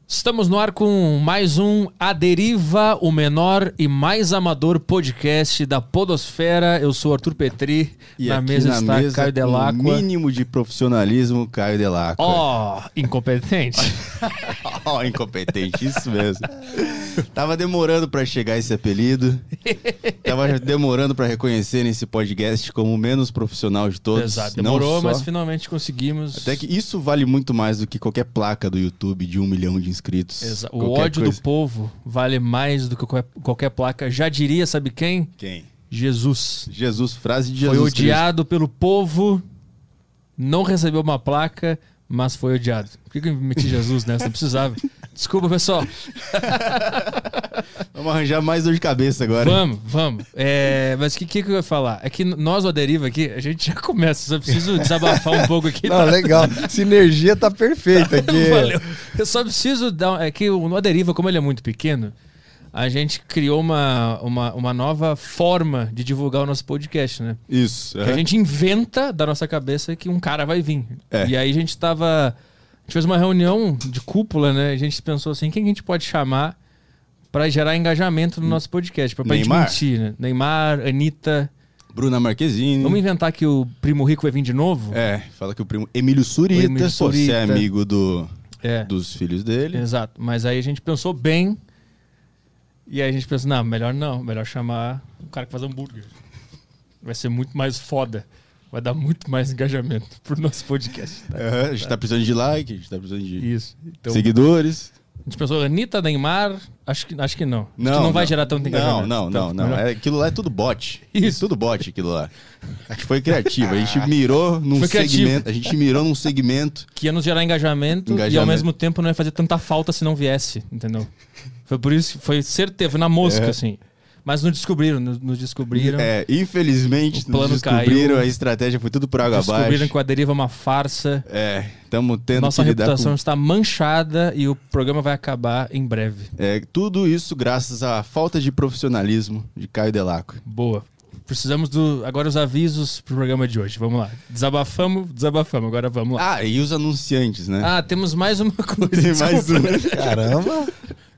Estamos no ar com mais um A Deriva, o menor e mais amador podcast da podosfera. Eu sou Arthur Petri, e na mesa está Caio Delacqua. O mínimo de profissionalismo, Caio Delacqua. Incompetente. Incompetente, isso mesmo. Tava demorando pra chegar esse apelido. Tava demorando pra reconhecer nesse podcast como o menos profissional de todos. Exato, demorou, mas finalmente conseguimos. Até que isso vale muito mais do que qualquer placa do YouTube de 1 milhão de inscritos. O ódio do povo vale mais do que qualquer placa. Já diria, sabe quem? Quem? Jesus. Jesus, frase de Jesus. Foi odiado pelo povo, não recebeu uma placa, mas foi odiado. Por que eu meti Jesus nessa? Não precisava. Desculpa, pessoal. Vamos arranjar mais dor de cabeça agora. Vamos. Mas o que eu ia falar? É que nós, o A Deriva aqui, a gente já começa. Só preciso desabafar um pouco aqui. Não, legal. Sinergia tá perfeita aqui. Valeu. Eu só preciso dar... É que o A Deriva, como ele é muito pequeno, a gente criou uma nova forma de divulgar o nosso podcast, né? Isso. Que a gente inventa da nossa cabeça que um cara vai vir. É. E aí a gente fez uma reunião de cúpula, né? A gente pensou assim, quem a gente pode chamar pra gerar engajamento no nosso podcast? Pra gente mentir, né? Neymar, Anitta... Bruna Marquezine. Vamos inventar que o Primo Rico vai vir de novo? Fala que o primo Emílio Surita, você é amigo dos filhos dele. Exato, mas aí a gente pensou bem. E aí a gente pensou, melhor chamar o cara que faz hambúrguer. Vai ser muito mais foda. Vai dar muito mais engajamento pro nosso podcast. Tá? A gente tá precisando de like, a gente tá precisando de seguidores. A gente pensou, Anitta, Neymar, acho que não. Acho que não vai gerar tanto engajamento. Não. Aquilo lá é tudo bot. Isso. Tudo bot aquilo lá. A gente foi criativo. A gente mirou num segmento. Que ia nos gerar engajamento e ao mesmo tempo não ia fazer tanta falta se não viesse, entendeu? Foi por isso, foi certeza, foi na mosca, assim. Mas nos descobriram. Infelizmente, o plano nos descobriram, caiu, a estratégia foi tudo por água abaixo. Descobriram que o A Deriva é uma farsa. Estamos tendo Nossa que lidar reputação com... está manchada e o programa vai acabar em breve. Tudo isso graças à falta de profissionalismo de Caio Delacqua. Boa. Precisamos agora os avisos pro programa de hoje. Vamos lá. Desabafamos. Agora vamos lá. E os anunciantes, né? Temos mais uma coisa. Tem mais uma. Caramba!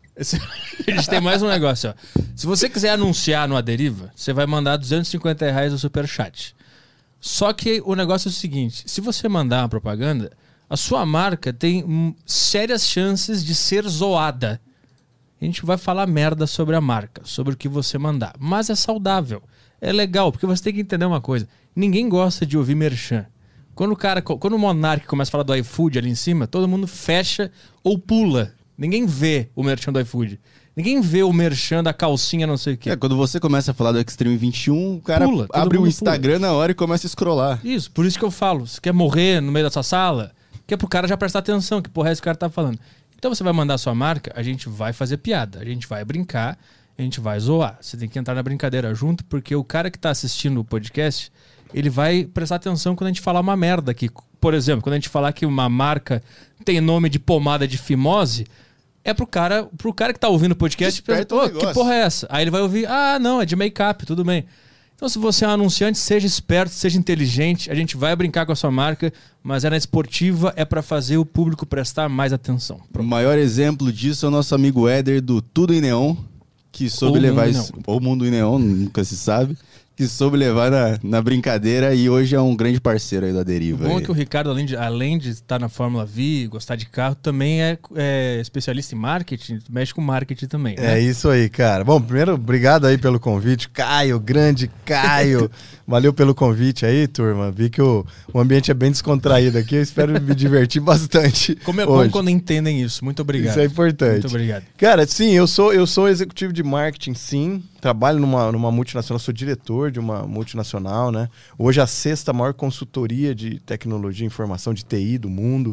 A gente tem mais um negócio, ó. Se você quiser anunciar no A Deriva, você vai mandar R$250 no Superchat. Só que o negócio é o seguinte, se você mandar uma propaganda, a sua marca tem sérias chances de ser zoada. A gente vai falar merda sobre a marca, sobre o que você mandar. Mas é saudável, é legal, porque você tem que entender uma coisa. Ninguém gosta de ouvir merchan. Quando o Monark começa a falar do iFood ali em cima, todo mundo fecha ou pula. Ninguém vê o merchan do iFood. Ninguém vê o merchan da calcinha não sei o quê. Quando você começa a falar do Extreme 21, o cara abre o Instagram na hora e começa a scrollar. Isso, por isso que eu falo. Você quer morrer no meio da sua sala? Que é pro cara já prestar atenção, que porra é esse cara tá falando. Então você vai mandar a sua marca, a gente vai fazer piada, a gente vai brincar, a gente vai zoar. Você tem que entrar na brincadeira junto, porque o cara que tá assistindo o podcast, ele vai prestar atenção quando a gente falar uma merda aqui. Por exemplo, quando a gente falar que uma marca tem nome de pomada de fimose... É pro cara que tá ouvindo o podcast, que porra é essa? Aí ele vai ouvir, não, é de make-up, tudo bem. Então se você é um anunciante, seja esperto, seja inteligente, a gente vai brincar com a sua marca, mas na esportiva é pra fazer o público prestar mais atenção. O maior exemplo disso é o nosso amigo Éder do Tudo em Neon, que soube levar isso, ou Mundo em Neon, nunca se sabe, que soube levar na brincadeira e hoje é um grande parceiro aí da Deriva. O bom é que o Ricardo, além de estar na Fórmula V, gostar de carro, também é especialista em marketing, mexe com marketing também, né? É isso aí, cara. Bom, primeiro, obrigado aí pelo convite. Caio, grande Caio. Valeu pelo convite aí, turma. Vi que o ambiente é bem descontraído aqui. Eu espero me divertir bastante. Como é bom quando entendem isso. Muito obrigado. Isso é importante. Muito obrigado. Cara, sim, eu sou executivo de marketing, sim. Trabalho numa multinacional, sou diretor de uma multinacional, né? Hoje a 6ª maior consultoria de tecnologia e informação de TI do mundo.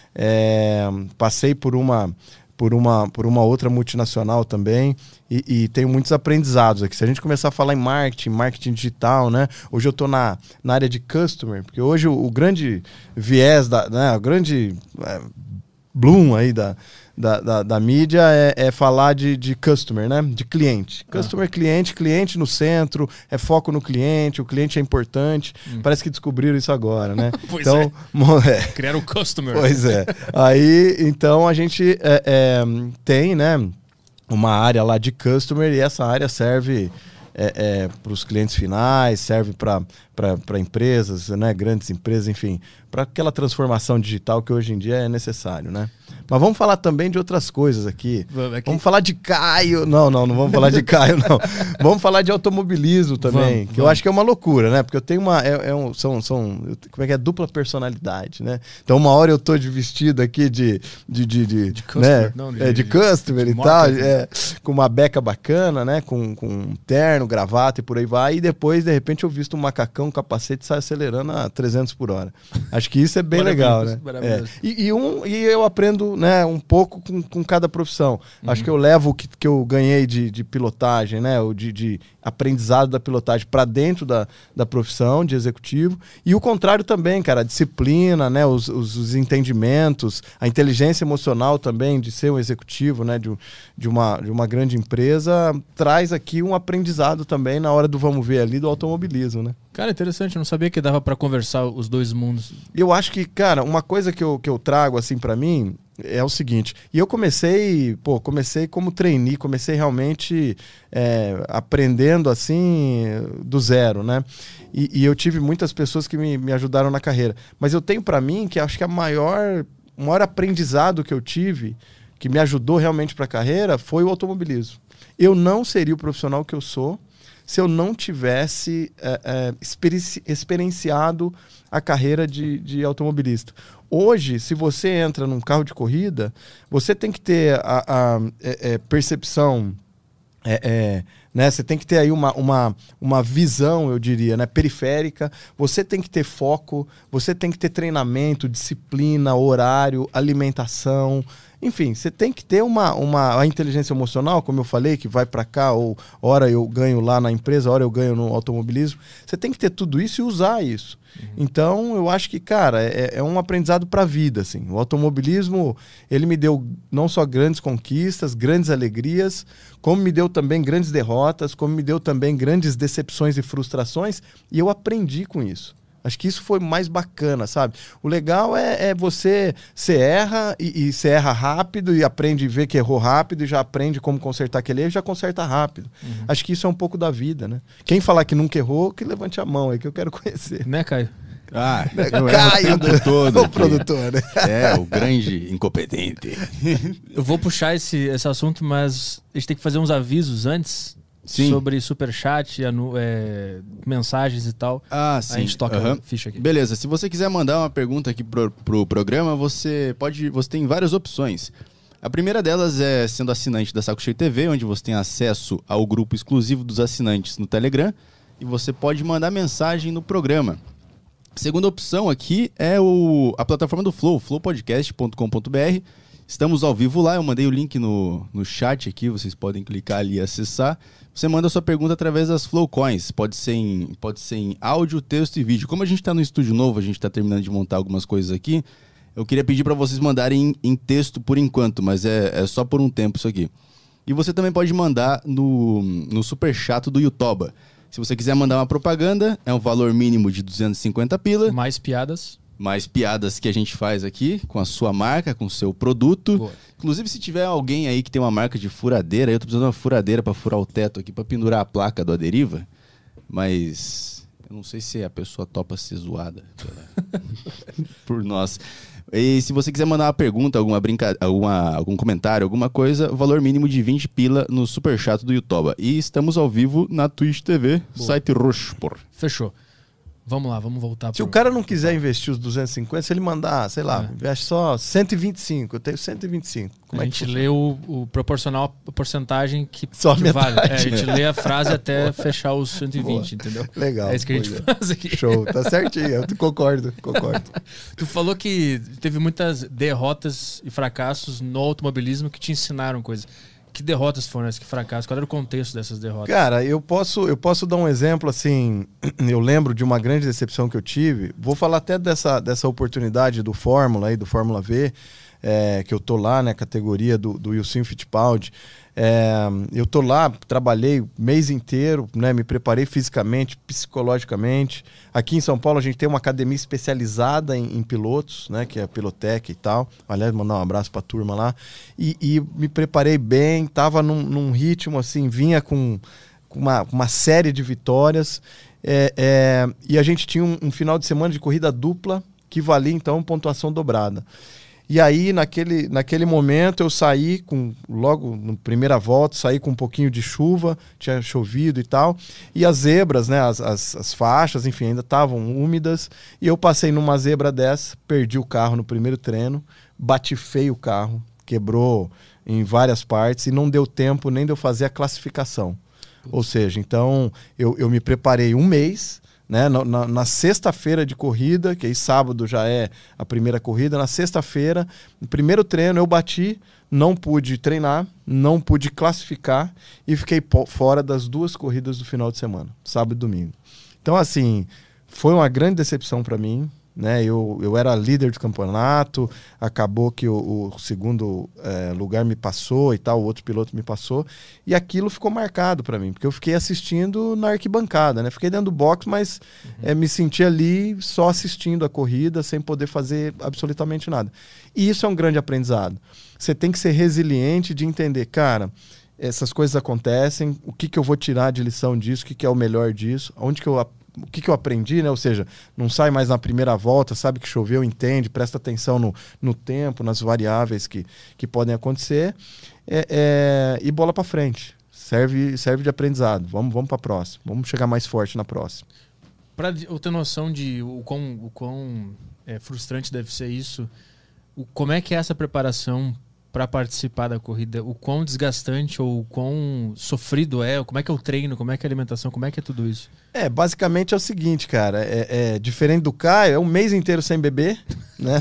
Passei por uma outra multinacional também e tenho muitos aprendizados aqui. Se a gente começar a falar em marketing digital, né? Hoje eu estou na área de customer, porque hoje o grande viés, o grande bloom aí da mídia é falar de customer, né? De cliente. Customer, cliente no centro, é foco no cliente, o cliente é importante. Parece que descobriram isso agora, né? Pois então, criaram o customer. Pois é. Aí, então, a gente tem, né, uma área lá de customer e essa área serve para os clientes finais, serve para empresas, né, grandes empresas, enfim, para aquela transformação digital que hoje em dia é necessário, né? Mas vamos falar também de outras coisas aqui. Vamos falar de Caio. Não vamos falar de Caio, não. Vamos falar de automobilismo também, eu acho que é uma loucura, né? Porque eu tenho como é que é? Dupla personalidade, né? Então, uma hora eu tô de vestido aqui de customer, né? De customer e tal, com uma beca bacana, né? Com um terno, gravata e por aí vai. E depois, de repente, eu visto um macacão, um capacete e saio acelerando a 300 por hora. Acho que isso é bem legal, né? E eu aprendo, né, um pouco com cada profissão. Acho que eu levo o que eu ganhei de pilotagem, né, ou de aprendizado da pilotagem para dentro da profissão de executivo. E o contrário também, cara, a disciplina, né, os entendimentos, a inteligência emocional também de ser um executivo, né, de uma grande empresa, traz aqui um aprendizado também na hora do vamos ver ali do automobilismo, né? Cara, interessante, eu não sabia que dava para conversar os dois mundos. Eu acho que, cara, uma coisa que eu trago assim para mim é o seguinte, e eu comecei como trainee, comecei realmente aprendendo assim do zero, né? E eu tive muitas pessoas que me ajudaram na carreira, mas eu tenho para mim que acho que o maior aprendizado que eu tive, que me ajudou realmente para a carreira, foi o automobilismo. Eu não seria o profissional que eu sou se eu não tivesse experienciado a carreira de automobilista. Hoje, se você entra num carro de corrida, você tem que ter a percepção, né? Você tem que ter aí uma visão, eu diria, né, periférica. Você tem que ter foco, você tem que ter treinamento, disciplina, horário, alimentação. Enfim, você tem que ter a inteligência emocional, como eu falei, que vai para cá, ou hora eu ganho lá na empresa, hora eu ganho no automobilismo. Você tem que ter tudo isso e usar isso. Então, eu acho que, cara, é um aprendizado para a vida, assim. O automobilismo, ele me deu não só grandes conquistas, grandes alegrias, como me deu também grandes derrotas, como me deu também grandes decepções e frustrações, e eu aprendi com isso. Acho que isso foi mais bacana, sabe? O legal é você erra e você erra rápido e aprende a ver que errou rápido e já aprende como consertar aquele erro e já conserta rápido. Acho que isso é um pouco da vida, né? Quem falar que nunca errou, que levante a mão, é que eu quero conhecer. Né, Caio? Caio do todo. O produtor, né? O grande incompetente. Eu vou puxar esse assunto, mas a gente tem que fazer uns avisos antes. Sim. Sobre superchat, mensagens e tal. Sim. A gente toca a ficha aqui. Beleza, se você quiser mandar uma pergunta aqui pro programa, você tem várias opções. A primeira delas é sendo assinante da Saco Cheio TV, onde você tem acesso ao grupo exclusivo dos assinantes no Telegram, e você pode mandar mensagem no programa. A segunda opção aqui é a plataforma do Flow, flowpodcast.com.br. Estamos ao vivo lá, eu mandei o link no chat aqui, vocês podem clicar ali e acessar. Você manda a sua pergunta através das Flowcoins, pode ser em áudio, texto e vídeo. Como a gente está no estúdio novo, a gente está terminando de montar algumas coisas aqui, eu queria pedir para vocês mandarem em texto por enquanto, mas é só por um tempo isso aqui. E você também pode mandar no superchat do YouTube. Se você quiser mandar uma propaganda, é um valor mínimo de 250 pila. Mais piadas. Mais piadas que a gente faz aqui com a sua marca, com o seu produto. Boa. Inclusive, se tiver alguém aí que tem uma marca de furadeira, eu tô precisando de uma furadeira para furar o teto aqui, para pendurar a placa do Aderiva, mas eu não sei se a pessoa topa ser zoada por nós. E se você quiser mandar uma pergunta, algum comentário, alguma coisa, o valor mínimo de 20 pila no superchat do YouTube. E estamos ao vivo na Twitch TV, Boa. Site roxo, por. Fechou. Vamos lá, vamos voltar. Se o cara não quiser investir os 250, se ele mandar, sei lá, investe só 125, eu tenho 125. Como a gente lê o proporcional, a porcentagem que só vale. A gente lê a frase até fechar os 120, Boa. Entendeu? Legal. É isso que a gente faz aqui. Show, tá certinho, eu concordo. Tu falou que teve muitas derrotas e fracassos no automobilismo que te ensinaram coisas. Que derrotas foram essas, que fracassos? Qual era o contexto dessas derrotas? Cara, eu posso dar um exemplo, assim, eu lembro de uma grande decepção que eu tive, vou falar até dessa oportunidade do Fórmula V, que eu tô lá, né, categoria do Wilson Fittipaldi. Eu tô lá, trabalhei o mês inteiro, né, me preparei fisicamente, psicologicamente. Aqui em São Paulo a gente tem uma academia especializada em pilotos, né, que é a Pilotec e tal. Aliás, mandar um abraço pra turma lá. E me preparei bem, tava num ritmo assim, vinha com uma série de vitórias. E a gente tinha um final de semana de corrida dupla que valia então pontuação dobrada. E aí, naquele momento, eu saí logo na primeira volta, saí com um pouquinho de chuva, tinha chovido e tal, e as zebras, né, as faixas, enfim, ainda estavam úmidas, e eu passei numa zebra dessa, perdi o carro no primeiro treino, bati feio o carro, quebrou em várias partes, e não deu tempo nem de eu fazer a classificação. Ou seja, então, eu me preparei um mês, né? Na sexta-feira de corrida, que aí sábado já é a primeira corrida, na sexta-feira, no primeiro treino eu bati, não pude treinar, não pude classificar e fiquei fora das 2 corridas do final de semana, sábado e domingo. Então, assim, foi uma grande decepção para mim, né? Eu era líder do campeonato, acabou que o segundo lugar me passou e tal, o outro piloto me passou, e aquilo ficou marcado para mim, porque eu fiquei assistindo na arquibancada, né? Fiquei dentro do box, mas me senti ali só assistindo a corrida, sem poder fazer absolutamente nada. E isso é um grande aprendizado. Você tem que ser resiliente de entender, cara, essas coisas acontecem, o que eu vou tirar de lição disso, o que é o melhor disso, o que eu aprendi, né? Ou seja, não sai mais na primeira volta, sabe que choveu, entende, presta atenção no tempo, nas variáveis que podem acontecer, e bola para frente. Serve de aprendizado. Vamos para a próxima. Vamos chegar mais forte na próxima. Para eu ter noção de o quão frustrante deve ser isso, como é que é essa preparação para participar da corrida? O quão desgastante ou o quão sofrido como é que é o treino, como é que é a alimentação, como é que é tudo isso? Basicamente é o seguinte, cara, diferente do Caio, é um mês inteiro sem beber, né?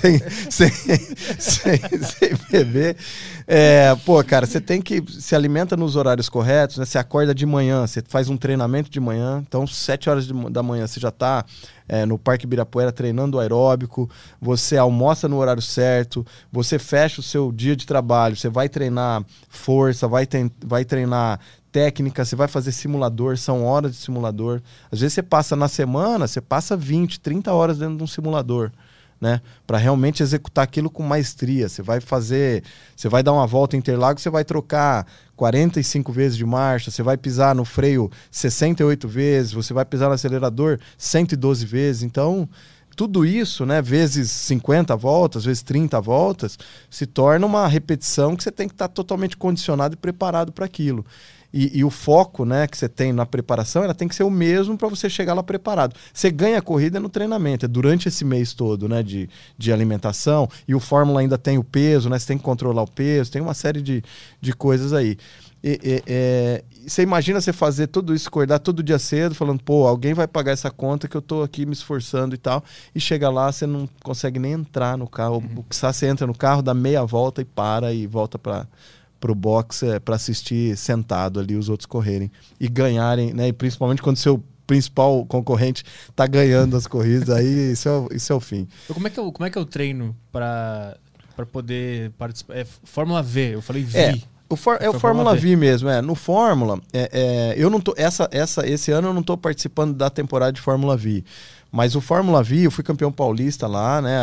sem beber. Cara, você tem que se alimenta nos horários corretos, né? Você acorda de manhã, você faz um treinamento de manhã, então 7 horas da manhã você já está no Parque Ibirapuera treinando aeróbico, você almoça no horário certo, você fecha o seu dia de trabalho, você vai treinar força, vai treinar técnica, você vai fazer simulador, são horas de simulador. Às vezes você passa na semana, você passa 20, 30 horas dentro de um simulador, né? Para realmente executar aquilo com maestria. Você vai dar uma volta em Interlagos, você vai trocar 45 vezes de marcha, você vai pisar no freio 68 vezes, você vai pisar no acelerador 112 vezes. Então, tudo isso, né, vezes 50 voltas, vezes 30 voltas, se torna uma repetição que você tem que estar totalmente condicionado e preparado para aquilo. E o foco, né, que você tem na preparação, ela tem que ser o mesmo para você chegar lá preparado. Você ganha a corrida no treinamento, é durante esse mês todo, né, de alimentação, e o Fórmula ainda tem o peso, né, você tem que controlar o peso, tem uma série de coisas aí. Você imagina você fazer tudo isso, acordar todo dia cedo, falando, alguém vai pagar essa conta que eu tô aqui me esforçando e tal, e chega lá, você não consegue nem entrar no carro, você entra no carro, dá meia volta e para e volta pro box para assistir sentado ali os outros correrem e ganharem, né? E principalmente quando seu principal concorrente tá ganhando as corridas, aí isso é o fim. Como é que é o treino para poder participar? Fórmula V, eu falei V. O Fórmula V mesmo, No Fórmula, eu não tô, esse ano eu não tô participando da temporada de Fórmula V. Mas o Fórmula V, eu fui campeão paulista lá, né?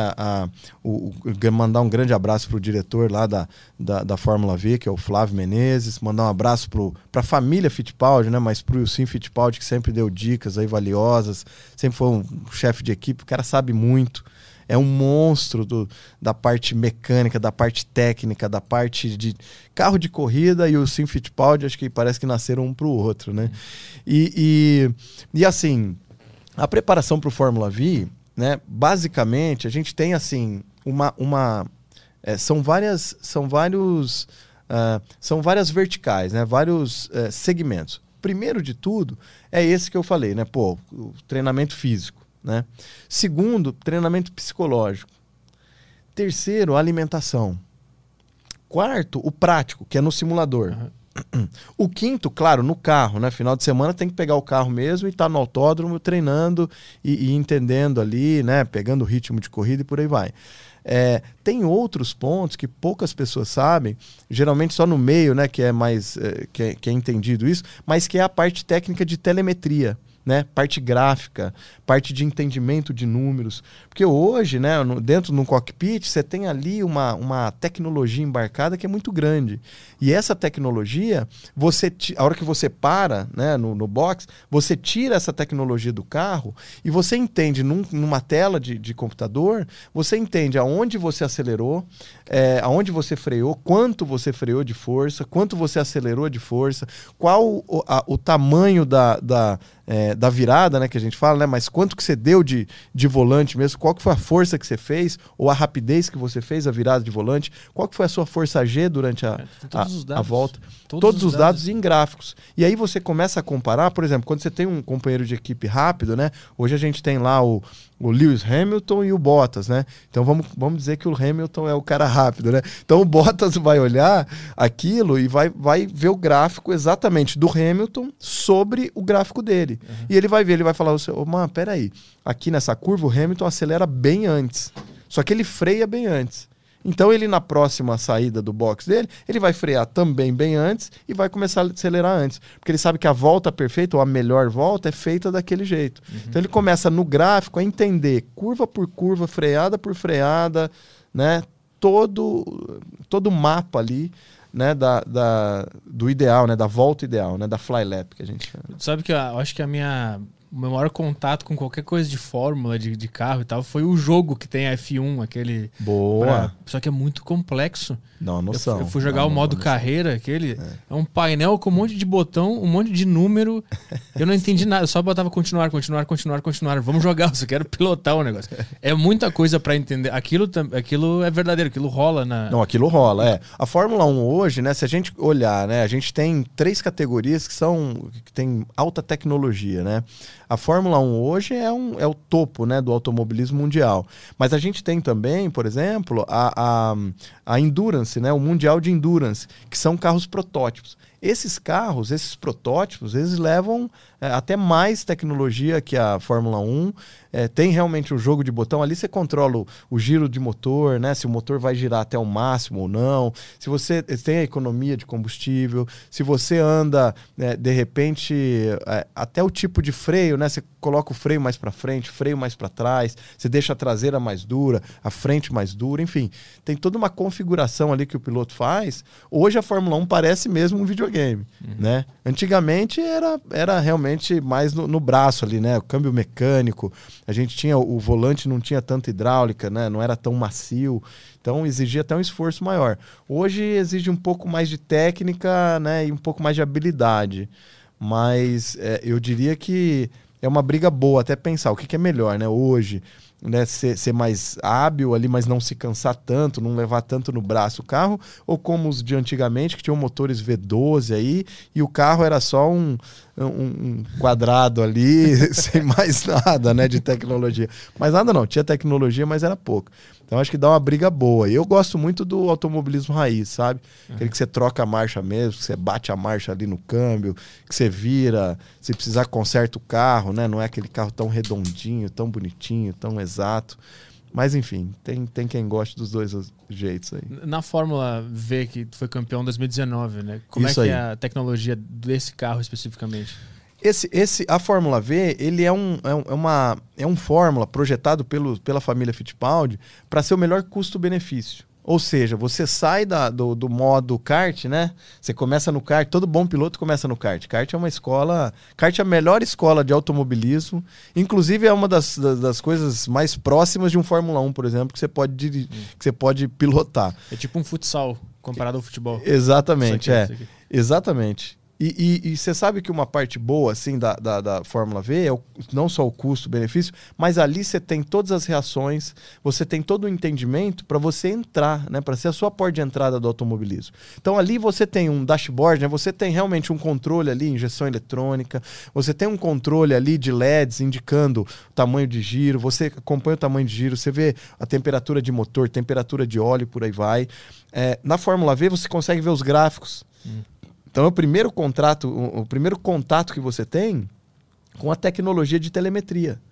Mandar um grande abraço pro diretor lá da Fórmula V, que é o Flávio Menezes. Mandar um abraço pra família Fittipaldi, né? Mas pro Wilson Fittipaldi, que sempre deu dicas aí valiosas. Sempre foi um chefe de equipe, o cara sabe muito. É um monstro da parte mecânica, da parte técnica, da parte de carro de corrida, e o Wilson Fittipaldi, acho que parece que nasceram um pro outro, né? E assim, a preparação para o Fórmula V, né? Basicamente, a gente tem assim são várias verticais, né? Vários segmentos. Primeiro de tudo é esse que eu falei, né? O treinamento físico, né? Segundo, treinamento psicológico. Terceiro, alimentação. Quarto, o prático, que é no simulador. O quinto, claro, no carro, né? Final de semana tem que pegar o carro mesmo e estar no autódromo treinando e entendendo ali, né? Pegando o ritmo de corrida e por aí vai. Tem outros pontos que poucas pessoas sabem, geralmente só no meio, né, que é mais que é entendido isso, mas que é a parte técnica de telemetria. Né? Parte gráfica, parte de entendimento de números. Porque hoje, né, dentro de um cockpit, você tem ali uma tecnologia embarcada que é muito grande. E essa tecnologia, a hora que você para, né, no box, você tira essa tecnologia do carro e você entende numa tela de computador, você entende aonde você acelerou, aonde você freou, quanto você freou de força, quanto você acelerou de força, qual o tamanho da virada, né, que a gente fala, né, mas quanto que você deu de volante mesmo, qual que foi a força que você fez, ou a rapidez que você fez a virada de volante, qual que foi a sua força G durante a volta. Todos os dados em gráficos. E aí você começa a comparar, por exemplo, quando você tem um companheiro de equipe rápido, né, hoje a gente tem lá o Lewis Hamilton e o Bottas, né? Então vamos dizer que o Hamilton é o cara rápido, né? Então o Bottas vai olhar aquilo e vai ver o gráfico exatamente do Hamilton sobre o gráfico dele. Uhum. E ele vai ver, ele vai falar, mano, peraí, aqui nessa curva o Hamilton acelera bem antes, só que ele freia bem antes. Então ele na próxima saída do box dele, ele vai frear também bem antes e vai começar a acelerar antes. Porque ele sabe que a volta perfeita ou a melhor volta é feita daquele jeito. Uhum. Então ele começa no gráfico a entender curva por curva, freada por freada, né? Todo o mapa ali, né? Do ideal, né? Da volta ideal, né? Da fly lap que a gente chama. Sabe que eu acho que o meu maior contato com qualquer coisa de fórmula, de carro e tal, foi o jogo que tem a F1, aquele... Boa! Só que é muito complexo. Não, noção. Eu fui jogar o modo carreira, aquele... É um painel com um monte de botão, um monte de número. Eu não entendi nada, eu só botava continuar. Vamos jogar, eu só quero pilotar o negócio. É muita coisa pra entender. Aquilo é verdadeiro, aquilo rola na... Não, aquilo rola, A Fórmula 1 hoje, né, se a gente olhar, né, a gente tem 3 categorias que tem alta tecnologia, né? A Fórmula 1 hoje é o topo, né, do automobilismo mundial. Mas a gente tem também, por exemplo, a Endurance, né, o Mundial de Endurance, que são carros protótipos. Esses carros, esses protótipos, eles levam até mais tecnologia que a Fórmula 1. Tem realmente um jogo de botão. Ali você controla o giro de motor, né? Se o motor vai girar até o máximo ou não. Se você tem a economia de combustível. Se você anda, de repente, até o tipo de freio, né? Você coloca o freio mais para frente, freio mais para trás. Você deixa a traseira mais dura, a frente mais dura. Enfim, tem toda uma configuração ali que o piloto faz. Hoje a Fórmula 1 parece mesmo um videogame, né? Antigamente era realmente mais no braço ali, né? O câmbio mecânico. A gente tinha o volante, não tinha tanta hidráulica, né? Não era tão macio, então exigia até um esforço maior. Hoje exige um pouco mais de técnica, né? E um pouco mais de habilidade, mas eu diria que é uma briga boa até pensar o que é melhor, né? Hoje, né? Ser mais hábil ali, mas não se cansar tanto, não levar tanto no braço o carro, ou como os de antigamente, que tinham motores V12 aí, e o carro era só um quadrado ali, sem mais nada, né, de tecnologia. Mas nada não, tinha tecnologia, mas era pouco. Então acho que dá uma briga boa. E eu gosto muito do automobilismo raiz, sabe? Aquele que você troca a marcha mesmo, que você bate a marcha ali no câmbio, que você vira, se precisar conserta o carro, né? Não é aquele carro tão redondinho, tão bonitinho, tão exato. Mas enfim, tem quem goste dos dois jeitos aí. Na Fórmula V, que foi campeão em 2019, né? Como Isso é que aí. é a tecnologia desse carro especificamente? A Fórmula V, ele é um Fórmula projetado pela família Fittipaldi para ser o melhor custo-benefício. Ou seja, você sai do modo kart, né? Você começa no kart, todo bom piloto começa no kart. Kart é uma escola... Kart é a melhor escola de automobilismo. Inclusive, é uma das coisas mais próximas de um Fórmula 1, por exemplo, que você pode dirigir, que você pode pilotar. É tipo um futsal comparado ao futebol. Exatamente, Isso aqui. Exatamente. E você sabe que uma parte boa assim, da Fórmula V é não só o custo-benefício, mas ali você tem todas as reações, você tem todo o entendimento para você entrar, né, para ser a sua porta de entrada do automobilismo. Então ali você tem um dashboard, né, você tem realmente um controle ali, injeção eletrônica, você tem um controle ali de LEDs indicando o tamanho de giro, você acompanha o tamanho de giro, você vê a temperatura de motor, temperatura de óleo, por aí vai. Na Fórmula V você consegue ver os gráficos. Então é o primeiro contato que você tem com a tecnologia de telemetria.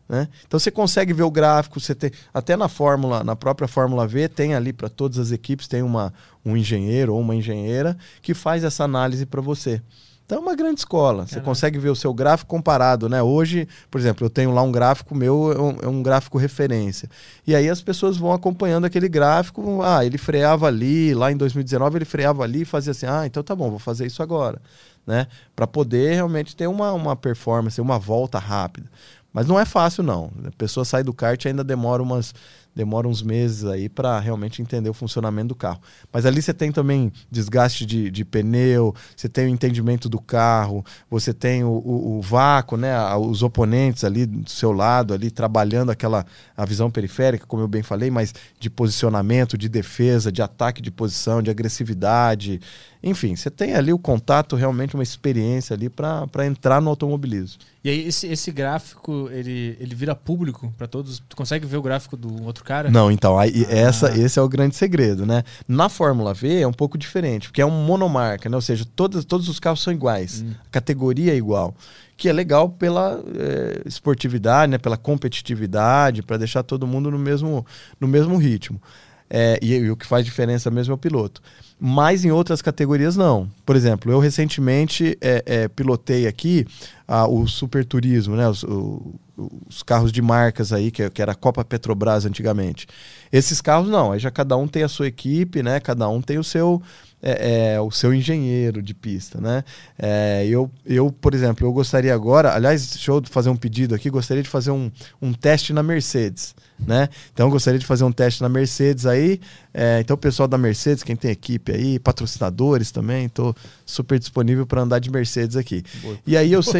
né? Então você consegue ver o gráfico, você tem até na própria Fórmula V tem ali para todas as equipes tem um engenheiro ou uma engenheira que faz essa análise para você. Então é uma grande escola. Você consegue ver o seu gráfico comparado, né? Hoje, por exemplo, eu tenho lá um gráfico meu, é um gráfico referência. E aí as pessoas vão acompanhando aquele gráfico. Ah, ele freava ali, lá em 2019 ele freava ali e fazia assim, então tá bom, vou fazer isso agora, né? Para poder realmente ter uma performance, uma volta rápida. Mas não é fácil, não. A pessoa sai do kart e ainda demora uns meses aí para realmente entender o funcionamento do carro. Mas ali você tem também desgaste de pneu, você tem o entendimento do carro, você tem o vácuo, né? Os oponentes ali do seu lado, ali trabalhando a visão periférica, como eu bem falei, mas de posicionamento, de defesa, de ataque de posição, de agressividade. Enfim, você tem ali o contato, realmente uma experiência ali para entrar no automobilismo. E aí esse gráfico, ele vira público para todos? Tu consegue ver o gráfico do outro cara? Não, então, esse é o grande segredo, né? Na Fórmula V é um pouco diferente, porque é um monomarca, né? Ou seja, todos os carros são iguais, a categoria é igual. Que é legal pela esportividade, né? Pela competitividade, para deixar todo mundo no mesmo ritmo. E o que faz diferença mesmo é o piloto. Mas em outras categorias não. Por exemplo, eu recentemente pilotei aqui o Super Turismo, né? Os carros de marcas aí, que era a Copa Petrobras antigamente. Esses carros não, aí já cada um tem a sua equipe, né? Cada um tem o seu engenheiro de pista, né? Eu, por exemplo, eu gostaria agora, aliás, deixa eu fazer um pedido aqui, gostaria de fazer um teste na Mercedes, né? Então eu gostaria de fazer um teste na Mercedes aí, então o pessoal da Mercedes, quem tem equipe aí, patrocinadores também, estou super disponível para andar de Mercedes aqui. Boa. E aí eu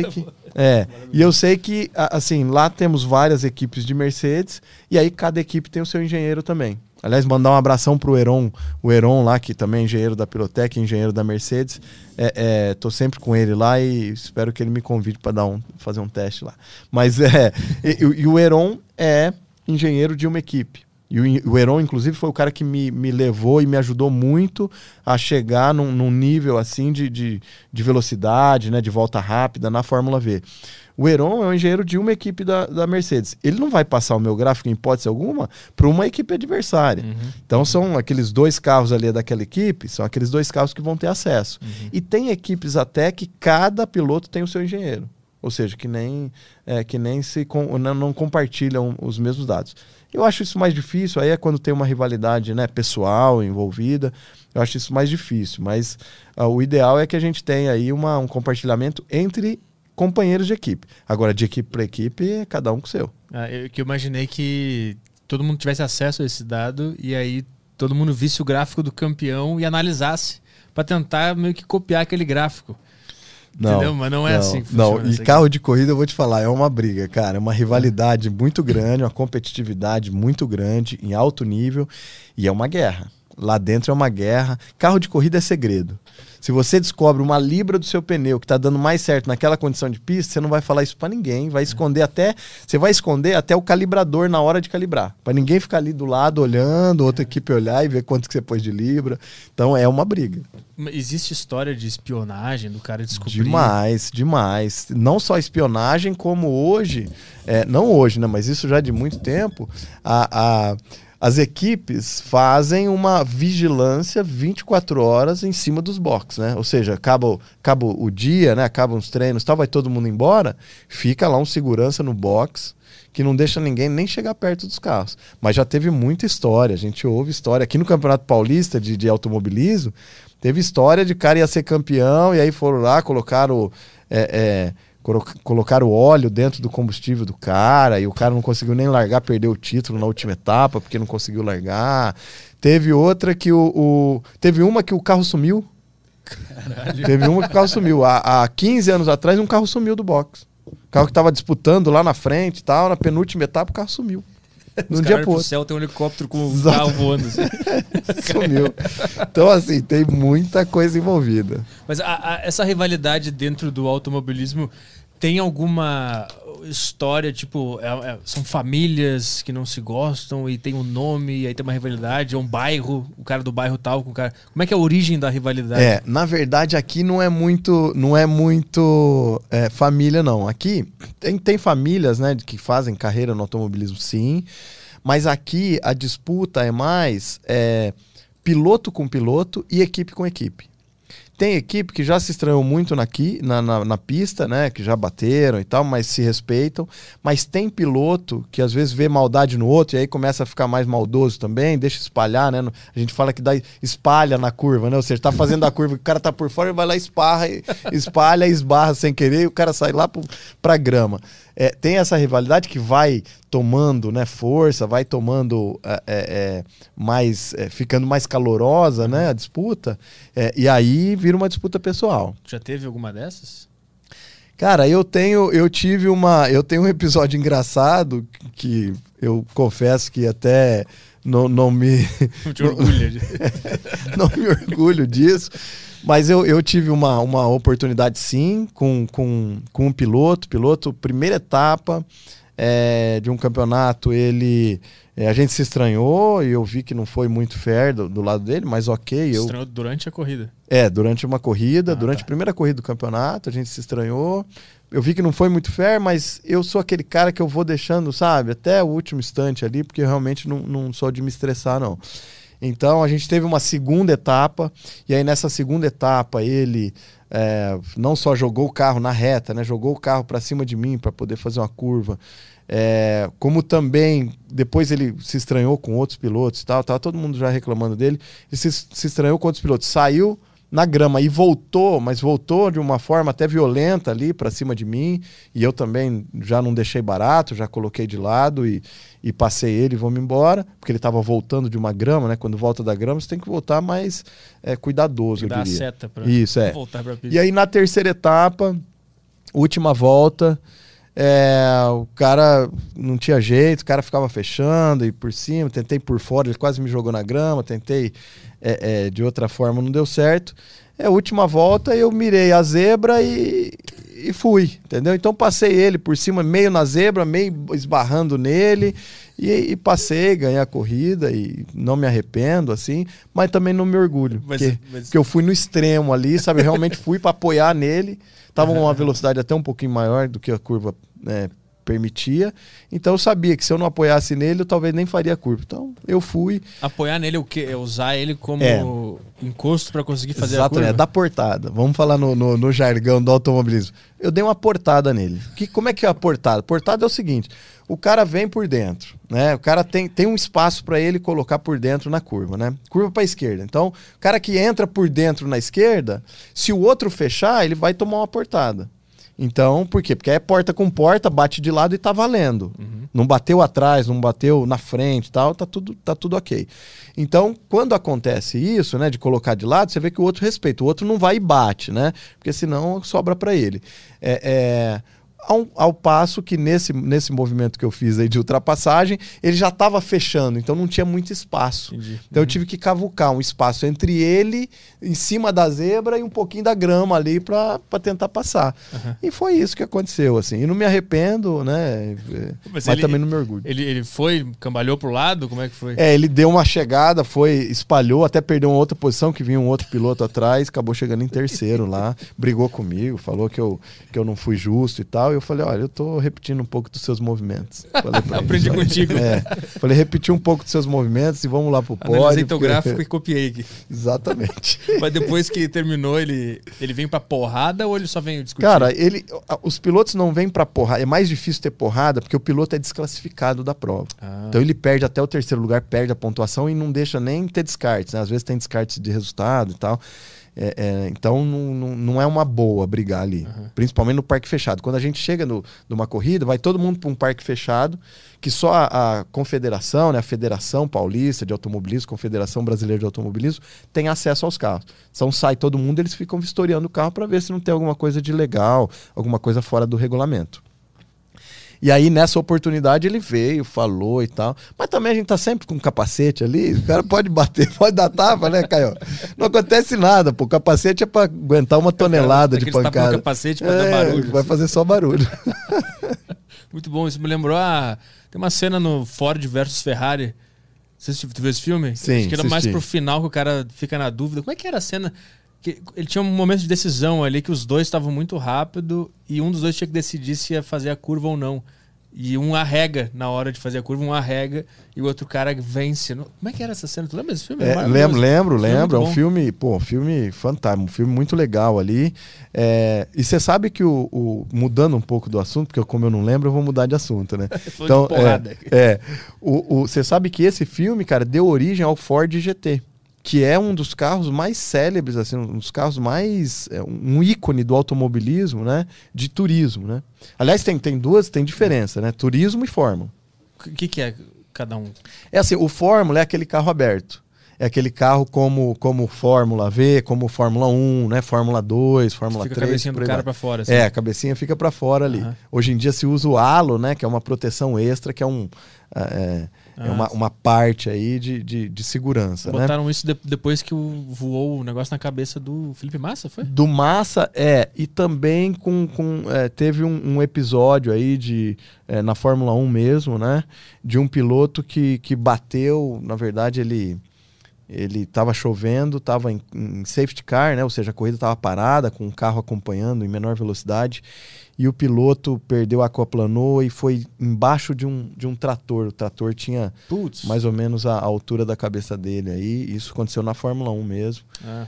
sei que assim, lá temos várias equipes de Mercedes e aí cada equipe tem o seu engenheiro também. Aliás, mandar um abração pro Heron, o Heron lá, que também é engenheiro da Pilotec, engenheiro da Mercedes. Tô sempre com ele lá e espero que ele me convide para fazer um teste lá. Mas e o Heron é engenheiro de uma equipe. E o Heron, inclusive, foi o cara que me levou e me ajudou muito a chegar num nível assim de velocidade, né, de volta rápida na Fórmula V. O Heron é um engenheiro de uma equipe da Mercedes. Ele não vai passar o meu gráfico, em hipótese alguma, para uma equipe adversária. Então são aqueles 2 carros ali daquela equipe, são aqueles 2 carros que vão ter acesso. E tem equipes até que cada piloto tem o seu engenheiro. Ou seja, que nem não compartilham os mesmos dados. Eu acho isso mais difícil, aí é quando tem uma rivalidade, né, pessoal envolvida, eu acho isso mais difícil, mas o ideal é que a gente tenha aí um compartilhamento entre companheiros de equipe. Agora, de equipe para equipe, é cada um com o seu. Eu imaginei que todo mundo tivesse acesso a esse dado e aí todo mundo visse o gráfico do campeão e analisasse para tentar meio que copiar aquele gráfico. Entendeu? Mas não é assim que funciona. Não, e carro de corrida, eu vou te falar, é uma briga, cara. É uma rivalidade muito grande, uma competitividade muito grande, em alto nível, e é uma guerra. Lá dentro é uma guerra. Carro de corrida é segredo. Se você descobre uma libra do seu pneu que está dando mais certo naquela condição de pista, você não vai falar isso para ninguém, vai esconder você vai esconder até o calibrador na hora de calibrar, para ninguém ficar ali do lado olhando, outra equipe olhar e ver quanto que você pôs de libra. Então é uma briga. Existe história de espionagem do cara descobrir? Demais. Não só espionagem, como hoje, não hoje, né, mas isso já de muito tempo, as equipes fazem uma vigilância 24 horas em cima dos boxes, né? Ou seja, acaba o dia, né? Acabam os treinos, vai todo mundo embora, fica lá um segurança no box que não deixa ninguém nem chegar perto dos carros. Mas já teve muita história, a gente ouve história. Aqui no Campeonato Paulista de automobilismo, teve história de cara ia ser campeão e aí foram lá, colocaram o óleo dentro do combustível do cara e o cara não conseguiu nem largar, perdeu o título na última etapa porque não conseguiu largar. Teve outra que teve uma que o carro sumiu. Caralho. Teve uma que o carro sumiu. Há 15 anos atrás um carro sumiu do box. O carro que estava disputando lá na frente e tal, na penúltima etapa o carro sumiu. Num dia pro céu tem um helicóptero com o carro voando assim. Sumiu. Então, assim, tem muita coisa envolvida. Mas essa rivalidade dentro do automobilismo tem alguma história, tipo, são famílias que não se gostam e tem um nome, e aí tem uma rivalidade, é um bairro, o cara do bairro tal com o cara... Como é que é a origem da rivalidade? Na verdade, aqui não é muito família, não. Aqui tem famílias, né, que fazem carreira no automobilismo, sim, mas aqui a disputa é mais piloto com piloto e equipe com equipe. Tem equipe que já se estranhou muito na pista, né? Que já bateram e tal, mas se respeitam. Mas tem piloto que às vezes vê maldade no outro e aí começa a ficar mais maldoso também, deixa espalhar, né? A gente fala que espalha na curva, né? Ou seja, tá fazendo a curva, o cara tá por fora, ele vai lá, espalha, esbarra sem querer e o cara sai lá pra grama. Tem essa rivalidade que vai tomando, né, força, vai tomando ficando mais calorosa, né, a disputa, e aí vira uma disputa pessoal. Já teve alguma dessas? Cara, eu tenho um episódio engraçado que eu confesso que até não me... Não te orgulha. Não me orgulho disso. Mas eu tive uma oportunidade, sim, com um piloto, primeira etapa de um campeonato, a gente se estranhou e eu vi que não foi muito fair do lado dele, mas ok. Se estranhou durante a corrida? Durante uma corrida, durante a primeira corrida do campeonato, a gente se estranhou. Eu vi que não foi muito fair, mas eu sou aquele cara que eu vou deixando, sabe, até o último instante ali, porque eu realmente não sou de me estressar, não. Então a gente teve uma segunda etapa, e aí nessa segunda etapa ele não só jogou o carro na reta, né, jogou o carro para cima de mim para poder fazer uma curva, como também depois ele se estranhou com outros pilotos e tal, tava todo mundo já reclamando dele, ele se estranhou com outros pilotos, saiu na grama e voltou, mas voltou de uma forma até violenta ali para cima de mim, e eu também já não deixei barato, já coloquei de lado e passei ele e vamos embora, porque ele estava voltando de uma grama, né? Quando volta da grama, você tem que voltar mais cuidadoso, eu diria. Dá a seta para voltar para a pista. E aí na terceira etapa, última volta, o cara não tinha jeito, o cara ficava fechando e por cima, tentei por fora, ele quase me jogou na grama, tentei de outra forma, não deu certo. Última volta eu mirei a zebra e fui, entendeu? Então passei ele por cima, meio na zebra, meio esbarrando nele e passei, ganhei a corrida e não me arrependo, assim, mas também não me orgulho, porque eu fui no extremo ali, sabe? Eu realmente fui para apoiar nele, tava uma velocidade até um pouquinho maior do que a curva permitia, então eu sabia que se eu não apoiasse nele, eu talvez nem faria a curva. Então eu fui. Apoiar nele o quê? Usar ele como encosto para conseguir fazer a curva? Exatamente, dar portada. Vamos falar no jargão do automobilismo. Eu dei uma portada nele. Como é que é a portada? Portada é o seguinte, o cara vem por dentro, né? O cara tem um espaço para ele colocar por dentro na curva, né? Curva para a esquerda. Então, o cara que entra por dentro na esquerda, se o outro fechar, ele vai tomar uma portada. Então, por quê? Porque é porta com porta, bate de lado e tá valendo. Uhum. Não bateu atrás, não bateu na frente e tal, tá tudo ok. Então, quando acontece isso, né, de colocar de lado, você vê que o outro respeita. O outro não vai e bate, né? Porque senão sobra para ele. Ao passo que nesse movimento que eu fiz aí de ultrapassagem, ele já estava fechando, então não tinha muito espaço. Entendi. Então eu tive que cavucar um espaço entre ele, em cima da zebra e um pouquinho da grama ali para tentar passar. Uhum. E foi isso que aconteceu, assim. E não me arrependo, né? Mas também não me orgulho. Ele foi, cambalhou pro lado? Como é que foi? Ele deu uma chegada, espalhou, até perdeu uma outra posição, que vinha um outro piloto atrás, acabou chegando em terceiro lá, brigou comigo, falou que eu não fui justo e tal. Eu falei, olha, eu tô repetindo um pouco dos seus movimentos. Aprendi contigo. Falei, repeti um pouco dos seus movimentos e vamos lá pro pódio. Analisei teu gráfico e copiei aqui. Exatamente. Mas depois que terminou, ele vem pra porrada ou ele só vem discutir? Cara, os pilotos não vêm pra porrada. É mais difícil ter porrada porque o piloto é desclassificado da prova. Então ele perde até o terceiro lugar, perde a pontuação e não deixa nem ter descartes, né? Às vezes tem descartes de resultado e tal. Então não é uma boa brigar ali, principalmente no parque fechado. Quando a gente chega numa corrida, vai todo mundo para um parque fechado, que só a confederação, né, a Federação Paulista de Automobilismo, Confederação Brasileira de Automobilismo, tem acesso aos carros. Então sai todo mundo, eles ficam vistoriando o carro para ver se não tem alguma coisa de ilegal, alguma coisa fora do regulamento. E aí, nessa oportunidade, ele veio, falou e tal. Mas também a gente tá sempre com capacete ali. O cara pode bater, pode dar tapa, né, Caio? Não acontece nada, pô. O capacete é pra aguentar uma tonelada de pancada. O capacete pra dar barulho. Vai fazer só barulho. Muito bom. Isso me lembrou tem uma cena no Ford versus Ferrari. Você viu esse filme? Sim, acho que era mais pro final que o cara fica na dúvida. Como é que era a cena? Que ele tinha um momento de decisão ali que os dois estavam muito rápido e um dos dois tinha que decidir se ia fazer a curva ou não. E um arrega na hora de fazer a curva, um arrega e o outro cara vence. Como é que era essa cena? Tu lembra desse filme? Lembro. É um filme fantástico, um filme muito legal ali. E você sabe que mudando um pouco do assunto, porque como eu não lembro, eu vou mudar de assunto, né? Então, de porrada. Você sabe que esse filme, cara, deu origem ao Ford GT, que é um dos carros mais célebres, assim, um dos carros mais... um ícone do automobilismo, né? De turismo, né? Aliás, tem diferença, né? Turismo e Fórmula. O que é cada um? É assim, o Fórmula é aquele carro aberto. É aquele carro como Fórmula V, como Fórmula 1, né? Fórmula 2, Fórmula 3. Fica a cabecinha do cara pra fora. Assim. A cabecinha fica pra fora ali. Hoje em dia se usa o halo, né? Que é uma proteção extra, que é uma parte aí de segurança. Botaram, né? Isso depois que voou o negócio na cabeça do Felipe Massa, foi? Do Massa, e também teve um episódio aí na Fórmula 1 mesmo, né? De um piloto que bateu, na verdade ele estava chovendo, estava em safety car, né? Ou seja, a corrida estava parada, com o carro acompanhando em menor velocidade, e o piloto perdeu, aquaplanou e foi embaixo de um trator. O trator tinha mais ou menos a altura da cabeça dele. Aí isso aconteceu na Fórmula 1 mesmo.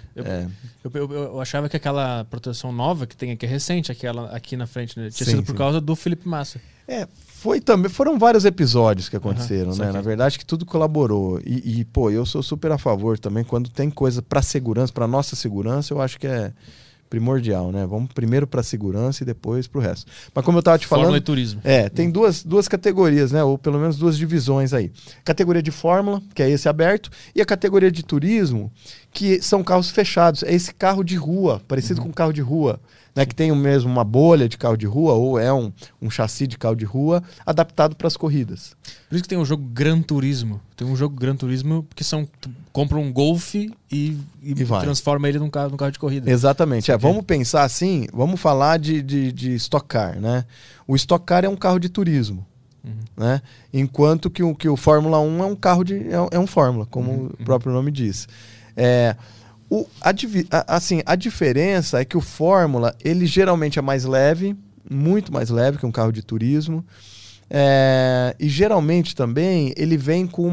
Eu achava que aquela proteção nova que tem aqui, recente, aquela aqui na frente, né? Tinha sido por causa do Felipe Massa. Foram vários episódios que aconteceram, né? Na verdade, que tudo colaborou. Pô, eu sou super a favor também. Quando tem coisa para segurança, para nossa segurança, eu acho que é primordial, né? Vamos primeiro para segurança e depois para o resto. Mas como eu estava te falando... Fórmula e turismo. Tem duas categorias, né? Ou pelo menos duas divisões aí. Categoria de Fórmula, que é esse aberto, e a categoria de turismo, que são carros fechados. É esse carro de rua, parecido com carro de rua. Né, que tem mesmo uma bolha de carro de rua, ou é um chassi de carro de rua adaptado para as corridas. Por isso que tem o jogo Gran Turismo. Tem um jogo Gran Turismo que tu compra um Golf e transforma ele num carro de corrida. Exatamente. Vamos pensar assim, vamos falar de Stock Car, né? O Stock Car é um carro de turismo. Né? Enquanto que o Fórmula 1 é um carro é um Fórmula, como o próprio nome diz. A diferença é que o Fórmula, ele geralmente é mais leve, muito mais leve que um carro de turismo. E geralmente também ele vem com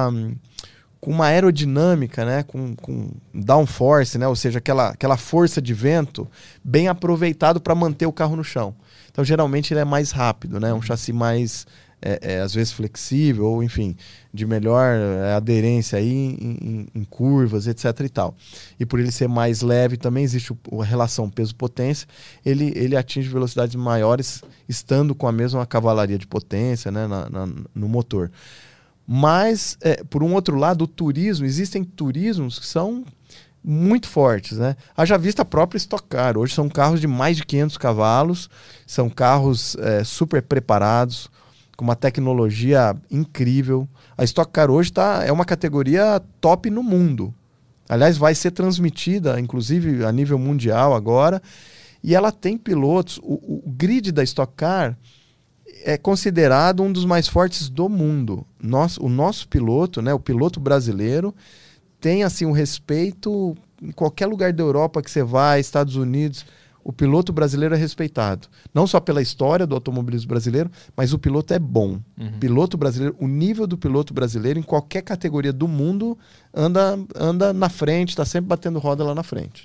uma aerodinâmica, né? com downforce, né? Ou seja, aquela força de vento bem aproveitado para manter o carro no chão. Então geralmente ele é mais rápido, né? Um chassi mais... às vezes flexível, ou enfim, de melhor aderência aí em curvas, etc e tal. E por ele ser mais leve, também existe a relação peso-potência, ele atinge velocidades maiores, estando com a mesma cavalaria de potência, né, no motor. Mas, por um outro lado, o turismo, existem turismos que são muito fortes, né? Haja vista a própria Stock Car. Hoje são carros de mais de 500 cavalos, são carros super preparados, com uma tecnologia incrível. A Stock Car hoje é uma categoria top no mundo. Aliás, vai ser transmitida, inclusive, a nível mundial agora. E ela tem pilotos. O grid da Stock Car é considerado um dos mais fortes do mundo. O nosso piloto, né, o piloto brasileiro, tem assim, um respeito em qualquer lugar da Europa que você vai, Estados Unidos... O piloto brasileiro é respeitado. Não só pela história do automobilismo brasileiro, mas o piloto é bom. Piloto brasileiro, o nível do piloto brasileiro em qualquer categoria do mundo anda na frente, está sempre batendo roda lá na frente.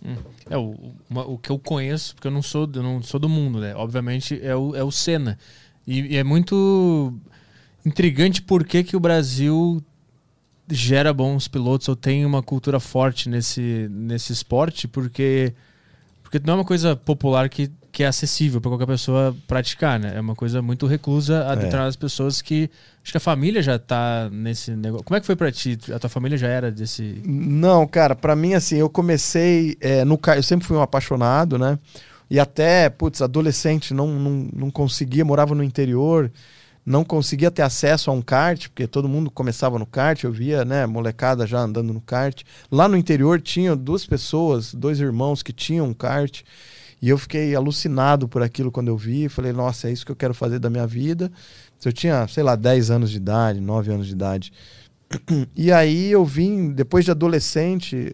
O que eu conheço, porque eu não sou do mundo, né? Obviamente é o Senna. E é muito intrigante por que o Brasil gera bons pilotos ou tem uma cultura forte nesse esporte, porque não é uma coisa popular que é acessível para qualquer pessoa praticar, né? É uma coisa muito reclusa a determinadas pessoas que... Acho que a família já tá nesse negócio. Como é que foi para ti? A tua família já era desse... Não, cara, para mim, assim, eu comecei... eu sempre fui um apaixonado, né? E até, adolescente, não conseguia, morava no interior, não conseguia ter acesso a um kart, porque todo mundo começava no kart, eu via, né, molecada já andando no kart. Lá no interior tinha 2 irmãos que tinham um kart, e eu fiquei alucinado por aquilo quando eu vi, falei, nossa, é isso que eu quero fazer da minha vida. Eu tinha, sei lá, 10 anos de idade, 9 anos de idade. E aí eu vim, depois de adolescente,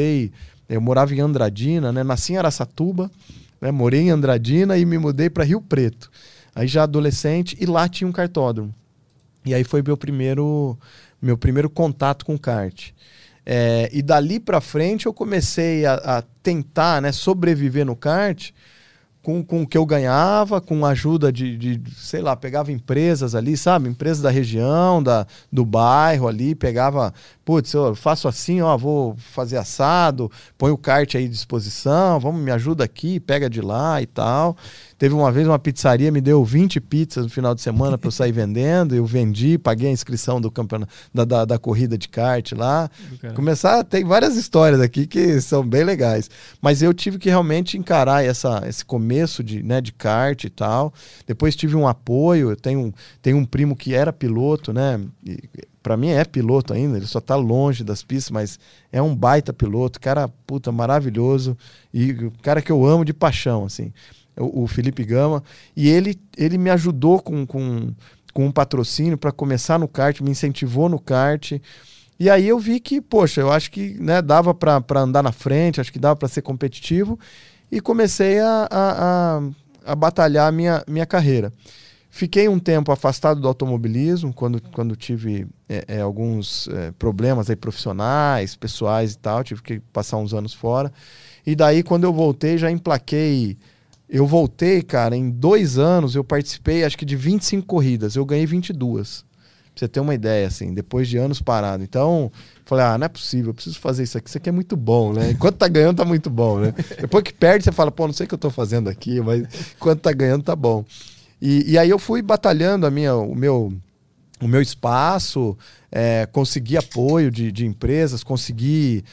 eu morava em Andradina, né, nasci em Araçatuba, né, morei em Andradina e me mudei para Rio Preto. Aí já adolescente, e lá tinha um kartódromo. E aí foi meu primeiro contato com kart. E dali para frente eu comecei a tentar, né, sobreviver no kart com o que eu ganhava, com a ajuda sei lá, pegava empresas ali, sabe? Empresas da região, do bairro ali, pegava, putz, eu faço assim, ó, vou fazer assado, põe o kart aí à disposição, me ajuda aqui, pega de lá e tal. Teve uma vez uma pizzaria, me deu 20 pizzas no final de semana para eu sair vendendo, eu vendi, paguei a inscrição do campeonato, da corrida de kart lá. Tem várias histórias aqui que são bem legais, mas eu tive que realmente encarar esse começo de kart e tal. Depois tive um apoio, eu tenho um primo que era piloto, né? Para mim é piloto ainda, ele só tá longe das pistas, mas é um baita piloto, cara, puta, maravilhoso, e o cara que eu amo de paixão, assim, o Felipe Gama, e ele me ajudou com um patrocínio para começar no kart, me incentivou no kart, e aí eu vi que, poxa, eu acho que, né, dava para andar na frente, acho que dava para ser competitivo, e comecei a batalhar a minha carreira. Fiquei um tempo afastado do automobilismo, quando tive alguns problemas aí profissionais, pessoais e tal, tive que passar uns anos fora. E daí, quando eu voltei, já emplaquei. Eu voltei, cara, em 2 anos eu participei, acho que de 25 corridas, eu ganhei 22. Pra você ter uma ideia, assim, depois de anos parado. Então, falei, não é possível, eu preciso fazer isso aqui é muito bom, né? Enquanto tá ganhando, tá muito bom, né? Depois que perde, você fala, pô, não sei o que eu tô fazendo aqui, mas enquanto tá ganhando, tá bom. E aí eu fui batalhando o meu espaço, consegui apoio de empresas, consegui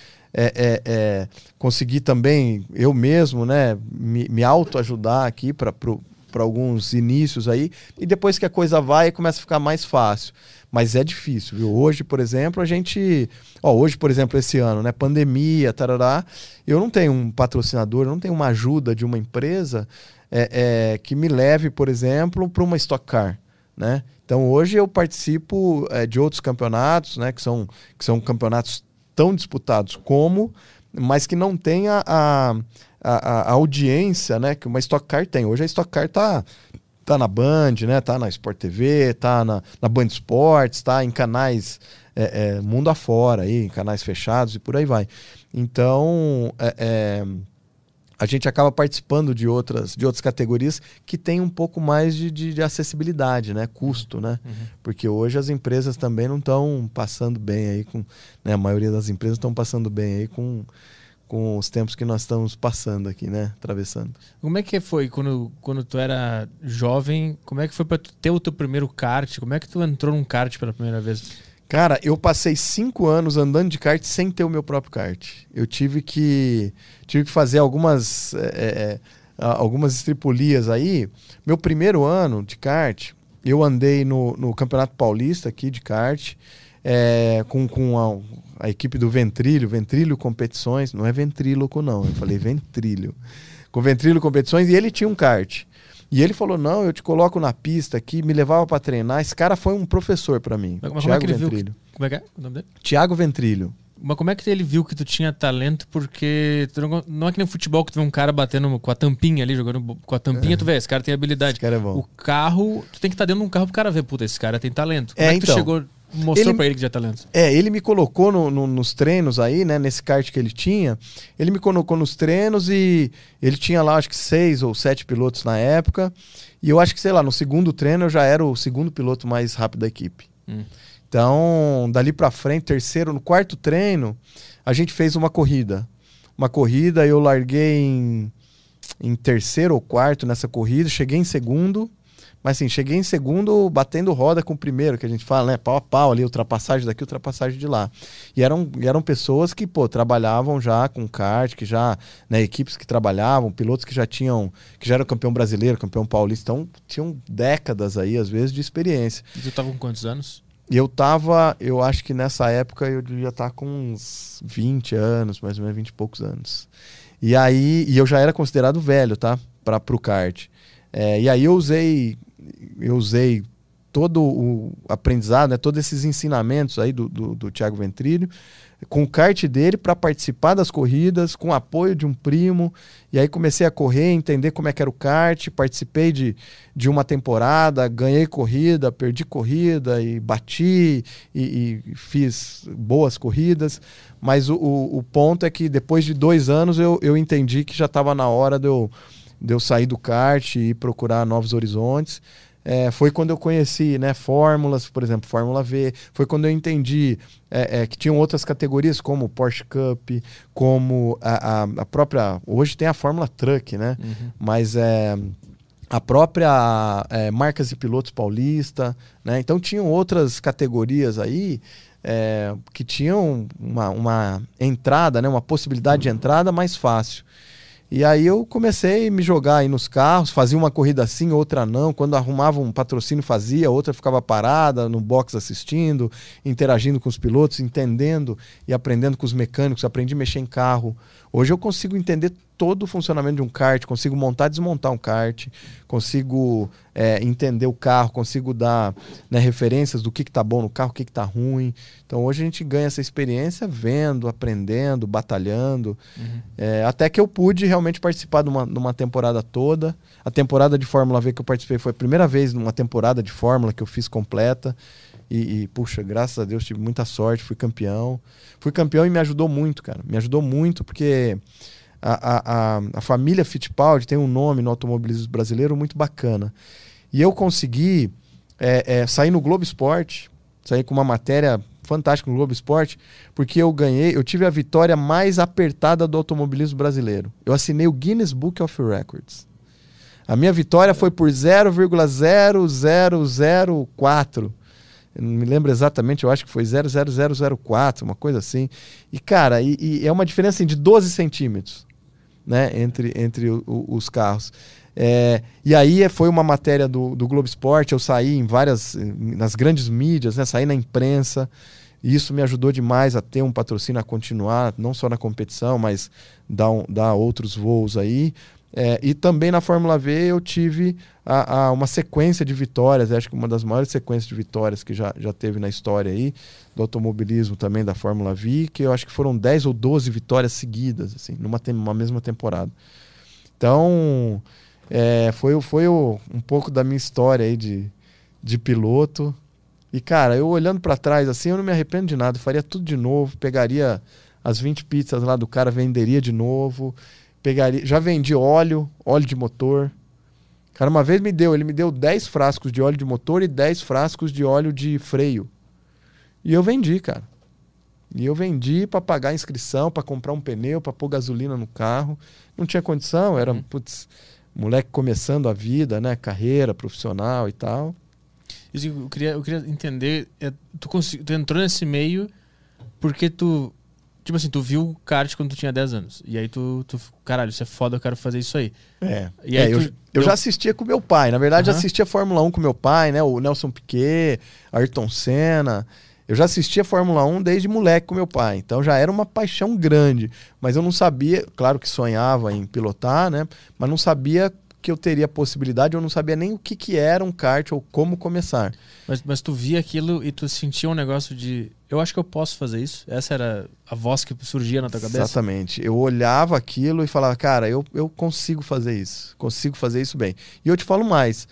também eu mesmo, né, me autoajudar aqui para alguns inícios aí, e depois que a coisa vai, começa a ficar mais fácil. Mas é difícil, viu? Hoje, por exemplo, esse ano, né, pandemia, tarará, eu não tenho um patrocinador, eu não tenho uma ajuda de uma empresa que me leve, por exemplo, para uma Stock Car, né? Então hoje eu participo de outros campeonatos, né, que são campeonatos tão disputados mas que não tem a audiência, né, que uma Stock Car tem. Hoje a Stock Car tá na Band, né, tá na Sport TV, tá na Band Esportes, tá em canais mundo afora, aí, em canais fechados e por aí vai. Então a gente acaba participando de outras categorias que tem um pouco mais de acessibilidade, né? Custo, né? Uhum. Porque hoje as empresas também não estão passando bem aí né? A maioria das empresas estão passando bem aí com os tempos que nós estamos passando aqui, né? Atravessando. Como é que foi quando tu era jovem? Como é que foi para tu ter o teu primeiro kart? Como é que tu entrou num kart pela primeira vez? Cara, eu passei 5 anos andando de kart sem ter o meu próprio kart. Eu tive que fazer algumas estripulias aí. Meu primeiro ano de kart, eu andei no Campeonato Paulista aqui de kart, com a equipe do Ventrilho Competições. Não é ventríloco, não. Eu falei Ventrilho. Com Ventrilho Competições, e ele tinha um kart. E ele falou, não, eu te coloco na pista aqui, me levava para treinar. Esse cara foi um professor para mim, Thiago Ventrilho. Como é que é o nome dele? Thiago Ventrilho. Mas como é que ele viu que tu tinha talento? Porque não é que nem futebol que tu vê um cara batendo com a tampinha ali, jogando com a tampinha, tu vê, esse cara tem habilidade. Esse cara é bom. O carro, tu tem que estar dentro de um carro pro cara ver, puta, esse cara tem talento. Como é que tu chegou... Mostrou pra ele que já tinha talento. Ele me colocou nos treinos aí, né? Nesse kart que ele tinha. Ele me colocou nos treinos e ele tinha lá, acho que 6 ou 7 pilotos na época. E eu acho que, sei lá, no segundo treino eu já era o segundo piloto mais rápido da equipe. Então, dali pra frente, no quarto treino, a gente fez uma corrida. Eu larguei em terceiro ou quarto nessa corrida, cheguei em segundo. Mas assim, cheguei em segundo batendo roda com o primeiro, que a gente fala, né? Pau a pau ali, ultrapassagem daqui, ultrapassagem de lá. E eram pessoas que, pô, trabalhavam já com kart, que já, né, equipes que trabalhavam, pilotos que já eram campeão brasileiro, campeão paulista, então tinham décadas aí, às vezes, de experiência. E tu tava com quantos anos? E eu acho que nessa época eu devia estar com uns 20 anos, mais ou menos 20 e poucos anos. E eu já era considerado velho, tá? Pro kart. E aí eu usei todo o aprendizado, né, todos esses ensinamentos aí do Thiago Ventrilho, com o kart dele para participar das corridas, com o apoio de um primo, e aí comecei a correr, entender como é que era o kart, participei de uma temporada, ganhei corrida, perdi corrida, e bati, e fiz boas corridas, mas o ponto é que depois de 2 anos eu entendi que já estava na hora de eu sair do kart e procurar novos horizontes. Foi quando eu conheci, né, fórmulas, por exemplo, Fórmula V. Foi quando eu entendi que tinham outras categorias, como o Porsche Cup, como a própria... Hoje tem a Fórmula Truck, né? Uhum. Mas a própria Marcas e Pilotos Paulista, né? Então tinham outras categorias aí que tinham uma entrada, né, uma possibilidade de entrada mais fácil. E aí eu comecei a me jogar aí nos carros, fazia uma corrida assim, outra não. Quando arrumava um patrocínio fazia, outra ficava parada no box assistindo, interagindo com os pilotos, entendendo e aprendendo com os mecânicos. Aprendi a mexer em carro. Hoje eu consigo entender todo o funcionamento de um kart, consigo montar e desmontar um kart, consigo entender o carro, consigo dar, né, referências do que tá bom no carro, o que tá ruim. Então hoje a gente ganha essa experiência vendo, aprendendo, batalhando. Uhum. Até que eu pude realmente participar de uma temporada toda. A temporada de Fórmula V que eu participei foi a primeira vez numa temporada de Fórmula que eu fiz completa. Puxa, graças a Deus tive muita sorte, fui campeão. Fui campeão e me ajudou muito, cara. Me ajudou muito porque a família Fittipaldi tem um nome no automobilismo brasileiro muito bacana. E eu consegui sair no Globo Esporte, sair com uma matéria fantástica no Globo Esporte, porque eu tive a vitória mais apertada do automobilismo brasileiro. Eu assinei o Guinness Book of Records. A minha vitória foi por 0,0004. Eu não me lembro exatamente, eu acho que foi 0,0004, uma coisa assim. E, cara, é uma diferença assim, de 12 centímetros, né, entre os carros. E aí foi uma matéria do Globo Esporte, eu saí nas grandes mídias, né, saí na imprensa, e isso me ajudou demais a ter um patrocínio, a continuar, não só na competição, mas dar outros voos aí. E também na Fórmula V eu tive uma sequência de vitórias, acho que uma das maiores sequências de vitórias que já teve na história aí, do automobilismo também da Fórmula V, que eu acho que foram 10 ou 12 vitórias seguidas, assim, numa mesma temporada. Então, foi um pouco da minha história aí de piloto. E, cara, eu olhando para trás, assim, eu não me arrependo de nada, faria tudo de novo, pegaria as 20 pizzas lá do cara, venderia de novo. Já vendi óleo de motor. Cara, uma vez ele me deu 10 frascos de óleo de motor e 10 frascos de óleo de freio. E eu vendi, cara. E eu vendi para pagar a inscrição, para comprar um pneu, para pôr gasolina no carro. Não tinha condição, era moleque começando a vida, né? Carreira profissional e tal. Eu queria entender, tu entrou nesse meio porque tu... Tipo assim, tu viu o kart quando tu tinha 10 anos. E aí tu caralho, isso é foda, eu quero fazer isso aí. E aí eu já assistia com meu pai. Na verdade, já assistia Fórmula 1 com meu pai, né? O Nelson Piquet, Ayrton Senna. Eu já assistia Fórmula 1 desde moleque com meu pai. Então já era uma paixão grande. Mas eu não sabia, claro que sonhava em pilotar, né? Mas não sabia que eu teria possibilidade, eu não sabia nem o que era um kart ou como começar. Mas tu via aquilo e tu sentia um negócio de... Eu acho que eu posso fazer isso? Essa era a voz que surgia na tua cabeça? Exatamente. Eu olhava aquilo e falava, cara, eu consigo fazer isso. Consigo fazer isso bem. E eu te falo mais.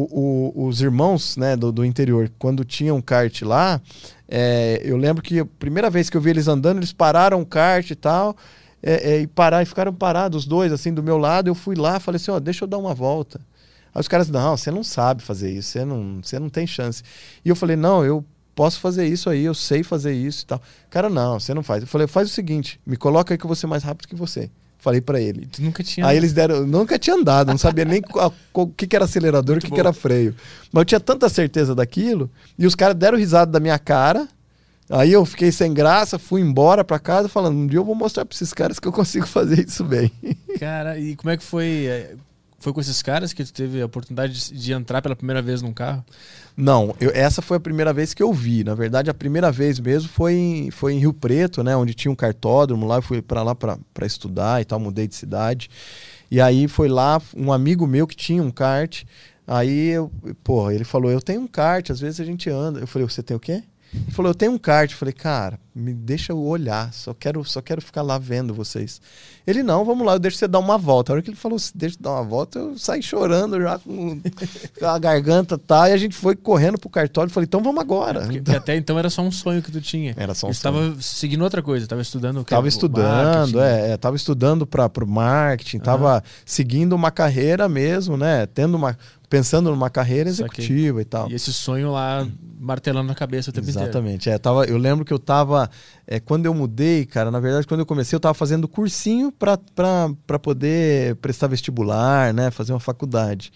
Os irmãos, né, do interior, quando tinham um kart lá, eu lembro que a primeira vez que eu vi eles andando, eles pararam o kart e tal... e ficaram parados os dois assim do meu lado. Eu fui lá, falei assim, deixa eu dar uma volta. Aí os caras, não, você não sabe fazer isso, você não tem chance. E eu falei, não, eu posso fazer isso aí, eu sei fazer isso e tal. Cara, não, você não faz. Eu falei, faz o seguinte, me coloca aí que eu vou ser mais rápido que você. Falei pra ele. E tu nunca tinha... Aí eles deram... Nunca tinha andado, não sabia nem o que era acelerador e o que era freio. Mas eu tinha tanta certeza daquilo, e os caras deram risada da minha cara, aí eu fiquei sem graça, fui embora pra casa falando, um dia eu vou mostrar pra esses caras que eu consigo fazer isso bem. Cara, e como é que foi... Foi com esses caras que tu teve a oportunidade de entrar pela primeira vez num carro? Não, essa foi a primeira vez que eu vi. Na verdade, a primeira vez mesmo foi em Rio Preto, né? Onde tinha um kartódromo lá. Eu fui pra lá pra estudar e tal, mudei de cidade. E aí foi lá um amigo meu que tinha um kart. Aí, ele falou, eu tenho um kart, às vezes a gente anda. Eu falei, você tem o quê? Ele falou, eu tenho um kart. Eu falei, cara, me deixa eu olhar, só quero ficar lá vendo vocês. Ele, não, vamos lá, eu deixo você dar uma volta. A hora que ele falou, deixa eu dar uma volta, eu saí chorando já com a garganta e tal. E a gente foi correndo pro cartório e falei, então vamos agora. Porque até então era só um sonho que tu tinha. Era só um sonho. Você estava seguindo outra coisa, estava estudando... Tava estudando, tava estudando pro marketing, tava seguindo uma carreira mesmo, né? Pensando numa carreira executiva e tal. E esse sonho lá martelando na cabeça o tempo inteiro. Exatamente. Eu lembro que eu tava... quando eu mudei, cara, na verdade, quando eu comecei, eu tava fazendo cursinho pra poder prestar vestibular, né? Fazer uma faculdade.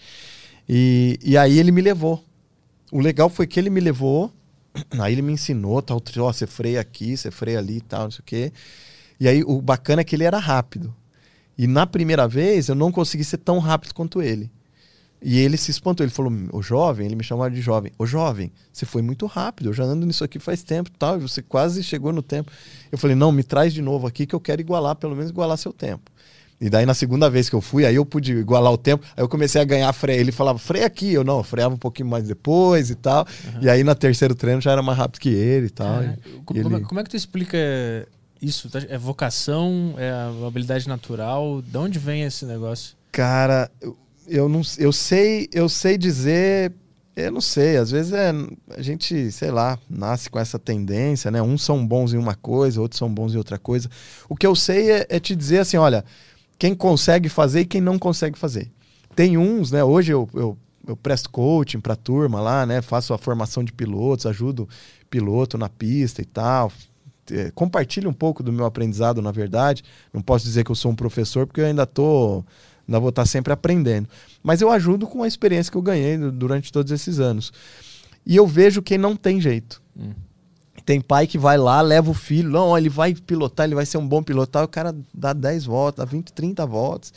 E aí ele me levou. O legal foi que ele me levou, aí ele me ensinou, tal, você freia aqui, você freia ali e tal, não sei o quê. E aí o bacana é que ele era rápido. E na primeira vez eu não consegui ser tão rápido quanto ele. E ele se espantou, ele falou, ô jovem, ele me chamava de jovem. Ô jovem, você foi muito rápido, eu já ando nisso aqui faz tempo e tal, e você quase chegou no tempo. Eu falei, não, me traz de novo aqui que eu quero pelo menos igualar seu tempo. E daí na segunda vez que eu fui, aí eu pude igualar o tempo, aí eu comecei a ganhar freio. Ele falava, freia aqui, eu freava um pouquinho mais depois e tal. E aí no terceiro treino já era mais rápido que ele e tal. Como é que tu explica isso? É vocação, é a habilidade natural? De onde vem esse negócio? Cara... Eu sei dizer, eu não sei, às vezes a gente, sei lá, nasce com essa tendência, né? Uns são bons em uma coisa, outros são bons em outra coisa. O que eu sei é te dizer assim, olha, quem consegue fazer e quem não consegue fazer. Tem uns, né? Hoje eu presto coaching pra turma lá, né? Faço a formação de pilotos, ajudo piloto na pista e tal. Compartilho um pouco do meu aprendizado, na verdade. Não posso dizer que eu sou um professor, porque eu ainda vou estar sempre aprendendo. Mas eu ajudo com a experiência que eu ganhei durante todos esses anos. E eu vejo quem não tem jeito. Tem pai que vai lá, leva o filho, não, ele vai pilotar, ele vai ser um bom piloto. O cara dá 10 voltas, dá 20, 30 voltas.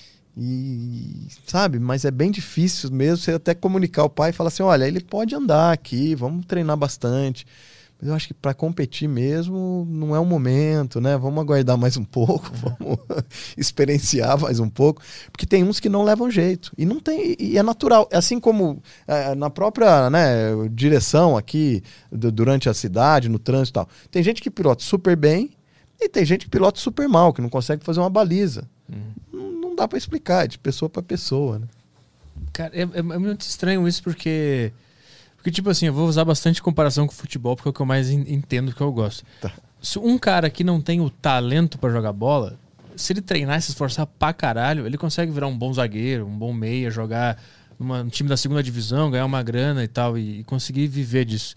E, sabe, mas é bem difícil mesmo você até comunicar ao pai e falar assim, olha, ele pode andar aqui, vamos treinar bastante. Mas eu acho que para competir mesmo não é o momento, né? Vamos aguardar mais um pouco, vamos experienciar mais um pouco. Porque tem uns que não levam jeito. E não tem, e é natural. Assim como na própria, né, direção aqui, durante a cidade, no trânsito e tal. Tem gente que pilota super bem e tem gente que pilota super mal, que não consegue fazer uma baliza. Não dá para explicar, é de pessoa para pessoa, né? Cara, é muito estranho isso porque, tipo assim, eu vou usar bastante comparação com o futebol, porque é o que eu mais entendo, que eu gosto. Tá. Se um cara que não tem o talento pra jogar bola, se ele treinar e se esforçar pra caralho, ele consegue virar um bom zagueiro, um bom meia, jogar num time da segunda divisão, ganhar uma grana e tal, e conseguir viver disso.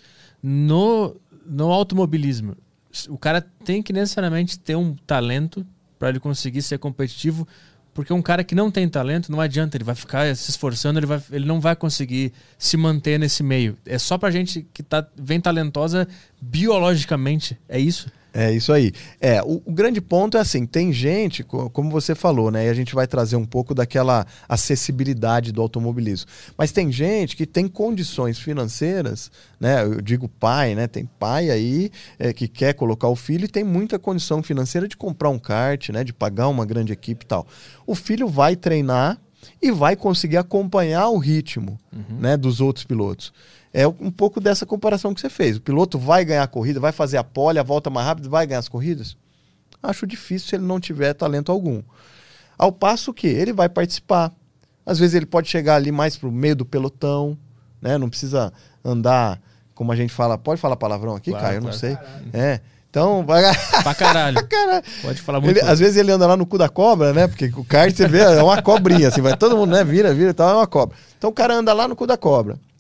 No automobilismo, o cara tem que necessariamente ter um talento pra ele conseguir ser competitivo, porque um cara que não tem talento, não adianta, ele vai ficar se esforçando, ele não vai conseguir se manter nesse meio. É só pra gente que vem talentosa biologicamente, é isso? É isso aí. O grande ponto é assim, tem gente, como você falou, né? E a gente vai trazer um pouco daquela acessibilidade do automobilismo. Mas tem gente que tem condições financeiras, né? Eu digo pai, né? Tem pai aí que quer colocar o filho e tem muita condição financeira de comprar um kart, né? De pagar uma grande equipe e tal. O filho vai treinar e vai conseguir acompanhar o ritmo, né, dos outros pilotos. É um pouco dessa comparação que você fez. O piloto vai ganhar a corrida, vai fazer a pole, a volta mais rápida, vai ganhar as corridas? Acho difícil se ele não tiver talento algum. Ao passo que ele vai participar. Às vezes ele pode chegar ali mais pro meio do pelotão, né? Não precisa andar, como a gente fala. Pode falar palavrão aqui, claro, Caio? Eu não sei. Então, vai... Pra caralho. Pode falar muito. Às vezes ele anda lá no cu da cobra, né? Porque o kart, você vê, é uma cobrinha, assim, vai todo mundo, né? Vira e tal, é uma cobra. Então o cara anda lá no cu da cobra.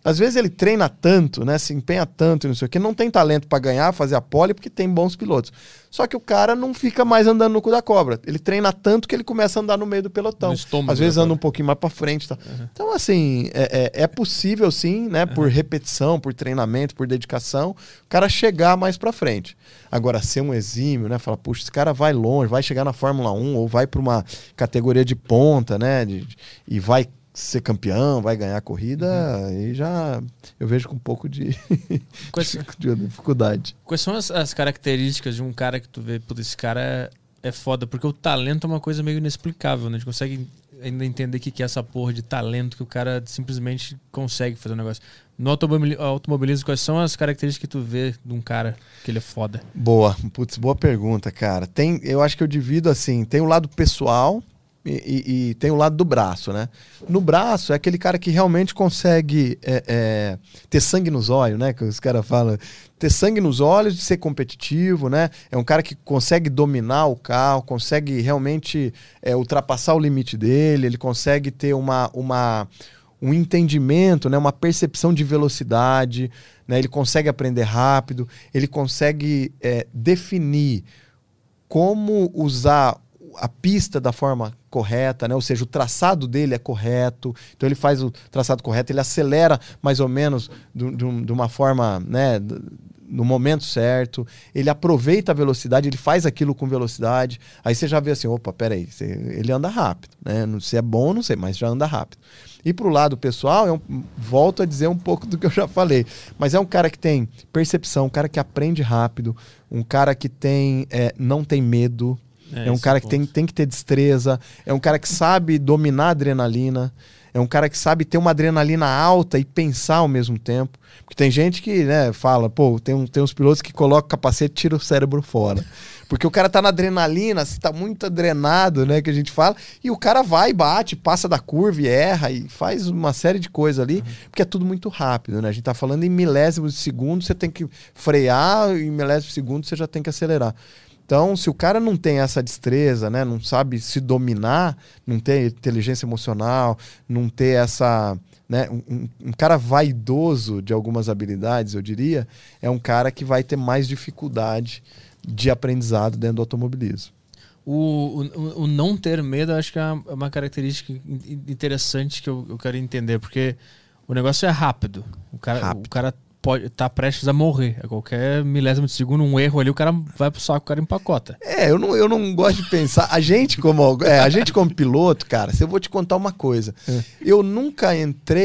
Às vezes ele treina tanto, né? Se empenha tanto e não sei o que, não tem talento para ganhar, fazer a pole, porque tem bons pilotos. Só que o cara não fica mais andando no cu da cobra. Ele treina tanto que ele começa a andar no meio do pelotão. Às vezes anda um pouquinho mais para frente. Tá? Uhum. Então, assim, é possível sim, né? Por repetição, por treinamento, por dedicação, o cara chegar mais para frente. Agora, ser um exímio, né? Falar, puxa, esse cara vai longe, vai chegar na Fórmula 1 ou vai para uma categoria de ponta, né? E vai ser campeão, vai ganhar a corrida, aí já eu vejo com um pouco de dificuldade. Quais são as características de um cara que tu vê, putz, esse cara é foda? Porque o talento é uma coisa meio inexplicável, né? A gente consegue ainda entender o que é essa porra de talento que o cara simplesmente consegue fazer um negócio. No automobilismo, quais são as características que tu vê de um cara que ele é foda? Boa pergunta, cara. Eu acho que eu divido assim, tem o lado pessoal e tem o lado do braço, né? No braço é aquele cara que realmente consegue ter sangue nos olhos, né? Que os caras falam, ter sangue nos olhos, de ser competitivo, né? É um cara que consegue dominar o carro, consegue realmente ultrapassar o limite dele, ele consegue ter um entendimento, né? Uma percepção de velocidade, né? Ele consegue aprender rápido, ele consegue definir como usar a pista da forma correta, né? Ou seja, o traçado dele é correto, então ele faz o traçado correto, ele acelera mais ou menos de uma forma, né? No momento certo, ele aproveita a velocidade, ele faz aquilo com velocidade, aí você já vê assim, opa, peraí, ele anda rápido, né? Se é bom, não sei, mas já anda rápido. E pro lado pessoal, volto a dizer um pouco do que eu já falei, mas é um cara que tem percepção, um cara que aprende rápido, um cara que não tem medo, é um cara que tem que ter destreza, é um cara que sabe dominar a adrenalina, é um cara que sabe ter uma adrenalina alta e pensar ao mesmo tempo. Porque tem gente que, né, fala, pô, tem uns pilotos que colocam o capacete e tiram o cérebro fora. Porque o cara tá na adrenalina, tá muito adrenado, né, que a gente fala, e o cara vai, bate, passa da curva e erra e faz uma série de coisas ali, porque é tudo muito rápido, né? A gente tá falando em milésimos de segundo, você tem que frear, em milésimos de segundo você já tem que acelerar. Então, se o cara não tem essa destreza, né, não sabe se dominar, não tem inteligência emocional, não ter essa, né, um cara vaidoso de algumas habilidades, eu diria, é um cara que vai ter mais dificuldade de aprendizado dentro do automobilismo. O não ter medo, eu acho que é uma característica interessante que eu quero entender, porque o negócio é rápido. O cara pode estar prestes a morrer. A qualquer milésimo de segundo, um erro ali, o cara vai pro saco, o cara empacota. Eu não gosto de pensar. A gente como piloto, cara, eu vou te contar uma coisa. Eu nunca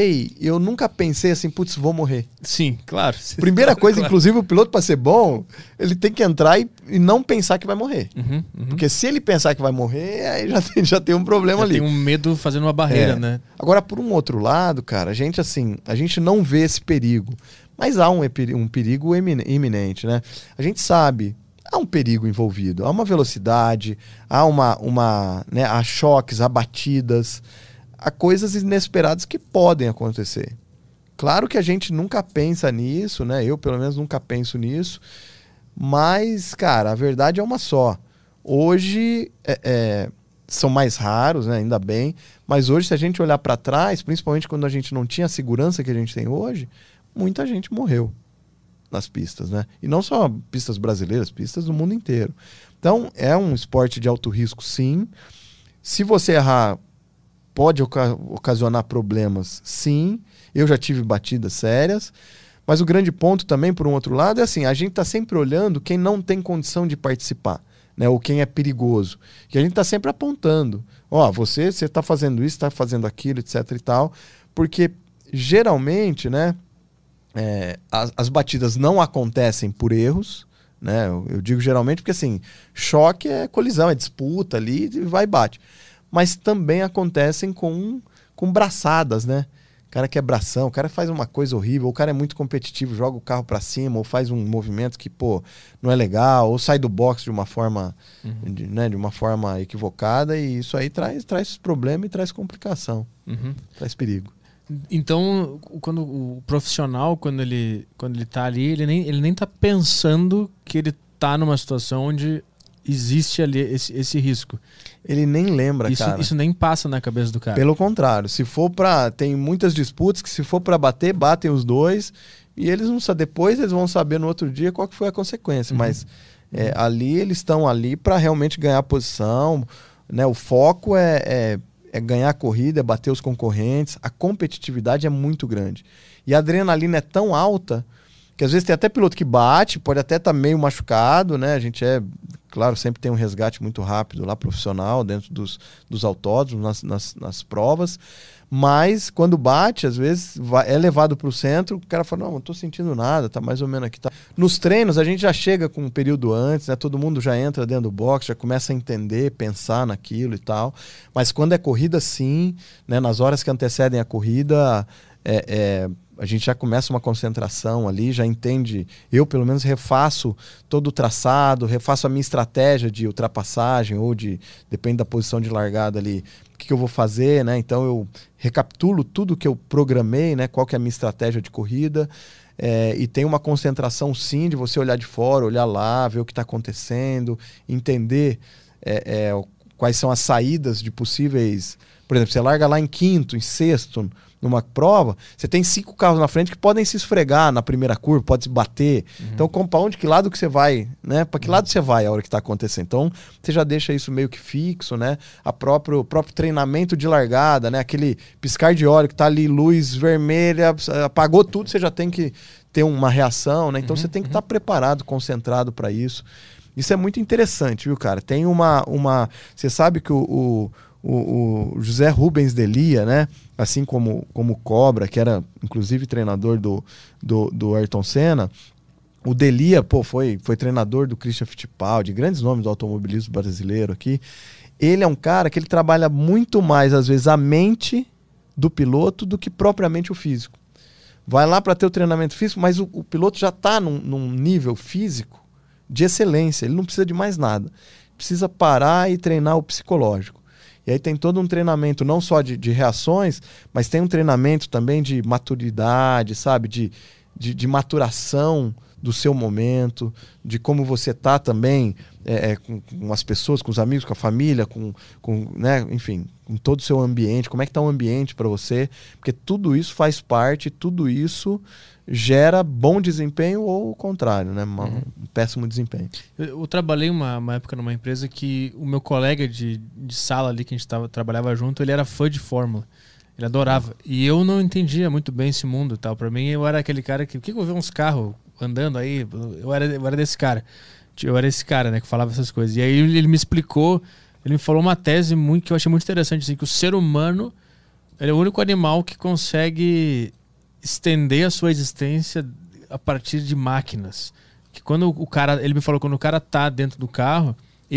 pensei assim, putz, vou morrer. Sim, claro. Primeira coisa, claro. Inclusive, o piloto, para ser bom, ele tem que entrar e não pensar que vai morrer. Porque se ele pensar que vai morrer, aí já tem um problema ali. Tem um medo fazendo uma barreira, né? Agora, por um outro lado, cara, a gente não vê esse perigo. Mas há um perigo iminente, né? A gente sabe, há um perigo envolvido, há uma velocidade, há choques, há batidas, há coisas inesperadas que podem acontecer. Claro que a gente nunca pensa nisso, né? Eu, pelo menos, nunca penso nisso. Mas, cara, a verdade é uma só. Hoje são mais raros, né? Ainda bem. Mas hoje, se a gente olhar para trás, principalmente quando a gente não tinha a segurança que a gente tem hoje, muita gente morreu nas pistas, né? E não só pistas brasileiras, pistas do mundo inteiro. Então, é um esporte de alto risco, sim. Se você errar, pode ocasionar problemas, sim. Eu já tive batidas sérias. Mas o grande ponto também, por um outro lado, é assim, a gente está sempre olhando quem não tem condição de participar, né? Ou quem é perigoso. E a gente está sempre apontando. Você está fazendo isso, está fazendo aquilo, etc e tal. Porque, geralmente, né? As batidas não acontecem por erros, né? Eu digo geralmente porque assim, choque é colisão, é disputa ali e vai e bate. Mas também acontecem com braçadas, né? O cara que é bração, o cara faz uma coisa horrível, o cara é muito competitivo, joga o carro para cima ou faz um movimento que, não é legal, ou sai do box de uma forma, de uma forma equivocada, e isso aí traz problema e traz complicação, traz perigo. Então, quando o profissional, quando ele tá ali, ele nem tá pensando que ele tá numa situação onde existe ali esse risco. Ele nem lembra, cara. Isso nem passa na cabeça do cara. Pelo contrário, se for pra... Tem muitas disputas que se for pra bater, batem os dois e eles não sabem. Depois eles vão saber no outro dia qual que foi a consequência. Mas ali eles estão ali pra realmente ganhar posição, né? O foco é ganhar a corrida, é bater os concorrentes. A competitividade é muito grande. E a adrenalina é tão alta que às vezes tem até piloto que bate, pode até estar meio machucado, né? A gente claro, sempre tem um resgate muito rápido lá, profissional, dentro dos autódromos, nas provas. Mas quando bate, às vezes é levado para o centro, o cara fala, não estou sentindo nada, tá mais ou menos aqui. Tá. Nos treinos a gente já chega com um período antes, né? Todo mundo já entra dentro do box, já começa a entender, pensar naquilo e tal. Mas quando é corrida, sim, né? Nas horas que antecedem a corrida, a gente já começa uma concentração ali, já entende. Eu, pelo menos, refaço todo o traçado, refaço a minha estratégia de ultrapassagem ou depende da posição de largada ali, o que eu vou fazer, né? Então eu recapitulo tudo que eu programei, né? Qual que é a minha estratégia de corrida. E tem uma concentração, sim, de você olhar de fora, olhar lá, ver o que está acontecendo, entender quais são as saídas de possíveis... Por exemplo, você larga lá em quinto, em sexto, numa prova, você tem 5 carros na frente que podem se esfregar na primeira curva, pode se bater. Então, para que lado que você vai, né? Para que lado você vai a hora que está acontecendo? Então, você já deixa isso meio que fixo, né? O próprio treinamento de largada, né? Aquele piscar de óleo que está ali, luz vermelha, apagou tudo, você já tem que ter uma reação, né? Então, você tem que estar preparado, concentrado para isso. Isso é muito interessante, viu, cara? Tem você sabe que o José Rubens Delia, né? Assim como o Cobra, que era inclusive treinador do Ayrton Senna, o Delia foi treinador do Christian Fittipaldi, grandes nomes do automobilismo brasileiro aqui. Ele é um cara que ele trabalha muito mais, às vezes, a mente do piloto do que propriamente o físico. Vai lá para ter o treinamento físico, mas o piloto já está num nível físico de excelência, ele não precisa de mais nada. Precisa parar e treinar o psicológico. E aí tem todo um treinamento, não só de reações, mas tem um treinamento também de maturidade, sabe? De maturação do seu momento, de como você tá também com as pessoas, com os amigos, com a família, né? Enfim, com todo o seu ambiente. Como é que tá o ambiente para você? Porque tudo isso faz parte, tudo isso gera bom desempenho ou o contrário, né? Um péssimo desempenho. Eu trabalhei uma época numa empresa que o meu colega de sala ali, que a gente trabalhava junto, ele era fã de Fórmula. Ele adorava. E eu não entendia muito bem esse mundo e tal. Pra mim, eu era aquele cara que eu vi uns carros andando aí? Eu era desse cara. Eu era esse cara, né, que falava essas coisas. E aí ele me explicou, ele me falou uma tese que eu achei muito interessante, assim, que o ser humano ele é o único animal que consegue estender a sua existência a partir de máquinas. Que quando ele me falou, quando o cara tá dentro do carro,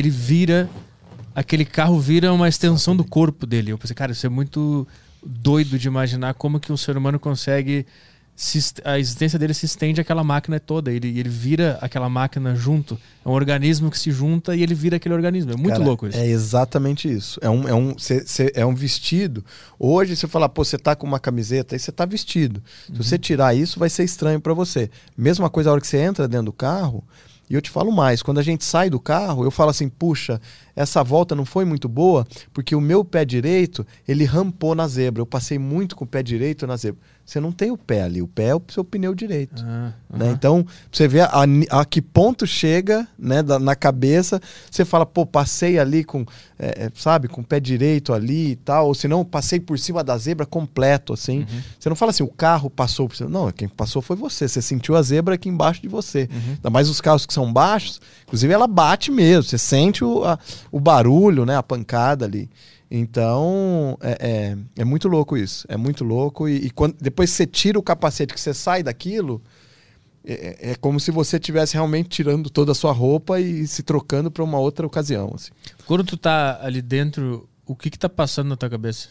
aquele carro vira uma extensão do corpo dele. Eu pensei, cara, isso é muito doido de imaginar como que um ser humano consegue... a existência dele se estende àquela máquina toda. Ele vira aquela máquina junto. É um organismo que se junta e ele vira aquele organismo. É muito louco isso. É exatamente isso. É um vestido. Hoje, você fala, você tá com uma camiseta e você tá vestido. Se você tirar isso, vai ser estranho para você. Mesma coisa a hora que você entra dentro do carro. E eu te falo mais, quando a gente sai do carro, eu falo assim, puxa, essa volta não foi muito boa, porque o meu pé direito, ele rampou na zebra. Eu passei muito com o pé direito na zebra. Você não tem o pé ali, o pé é o seu pneu direito. Né? Então, você vê a que ponto chega, né, na cabeça, você fala, passei ali com o pé direito ali e tal, ou se não, passei por cima da zebra completo, assim. Você não fala assim, o carro passou por cima. Não, quem passou foi você. Você sentiu a zebra aqui embaixo de você. Ainda mais os carros que são baixos, inclusive ela bate mesmo, você sente o barulho, né, a pancada ali. Então, é muito louco isso. É muito louco. E depois que você tira o capacete, que você sai daquilo, é como se você estivesse realmente tirando toda a sua roupa e se trocando para uma outra ocasião. Assim. Quando tu tá ali dentro, o que tá passando na tua cabeça?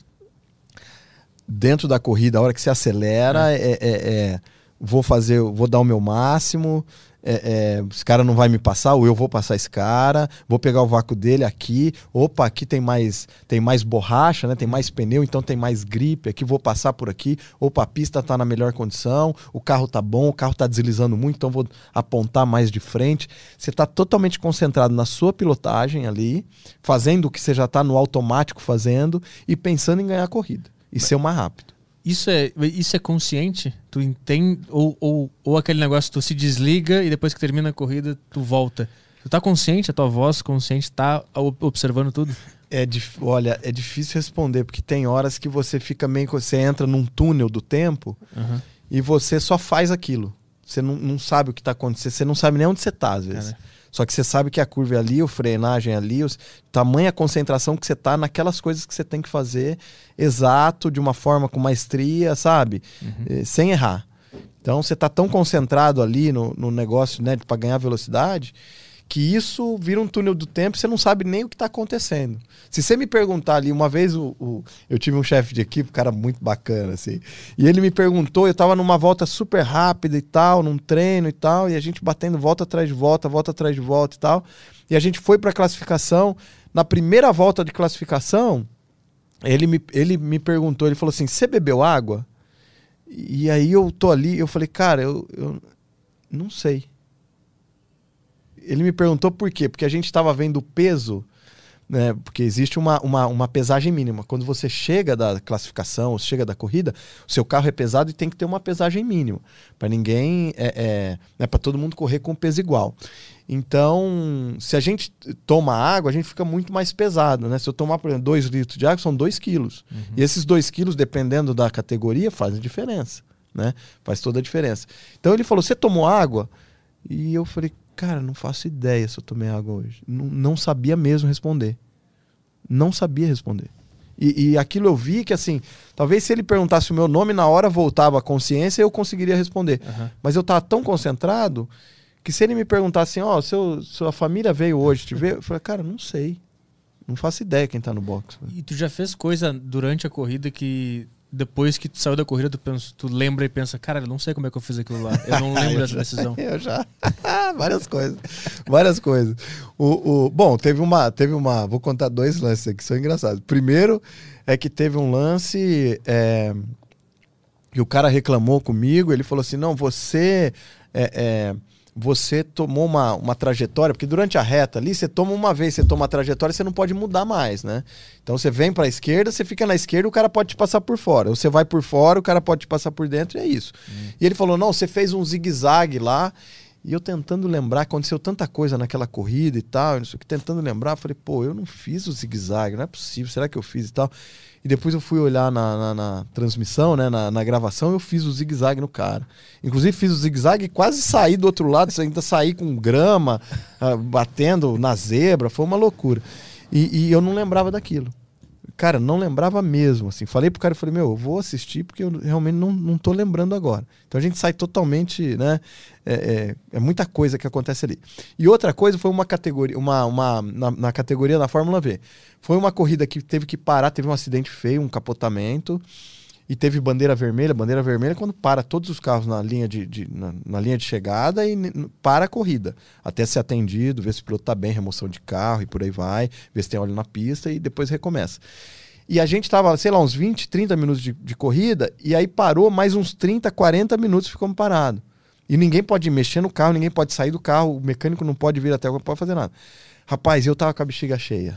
Dentro da corrida, a hora que você acelera, vou dar o meu máximo. esse cara não vai me passar, ou eu vou passar esse cara, vou pegar o vácuo dele aqui, opa, aqui tem mais borracha, né? Tem mais pneu, então tem mais gripe, aqui vou passar por aqui, opa, a pista tá na melhor condição, o carro tá bom, o carro tá deslizando muito, então vou apontar mais de frente. Você tá totalmente concentrado na sua pilotagem ali, fazendo o que você já tá no automático fazendo e pensando em ganhar a corrida e ser o mais rápido. Isso é consciente? Tu entende? Ou aquele negócio, tu se desliga e depois que termina a corrida, tu volta. Tu tá consciente, a tua voz consciente tá observando tudo? Olha, é difícil responder, porque tem horas que você fica meio... Você entra num túnel do tempo e você só faz aquilo. Você não sabe o que tá acontecendo, você não sabe nem onde você tá, às vezes. Só que você sabe que a curva é ali, a frenagem é ali, tamanha concentração que você tá naquelas coisas que você tem que fazer exato, de uma forma com maestria, sabe? Sem errar. Então você tá tão concentrado ali no negócio, né, para ganhar velocidade, que isso vira um túnel do tempo e você não sabe nem o que tá acontecendo. Se você me perguntar ali, uma vez eu tive um chefe de equipe, um cara muito bacana, assim, e ele me perguntou, eu tava numa volta super rápida e tal, num treino e tal, e a gente batendo volta atrás de volta atrás de volta e tal, e a gente foi pra classificação. Na primeira volta de classificação, ele me perguntou, ele falou assim, você bebeu água? E aí eu tô ali, eu falei, cara, eu não sei. Ele me perguntou por quê? Porque a gente estava vendo o peso, né? Porque existe uma pesagem mínima. Quando você chega da classificação, chega da corrida, o seu carro é pesado e tem que ter uma pesagem mínima. Para ninguém, para todo mundo correr com peso igual. Então, se a gente toma água, a gente fica muito mais pesado, né? Se eu tomar, por exemplo, 2 litros de água, são 2 quilos. E esses 2 quilos, dependendo da categoria, fazem diferença, né? Faz toda a diferença. Então ele falou, você tomou água? E eu falei, cara, não faço ideia se eu tomei água hoje. Não sabia mesmo responder. Não sabia responder. E aquilo eu vi que, assim, talvez se ele perguntasse o meu nome, na hora voltava a consciência e eu conseguiria responder. Mas eu estava tão concentrado que se ele me perguntasse assim, sua família veio hoje te ver, eu falei, cara, não sei. Não faço ideia quem tá no box. E tu já fez coisa durante a corrida que... Depois que tu saiu da corrida, tu lembra e pensa, cara, eu não sei como é que eu fiz aquilo lá. Eu não lembro dessa decisão. Eu já. Várias coisas. Várias coisas. Bom, teve uma. Vou contar 2 lances aqui que são engraçados. Primeiro é que teve um lance que o cara reclamou comigo. Ele falou assim: não, você tomou uma trajetória, porque durante a reta ali, você toma uma vez, você toma a trajetória, você não pode mudar mais, né? Então você vem para a esquerda, você fica na esquerda, o cara pode te passar por fora. Ou você vai por fora, o cara pode te passar por dentro, e é isso. E ele falou, não, você fez um zigue-zague lá, e eu tentando lembrar, aconteceu tanta coisa naquela corrida e tal, tentando lembrar, falei, pô, eu não fiz o zigue-zague, não é possível, será que eu fiz e tal? E depois eu fui olhar na transmissão, né, na gravação, eu fiz o zigue-zague no cara. Inclusive fiz o zigue-zague e quase saí do outro lado, ainda saí com grama, batendo na zebra, foi uma loucura. E eu não lembrava daquilo. Cara, não lembrava mesmo, assim. Falei pro cara, falei, eu vou assistir porque eu realmente não tô lembrando agora. Então a gente sai totalmente, né? É muita coisa que acontece ali. E outra coisa foi uma categoria, na categoria da Fórmula V. Foi uma corrida que teve que parar, teve um acidente feio, um capotamento, e teve bandeira vermelha. Bandeira vermelha é quando para todos os carros na linha na linha de chegada e para a corrida. Até ser atendido, ver se o piloto tá bem, remoção de carro e por aí vai, ver se tem óleo na pista e depois recomeça. E a gente tava, sei lá, uns 20, 30 minutos de corrida, e aí parou mais uns 30, 40 minutos, ficamos parados. E ninguém pode mexer no carro, ninguém pode sair do carro, o mecânico não pode vir até o carro, não pode fazer nada. Rapaz, eu tava com a bexiga cheia.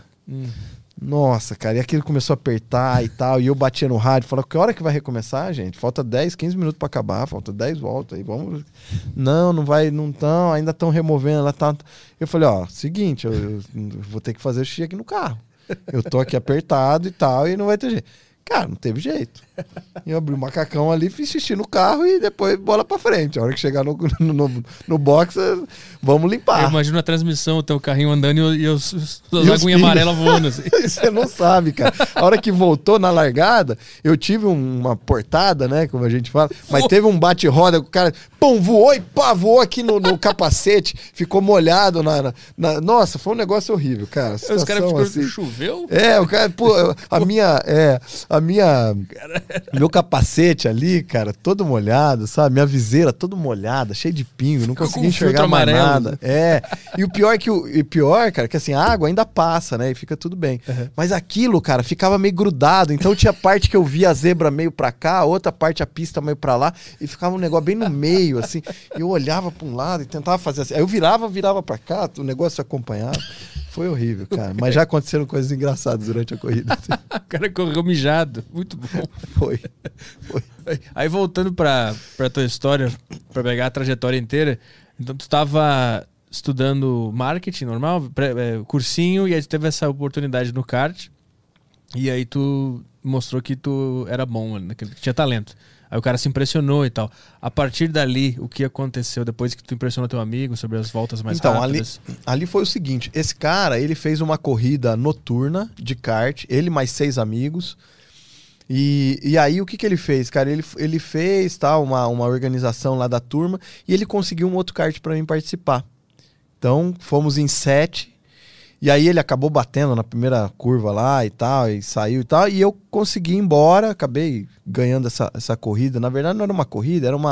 Nossa, cara, e aquilo começou a apertar e tal, e eu batia no rádio, falava, que hora que vai recomeçar, gente? Falta 10, 15 minutos pra acabar, falta 10 voltas, aí vamos... Não vai, não estão, ainda estão removendo, ela tá... Eu falei, seguinte, eu vou ter que fazer o xixi aqui no carro. Eu tô aqui apertado e tal, e não vai ter jeito. Cara, não teve jeito. Eu abri o macacão ali, fiz xixi no carro e depois bola pra frente. A hora que chegar no box, vamos limpar. Eu imagino a transmissão, o teu carrinho andando e os aguinhas amarelas voando. Assim. Você não sabe, cara. A hora que voltou na largada, eu tive uma portada, né, como a gente fala, mas teve um bate-roda, o cara, pum, voou e pá, voou aqui no capacete, ficou molhado Nossa, foi um negócio horrível, cara. Os caras ficam assim, choveu? O cara, pô, a minha Meu capacete ali, cara, todo molhado, sabe? Minha viseira toda molhada, cheia de pingo, não conseguia enxergar mais nada. E o pior cara, que assim, a água ainda passa, né? E fica tudo bem. Mas aquilo, cara, ficava meio grudado. Então tinha parte que eu via a zebra meio pra cá, outra parte a pista meio pra lá, e ficava um negócio bem no meio, assim. E eu olhava pra um lado e tentava fazer assim. Aí eu virava pra cá, o negócio acompanhava. Foi horrível, cara. Mas já aconteceram coisas engraçadas durante a corrida. O cara correu mijado. Muito bom. Foi. Aí voltando pra tua história, pra pegar a trajetória inteira. Então tu tava estudando marketing normal, cursinho, e aí tu teve essa oportunidade no kart. E aí tu mostrou que tu era bom, que tinha talento. Aí o cara se impressionou e tal. A partir dali, o que aconteceu depois que tu impressionou teu amigo sobre as voltas mais rápidas? Ali foi o seguinte. Esse cara, ele fez uma corrida noturna de kart. Ele mais 6 amigos. E aí, o que ele fez, cara? Ele fez uma organização lá da turma. E ele conseguiu um outro kart pra mim participar. Então, fomos em 7. E aí ele acabou batendo na primeira curva lá e tal, e saiu e tal, e eu consegui ir embora, acabei ganhando essa corrida. Na verdade não era uma corrida, era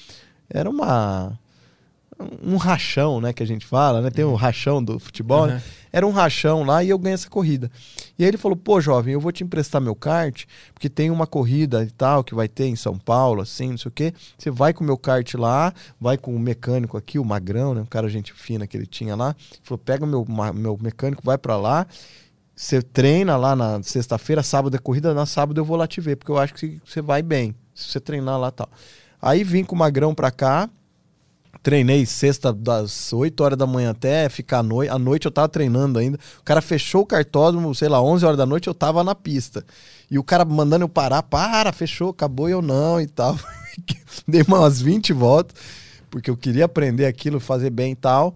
um rachão, né, que a gente fala, né? Tem um rachão do futebol, né? Era um rachão lá e eu ganhei essa corrida. E aí ele falou, pô, jovem, eu vou te emprestar meu kart, porque tem uma corrida e tal, que vai ter em São Paulo, assim, não sei o quê. Você vai com o meu kart lá, vai com o mecânico aqui, o Magrão, né? Um cara gente fina que ele tinha lá. Ele falou, pega o meu mecânico, vai pra lá, você treina lá na sexta-feira, sábado é corrida, na sábado eu vou lá te ver, porque eu acho que você vai bem, se você treinar lá e tal. Aí vim com o Magrão pra cá, treinei sexta das 8 horas da manhã até ficar à noite. À noite eu tava treinando ainda. O cara fechou o cartódromo, sei lá, 11 horas da noite eu tava na pista. E o cara mandando eu parar, fechou, acabou e eu não e tal. Dei umas 20 voltas, porque eu queria aprender aquilo, fazer bem e tal.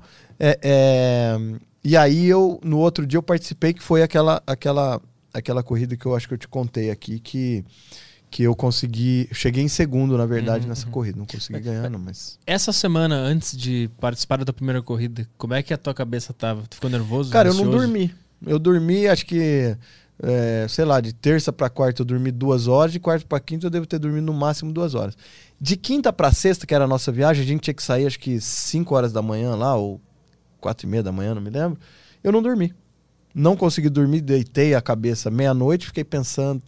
E aí no outro dia eu participei, que foi aquela corrida que eu acho que eu te contei aqui, que eu consegui... Cheguei em segundo, na verdade, nessa corrida. Não consegui ganhar, não, mas... Essa semana, antes de participar da tua primeira corrida, como é que a tua cabeça tava? Tu ficou nervoso? Cara, ansioso? Eu não dormi. Eu dormi, acho que... sei lá, de terça pra quarta eu dormi 2 horas, de quarta pra quinta eu devo ter dormido no máximo 2 horas. De quinta pra sexta, que era a nossa viagem, a gente tinha que sair acho que 5 horas da manhã lá, ou 4:30 da manhã, não me lembro. Eu não dormi. Não consegui dormir, deitei a cabeça meia-noite, fiquei pensando.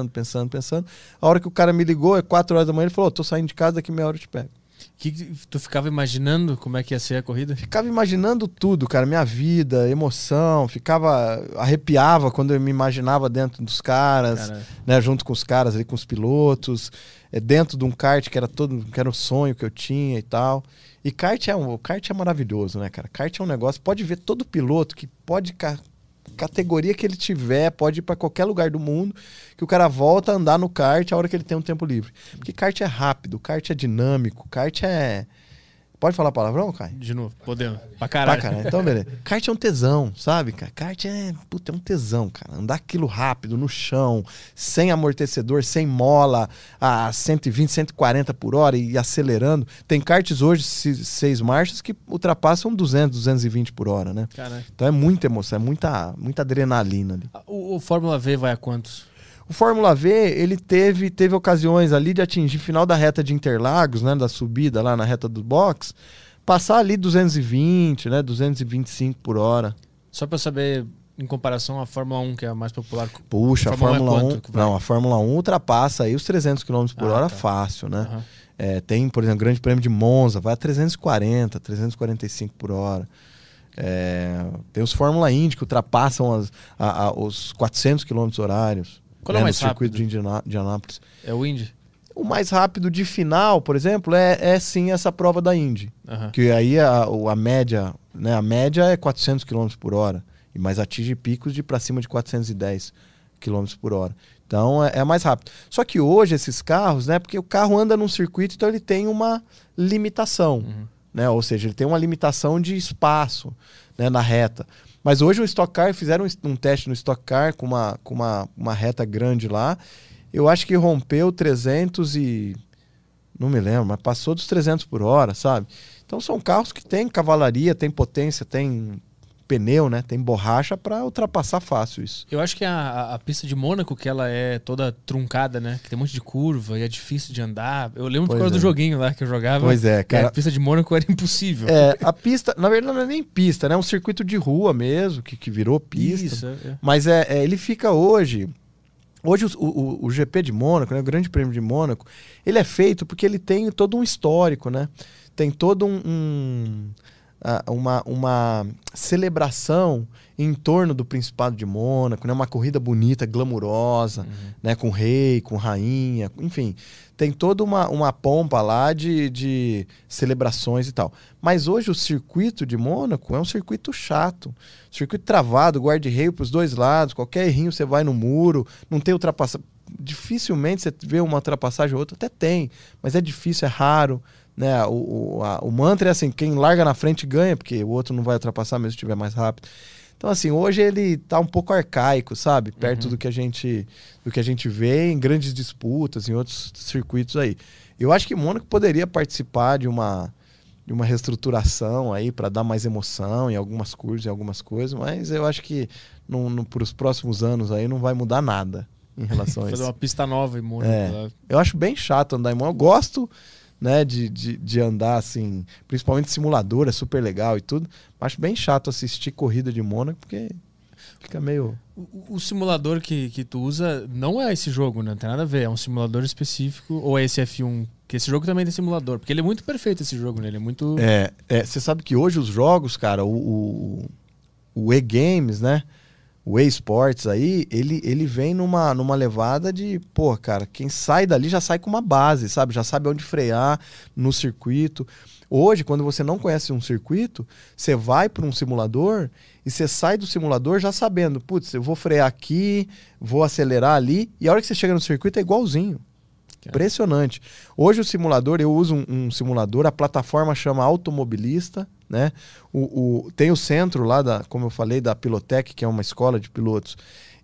A hora que o cara me ligou, 4 horas da manhã, ele falou, tô saindo de casa, daqui meia hora eu te pego. Que tu ficava imaginando como é que ia ser a corrida? Ficava imaginando tudo, cara, minha vida, emoção, arrepiava quando eu me imaginava dentro dos caras, né, junto com os caras ali, com os pilotos, dentro de um kart que era um sonho que eu tinha e tal. E kart é maravilhoso, né, cara? Kart é um negócio, pode ver todo piloto que pode... categoria que ele tiver, pode ir pra qualquer lugar do mundo, que o cara volta a andar no kart a hora que ele tem um tempo livre. Porque kart é rápido, kart é dinâmico, kart é... Pode falar palavrão, Caio? De novo, podemos. Pra caralho. Então, beleza. Kart é um tesão, sabe, cara? Kart é um tesão, cara. Andar aquilo rápido, no chão, sem amortecedor, sem mola, a 120, 140 por hora e acelerando. Tem karts hoje, 6 marchas, que ultrapassam 200, 220 por hora, né? Caralho. Então é muita emoção, é muita adrenalina ali. O Fórmula V vai a quantos? O Fórmula V, ele teve ocasiões ali de atingir final da reta de Interlagos, né, da subida lá na reta do box, passar ali 220, né, 225 por hora. Só pra eu saber, em comparação à Fórmula 1, que é a mais popular. Puxa, a Fórmula 1, não, a Fórmula 1 ultrapassa aí os 300 km por hora fácil, né? Uhum. Tem, por exemplo, o Grande Prêmio de Monza, vai a 340, 345 por hora. Tem os Fórmula Indy que ultrapassam os 400 km horários. Qual é o mais rápido? No circuito de Indianápolis. É o Indy? O mais rápido de final, por exemplo, é sim essa prova da Indy. Uhum. Que aí a média, né, a média é 400 km por hora. Mas atinge picos de para cima de 410 km por hora. Então é mais rápido. Só que hoje esses carros, né, porque o carro anda num circuito, então ele tem uma limitação. Uhum. Né, ou seja, ele tem uma limitação de espaço, né, na reta. Mas hoje o Stock Car, fizeram um teste no Stock Car com uma reta grande lá. Eu acho que rompeu 300 e... Não me lembro, mas passou dos 300 por hora, sabe? Então são carros que têm cavalaria, têm potência, têm pneu, né? Tem borracha para ultrapassar fácil isso. Eu acho que a pista de Mônaco, que ela é toda truncada, né? Que tem um monte de curva e é difícil de andar. Eu lembro por causa do joguinho lá que eu jogava. Pois é, cara. A pista de Mônaco era impossível. A pista, na verdade, não é nem pista, né? É um circuito de rua mesmo, que virou pista. Isso, Mas ele fica hoje... Hoje o GP de Mônaco, né, o Grande Prêmio de Mônaco, ele é feito porque ele tem todo um histórico, né? Tem todo uma celebração em torno do Principado de Mônaco, né? Uma corrida bonita, glamurosa, né? Com rei, com rainha, enfim. Tem toda uma pompa lá de celebrações e tal. Mas hoje o circuito de Mônaco é um circuito chato. Circuito travado, guarda-reio para os dois lados, qualquer errinho você vai no muro, não tem ultrapassagem. Dificilmente você vê uma ultrapassagem ou outra, até tem, mas é difícil, é raro. Né? O mantra é assim, quem larga na frente ganha, porque o outro não vai ultrapassar mesmo se estiver mais rápido. Então, assim, hoje ele tá um pouco arcaico, sabe? Perto do que a gente vê em grandes disputas, em outros circuitos aí. Eu acho que Mônaco poderia participar de uma reestruturação aí para dar mais emoção em algumas curvas, em algumas coisas, mas eu acho que para os próximos anos aí não vai mudar nada em relação a isso. Fazer uma pista nova em Mônaco. Eu acho bem chato andar em Mônaco. Eu gosto, né, de andar assim, principalmente simulador, é super legal e tudo. Acho bem chato assistir corrida de Mônaco, porque fica meio... O simulador que tu usa não é esse jogo, né? Não tem nada a ver, é um simulador específico, ou é esse F1? Que esse jogo também tem simulador, porque ele é muito perfeito esse jogo, né? Ele é muito... Você sabe que hoje os jogos, cara, o E-Games, né? O eSports aí, ele vem numa levada de, pô, cara, quem sai dali já sai com uma base, sabe? Já sabe onde frear no circuito. Hoje, quando você não conhece um circuito, você vai para um simulador e você sai do simulador já sabendo, putz, eu vou frear aqui, vou acelerar ali, e a hora que você chega no circuito é igualzinho. Impressionante. Hoje o simulador, eu uso um simulador, a plataforma chama Automobilista, né? Tem o centro lá, como eu falei, da Pilotec, que é uma escola de pilotos,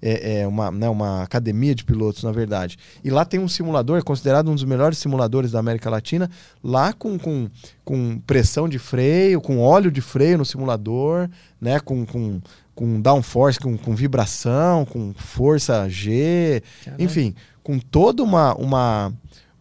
uma academia de pilotos, na verdade. E lá tem um simulador, é considerado um dos melhores simuladores da América Latina, lá com pressão de freio, com óleo de freio no simulador, né? Com downforce, com vibração, com força G, enfim, com toda uma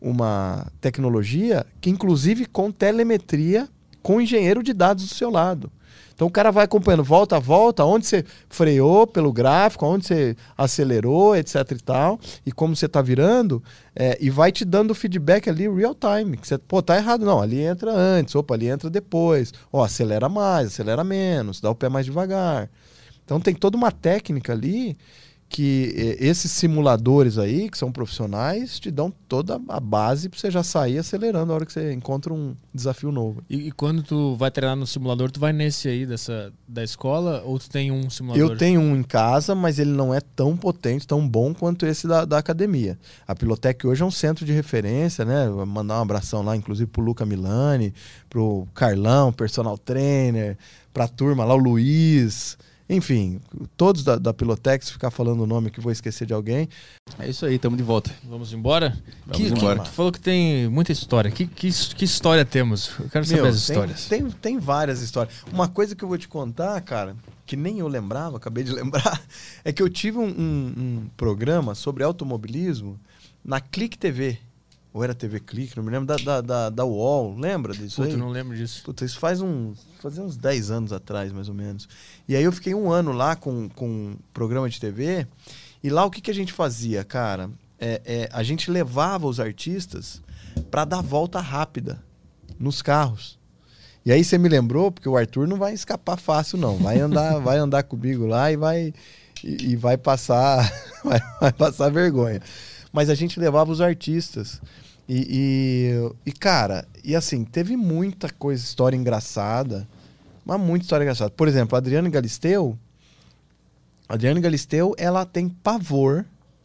tecnologia que, inclusive, com telemetria, com engenheiro de dados do seu lado. Então o cara vai acompanhando volta a volta, onde você freou pelo gráfico, onde você acelerou, etc e tal, e como você está virando, e vai te dando feedback ali real time, que você, pô, tá errado, não, ali entra antes, opa, ali entra depois, ó, acelera mais, acelera menos, dá o pé mais devagar. Então tem toda uma técnica ali que esses simuladores aí, que são profissionais, te dão toda a base para você já sair acelerando a hora que você encontra um desafio novo. E quando tu vai treinar no simulador, tu vai nesse aí da escola ou tu tem um simulador? Eu tenho um em casa, mas ele não é tão potente, tão bom quanto esse da academia. A Pilotec hoje é um centro de referência, né? Vou mandar um abração lá, inclusive pro Luca Milani, pro Carlão, personal trainer, pra turma lá, o Luiz... Enfim, todos da Pilotec, se ficar falando o nome que vou esquecer de alguém. É isso aí, estamos de volta. Vamos embora? Vamos embora. Tu falou que tem muita história. Que história temos? Eu quero saber as histórias. Tem várias histórias. Uma coisa que eu vou te contar, cara, que nem eu lembrava, acabei de lembrar, é que eu tive um programa sobre automobilismo na Clique TV. Ou era TV Clique, não me lembro, da UOL, lembra disso aí? Eu não lembro disso. Puta, isso fazia uns 10 anos atrás, mais ou menos. E aí eu fiquei um ano lá com um programa de TV, e lá o que a gente fazia, cara? A gente levava os artistas para dar volta rápida nos carros. E aí você me lembrou, porque o Arthur não vai escapar fácil, não. Vai andar comigo lá e vai passar, vai passar vergonha. Mas a gente levava os artistas. E cara, e assim, teve muita história engraçada. Mas muita história engraçada. Por exemplo, a Adriane Galisteu, ela tem pavor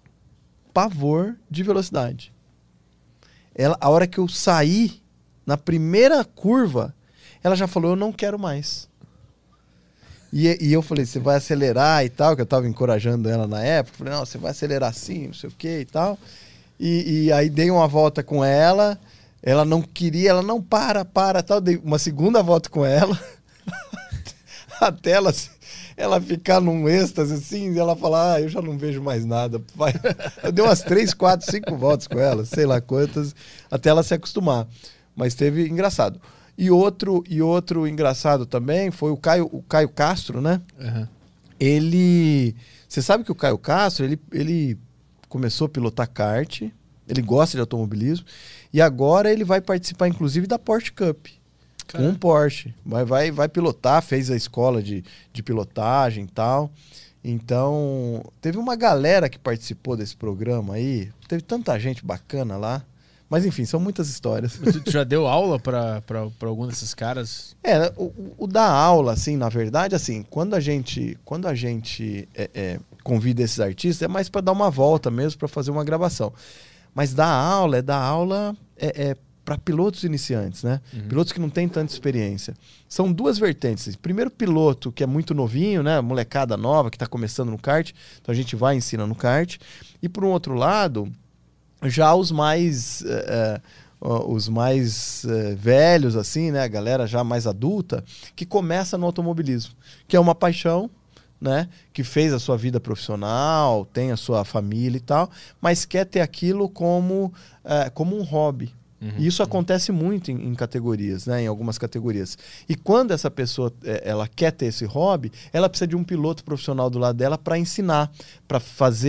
de velocidade. A hora que eu saí, na primeira curva, ela já falou, eu não quero mais. E eu falei, você vai acelerar e tal, que eu tava encorajando ela na época. Falei, não, você vai acelerar assim, não sei o que e tal. E aí dei uma volta com ela, ela não queria, ela não para, tal. Dei uma segunda volta com ela, até ela ela ficar num êxtase assim, e ela falar, eu já não vejo mais nada. Eu dei umas 3, 4, 5 voltas com ela, sei lá quantas, até ela se acostumar. Mas teve engraçado. E outro engraçado também foi o Caio Castro, né? Uhum. Você sabe que o Caio Castro, ele começou a pilotar kart, ele gosta de automobilismo, e agora ele vai participar, inclusive, da Porsche Cup. Com um Porsche. Vai pilotar, fez a escola de pilotagem e tal. Então, teve uma galera que participou desse programa aí. Teve tanta gente bacana lá. Mas, enfim, são muitas histórias. Tu já deu aula para algum desses caras? O dar aula, assim, na verdade, assim, quando a gente convida esses artistas, é mais para dar uma volta mesmo, para fazer uma gravação. Mas dar aula para pilotos iniciantes, né? Uhum. Pilotos que não têm tanta experiência. São duas vertentes. Primeiro, piloto que é muito novinho, né? Molecada nova que está começando no kart. Então a gente vai ensinando no kart. E por um outro lado, já os mais velhos, assim, né? A galera já mais adulta, que começa no automobilismo. Que é uma paixão, né? Que fez a sua vida profissional, tem a sua família e tal, mas quer ter aquilo como um hobby. E isso acontece muito em categorias, né? Em algumas categorias. E quando essa pessoa ela quer ter esse hobby, ela precisa de um piloto profissional do lado dela para ensinar, para fazer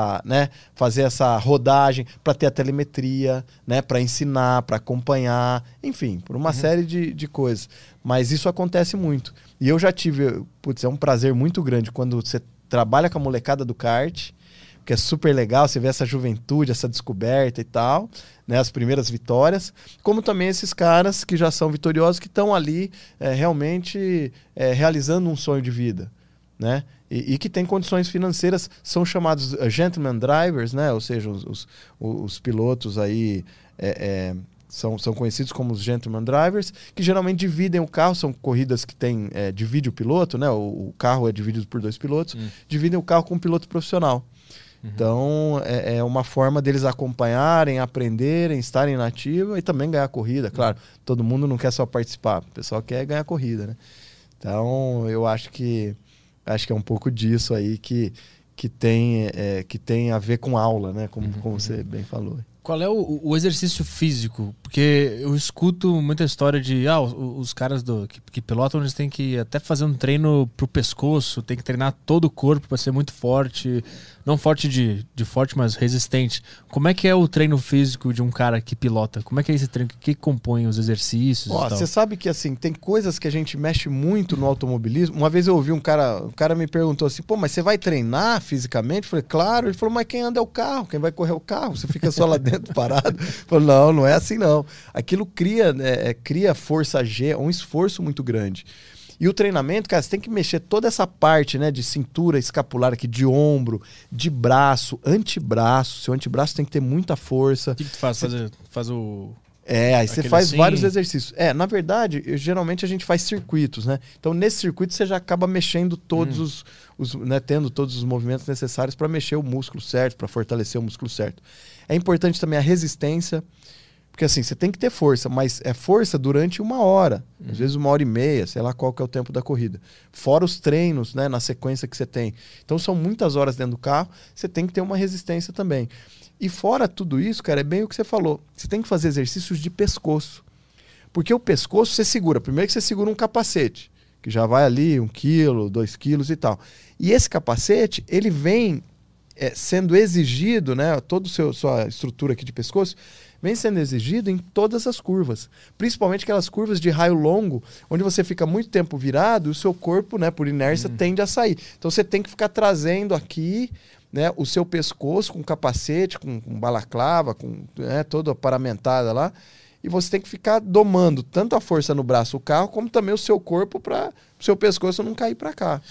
essa rodagem, para ter a telemetria, né? Para ensinar, para acompanhar, enfim, por uma série de coisas. Mas isso acontece muito. E eu já tive, é um prazer muito grande quando você trabalha com a molecada do kart, que é super legal, você vê essa juventude, essa descoberta e tal, né, as primeiras vitórias, como também esses caras que já são vitoriosos, que estão ali realmente realizando um sonho de vida, né, e que têm condições financeiras, são chamados gentleman drivers, né, ou seja, os pilotos aí são conhecidos como os gentleman drivers, que geralmente dividem o carro, são corridas que divide o piloto, né, o carro é dividido por 2 pilotos, dividem o carro com um piloto profissional. Então, é uma forma deles acompanharem, aprenderem, estarem na ativa e também ganhar corrida. Claro, todo mundo não quer só participar, o pessoal quer ganhar corrida, né? Então, eu acho que é um pouco disso aí que tem a ver com aula, né? Como você bem falou. Qual é o exercício físico? Porque eu escuto muita história de os caras que pilotam, eles têm que até fazer um treino pro pescoço, tem que treinar todo o corpo para ser muito forte, não forte de forte, mas resistente. Como é que é o treino físico de um cara que pilota? Como é que é esse treino? O que compõe os exercícios? Você sabe que assim, tem coisas que a gente mexe muito no automobilismo. Uma vez eu ouvi o cara me perguntou assim, mas você vai treinar fisicamente? Eu falei, claro. Ele falou, mas quem anda é o carro, quem vai correr é o carro, você fica só lá dentro parado. Eu falei, não é assim não. Aquilo cria força G, um esforço muito grande. E o treinamento, cara, você tem que mexer toda essa parte, né, de cintura escapular aqui, de ombro, de braço, antebraço. Seu antebraço tem que ter muita força. O que tu faz? Faz o... aí você faz vários exercícios. Na verdade, geralmente a gente faz circuitos, né? Então, nesse circuito, você já acaba mexendo todos né, tendo todos os movimentos necessários para mexer o músculo certo, para fortalecer o músculo certo. É importante também a resistência, porque assim, você tem que ter força, mas é força durante 1 hora, às vezes 1h30, sei lá qual que é o tempo da corrida. Fora os treinos, né, na sequência que você tem. Então, são muitas horas dentro do carro, você tem que ter uma resistência também. E fora tudo isso, cara, é bem o que você falou. Você tem que fazer exercícios de pescoço. Porque o pescoço você segura. Primeiro que você segura um capacete, que já vai ali 1 quilo, 2 quilos e tal. E esse capacete, ele vem sendo exigido, né? Toda a sua estrutura aqui de pescoço, vem sendo exigido em todas as curvas. Principalmente aquelas curvas de raio longo, onde você fica muito tempo virado e o seu corpo, né, por inércia, tende a sair. Então você tem que ficar trazendo aqui, né, o seu pescoço com capacete, com balaclava, com toda paramentada lá, e você tem que ficar domando tanto a força no braço, o carro, como também o seu corpo para o seu pescoço não cair para cá.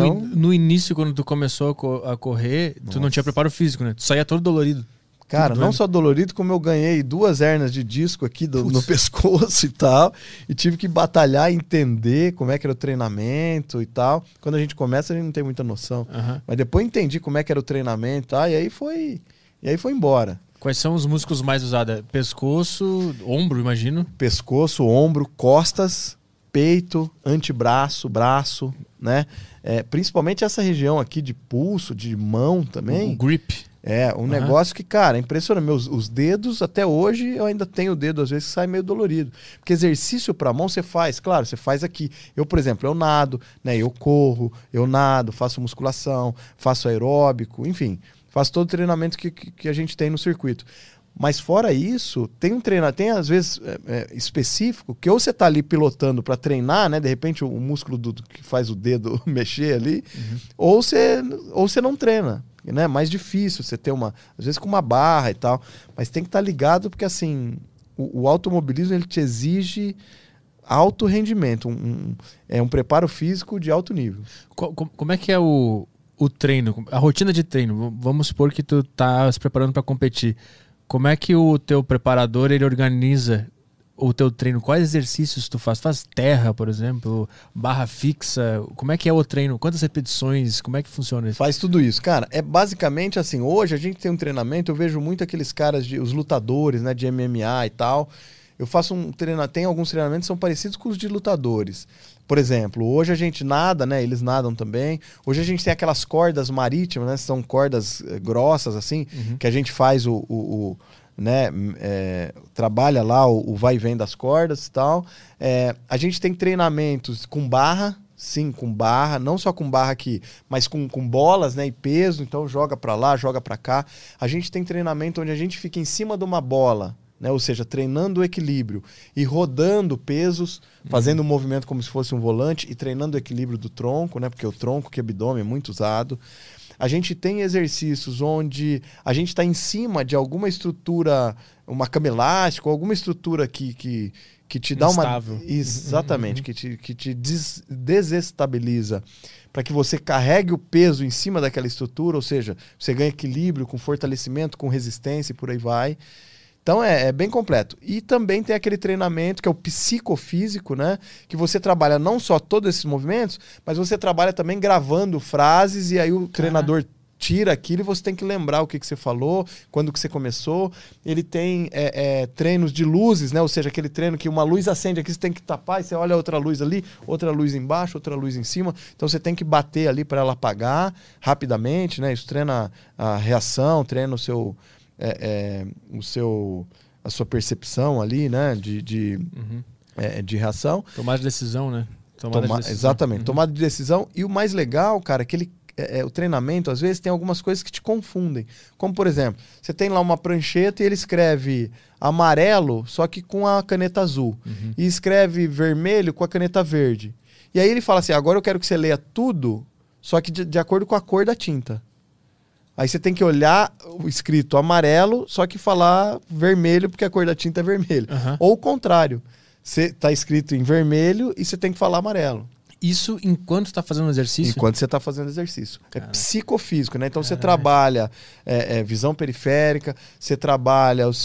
No início, quando tu começou a correr, tu não tinha preparo físico, né? Tu saía todo dolorido. Cara, não só dolorido, como eu ganhei 2 hérnias de disco aqui no pescoço e tal. E tive que batalhar, entender como é que era o treinamento e tal. Quando a gente começa, a gente não tem muita noção. Mas depois entendi como é que era o treinamento, tá? E aí foi embora. Quais são os músculos mais usados? Pescoço, ombro, imagino? Pescoço, ombro, costas, peito, antebraço, braço, né? Principalmente essa região aqui de pulso, de mão também. O grip. Negócio que, cara, é impressionante. Os dedos, até hoje, eu ainda tenho o dedo, às vezes, que sai meio dolorido. Porque exercício pra mão você faz, claro, você faz aqui. Eu, por exemplo, eu nado, né? Eu corro, eu nado, faço musculação, faço aeróbico, enfim, faço todo o treinamento que a gente tem no circuito. Mas fora isso, tem um treinamento, tem às vezes específico, que ou você tá ali pilotando para treinar, né? De repente o músculo que faz o dedo mexer ali, ou você não treina, né? É mais difícil você ter às vezes com uma barra e tal, mas tem que estar ligado porque assim, o automobilismo ele te exige alto rendimento, um preparo físico de alto nível. Como é que é o treino, a rotina de treino? Vamos supor que tu tá se preparando para competir. Como é que o teu preparador ele organiza o teu treino? Quais exercícios tu faz? Faz terra, por exemplo, barra fixa? Como é que é o treino? Quantas repetições? Como é que funciona isso? Faz tudo isso. Cara, é basicamente assim, hoje a gente tem um treinamento, eu vejo muito aqueles caras, os lutadores, né, de MMA e tal. Eu faço tem alguns treinamentos que são parecidos com os de lutadores. Por exemplo, hoje a gente nada, né? Eles nadam também. Hoje a gente tem aquelas cordas marítimas, né? São cordas grossas, assim, que a gente faz trabalha lá o vai e vem das cordas e tal. A gente tem treinamentos com barra, sim, com barra, não só com barra aqui, mas com bolas, né? E peso, então joga pra lá, joga pra cá. A gente tem treinamento onde a gente fica em cima de uma bola, né? Ou seja, treinando o equilíbrio e rodando pesos, fazendo um movimento como se fosse um volante e treinando o equilíbrio do tronco, né? Porque o tronco, que é abdômen, é muito usado. A gente tem exercícios onde a gente está em cima de alguma estrutura, uma cama elástica, alguma estrutura que te dá instável. Exatamente, que te desestabiliza, para que você carregue o peso em cima daquela estrutura, ou seja, você ganha equilíbrio com fortalecimento, com resistência e por aí vai. Então é bem completo. E também tem aquele treinamento que é o psicofísico, né? Que você trabalha não só todos esses movimentos, mas você trabalha também gravando frases e aí o treinador tira aquilo e você tem que lembrar o que você falou, quando que você começou. Ele tem treinos de luzes, né? Ou seja, aquele treino que uma luz acende aqui, você tem que tapar e você olha outra luz ali, outra luz embaixo, outra luz em cima. Então você tem que bater ali para ela apagar rapidamente, né? Isso treina a reação, treina a sua percepção ali, né, de reação. Tomada de decisão, né? Exatamente, tomada de decisão. E o mais legal, cara, é que o treinamento, às vezes, tem algumas coisas que te confundem. Como, por exemplo, você tem lá uma prancheta e ele escreve amarelo, só que com a caneta azul. E escreve vermelho com a caneta verde. E aí ele fala assim, agora eu quero que você leia tudo, só que de acordo com a cor da tinta. Aí você tem que olhar o escrito amarelo, só que falar vermelho, porque a cor da tinta é vermelho. Ou o contrário. Você tá escrito em vermelho e você tem que falar amarelo. Isso enquanto está fazendo exercício? Enquanto você está fazendo exercício. É psicofísico, né? Então você trabalha visão periférica, você trabalha os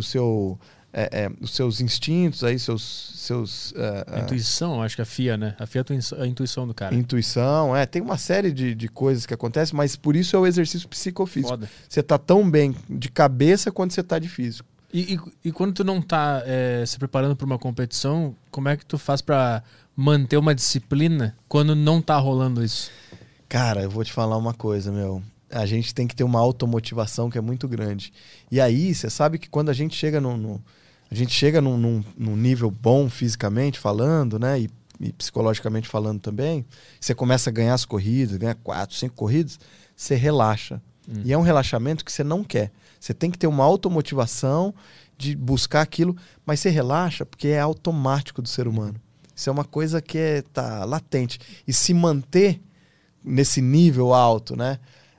seus instintos, aí, intuição, acho que afia, né? Afia a intuição do cara. Intuição, tem uma série de coisas que acontecem, mas por isso é o exercício psicofísico. Foda. Você tá tão bem de cabeça quanto você tá de físico. E quando tu não tá se preparando para uma competição, como é que tu faz para manter uma disciplina quando não tá rolando isso? Cara, eu vou te falar uma coisa, meu. A gente tem que ter uma automotivação que é muito grande. E aí, você sabe que quando a gente chega num nível bom fisicamente falando, né? E psicologicamente falando também, você começa a ganhar as corridas, ganha 4, 5 corridas, você relaxa. E é um relaxamento que você não quer. Você tem que ter uma automotivação de buscar aquilo, mas você relaxa porque é automático do ser humano. Isso é uma coisa que tá latente. E se manter nesse nível alto, né?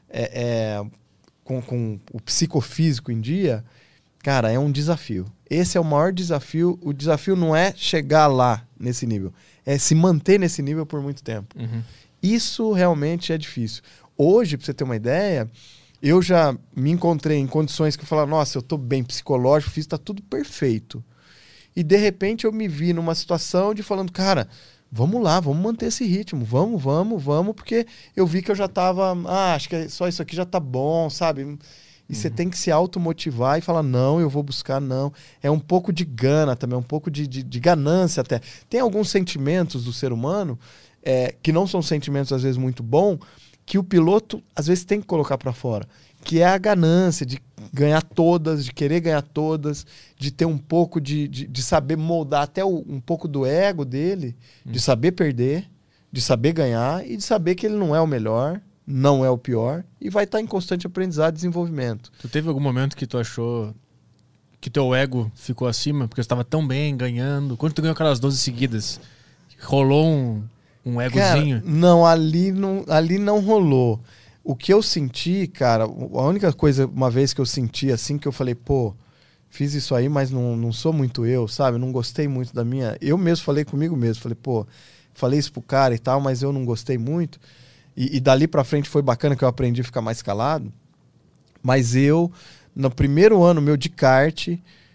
Com o psicofísico em dia, cara, é um desafio. Esse é o maior desafio. O desafio não é chegar lá nesse nível, é se manter nesse nível por muito tempo. Isso realmente é difícil. Hoje, pra você ter uma ideia, eu já me encontrei em condições que eu falava, nossa, eu tô bem psicológico, físico, tá tudo perfeito. E de repente eu me vi numa situação de falando, cara, vamos lá, vamos manter esse ritmo, vamos, porque eu vi que eu já tava, acho que só isso aqui já tá bom, sabe? E você tem que se automotivar e falar, não, eu vou buscar, não. É um pouco de gana também, um pouco de ganância até. Tem alguns sentimentos do ser humano que não são sentimentos, às vezes, muito bons, que o piloto, às vezes, tem que colocar para fora. Que é a ganância de ganhar todas, de querer ganhar todas, de ter um pouco de saber moldar até um pouco do ego dele, de saber perder, de saber ganhar e de saber que ele não é o melhor, não é o pior e vai estar em constante aprendizado e desenvolvimento. Tu teve algum momento que tu achou que teu ego ficou acima porque você estava tão bem, ganhando? Quando tu ganhou aquelas 12 seguidas, rolou um egozinho? Cara, não, ali não rolou. O que eu senti, cara, a única coisa, uma vez que eu senti assim, que eu falei, pô, fiz isso aí, mas não sou muito eu, sabe? Não gostei muito da minha... Eu mesmo falei comigo mesmo, falei, pô, falei isso pro cara e tal, mas eu não gostei muito. E dali pra frente foi bacana que eu aprendi a ficar mais calado. Mas eu, no primeiro ano meu de kart,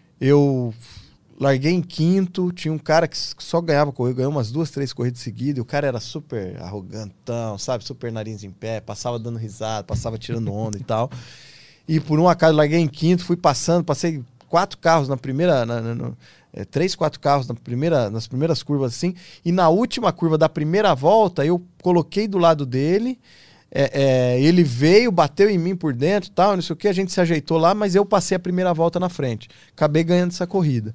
eu larguei em quinto, tinha um cara que só ganhava corrida, ganhou umas 2, 3 corridas seguidas, e o cara era super arrogantão, sabe? Super nariz em pé, passava dando risada, passava tirando onda e tal. E por um acaso larguei em quinto, fui passando, passei 4 carros na primeira... 3, 4 carros nas primeiras curvas assim, e na última curva da primeira volta eu coloquei do lado dele, ele veio, bateu em mim por dentro, tal, não sei o que, a gente se ajeitou lá, mas eu passei a primeira volta na frente, acabei ganhando essa corrida.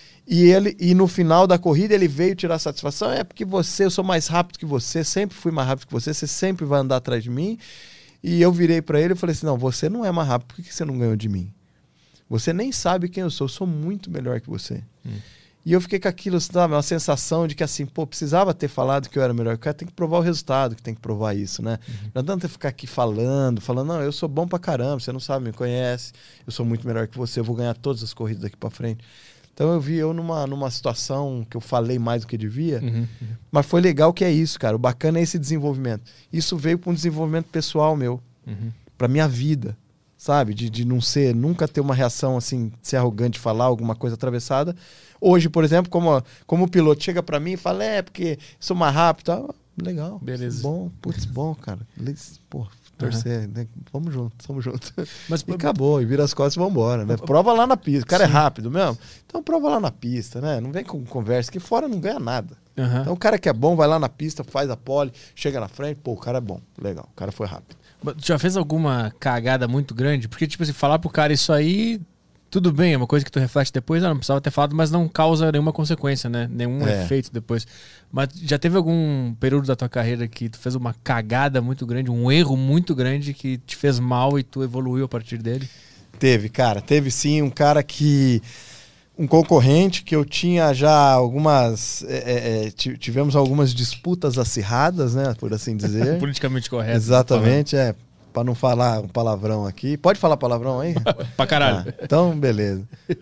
E no final da corrida ele veio tirar satisfação, porque eu sou mais rápido que você, sempre fui mais rápido que você sempre vai andar atrás de mim. E eu virei para ele e falei assim, não, você não é mais rápido, por que você não ganhou de mim? Você nem sabe quem eu sou muito melhor que você. E eu fiquei com aquilo, sabe, uma sensação de que assim, pô, precisava ter falado que eu era melhor. O cara tem que provar o resultado, que tem que provar isso, né? Não adianta ficar aqui falando, não, eu sou bom pra caramba, você não sabe, me conhece, eu sou muito melhor que você, eu vou ganhar todas as corridas daqui pra frente. Então eu vi eu numa situação que eu falei mais do que devia, mas foi legal que é isso, cara. O bacana é esse desenvolvimento. Isso veio para um desenvolvimento pessoal meu, pra minha vida. Sabe? De não ser, nunca ter uma reação assim, ser arrogante, falar alguma coisa atravessada. Hoje, por exemplo, como o piloto chega pra mim e fala, porque sou mais rápido, tá? Legal. Beleza. Bom, bom, cara. Pô, torcer, né? Vamos junto. Mas, e acabou, e vira as costas e vambora, né? Prova lá na pista. O cara é rápido mesmo. Então prova lá na pista, né? Não vem com conversa, que fora não ganha nada. Então o cara que é bom, vai lá na pista, faz a pole, chega na frente, pô, o cara é bom. Legal, o cara foi rápido. Já fez alguma cagada muito grande? Porque, tipo assim, falar pro cara isso aí, tudo bem, é uma coisa que tu reflete depois, não precisava ter falado, mas não causa nenhuma consequência, né? Nenhum efeito depois. Mas já teve algum período da tua carreira que tu fez uma cagada muito grande, um erro muito grande que te fez mal e tu evoluiu a partir dele? Teve, cara. Teve sim um cara que... Um concorrente que eu tinha já algumas... tivemos algumas disputas acirradas, né? Por assim dizer. Politicamente correto. Exatamente, para não falar um palavrão aqui. Pode falar palavrão aí? Pra caralho. Então, beleza.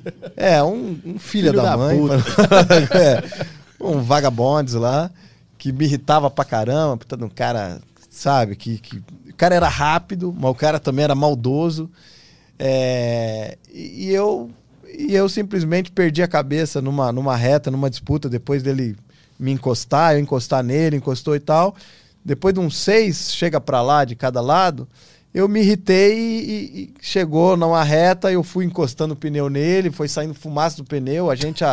Um filho da mãe. Um vagabondes lá, que me irritava pra caramba. Um cara, sabe, o cara era rápido, mas o cara também era maldoso. E eu simplesmente perdi a cabeça numa reta, numa disputa, depois dele me encostar, eu encostar nele, encostou e tal. Depois de uns 6, chega pra lá, de cada lado, eu me irritei e chegou numa reta, eu fui encostando o pneu nele, foi saindo fumaça do pneu,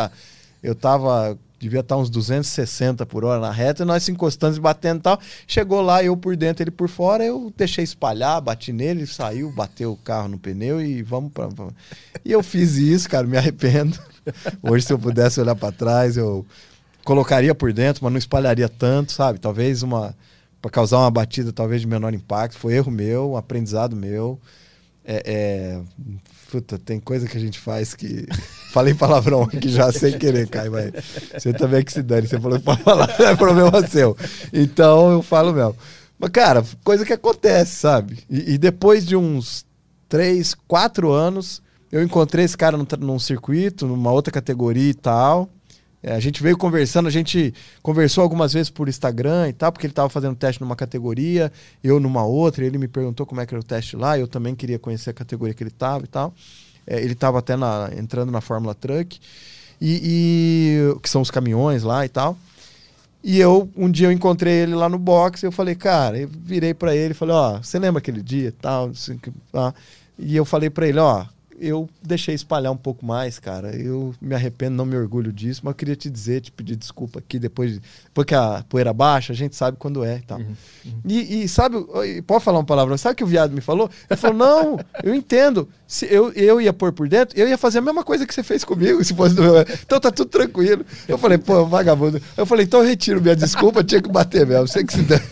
devia estar uns 260 por hora na reta, e nós se encostando e batendo e tal. Chegou lá, eu por dentro, ele por fora, eu deixei espalhar, bati nele, saiu, bateu o carro no pneu e vamos pra... E eu fiz isso, cara, me arrependo. Hoje, se eu pudesse olhar pra trás, eu colocaria por dentro, mas não espalharia tanto, sabe? Talvez para causar uma batida talvez de menor impacto. Foi erro meu, um aprendizado meu. Puta, tem coisa que a gente faz que... Falei palavrão aqui já sem querer, Caio, mas você também é que se dane. Você falou que pode falar, não é problema seu. Então eu falo mesmo. Mas, cara, coisa que acontece, sabe? E depois de uns 3, 4 anos, eu encontrei esse cara num circuito, numa outra categoria e tal. A gente veio conversando, a gente conversou algumas vezes por Instagram e tal, porque ele estava fazendo teste numa categoria, eu numa outra, e ele me perguntou como é que era o teste lá, eu também queria conhecer a categoria que ele estava e tal. Ele estava até entrando na Fórmula Truck, que são os caminhões lá e tal. E um dia eu encontrei ele lá no box, e eu falei, cara, eu virei para ele e falei, você lembra aquele dia e tal? E eu falei para ele, ó, eu deixei espalhar um pouco mais, cara. Eu me arrependo, não me orgulho disso, mas eu queria te dizer, te pedir desculpa aqui depois que a poeira baixa, a gente sabe quando é e tal. E sabe, pode falar uma palavra, sabe o que o viado me falou? Ele falou, não, eu entendo. Se eu ia pôr por dentro, eu ia fazer a mesma coisa que você fez comigo, se fosse do meu... Então tá tudo tranquilo. Eu falei, pô, vagabundo. Eu falei, então eu retiro minha desculpa, tinha que bater mesmo. Sei que se der.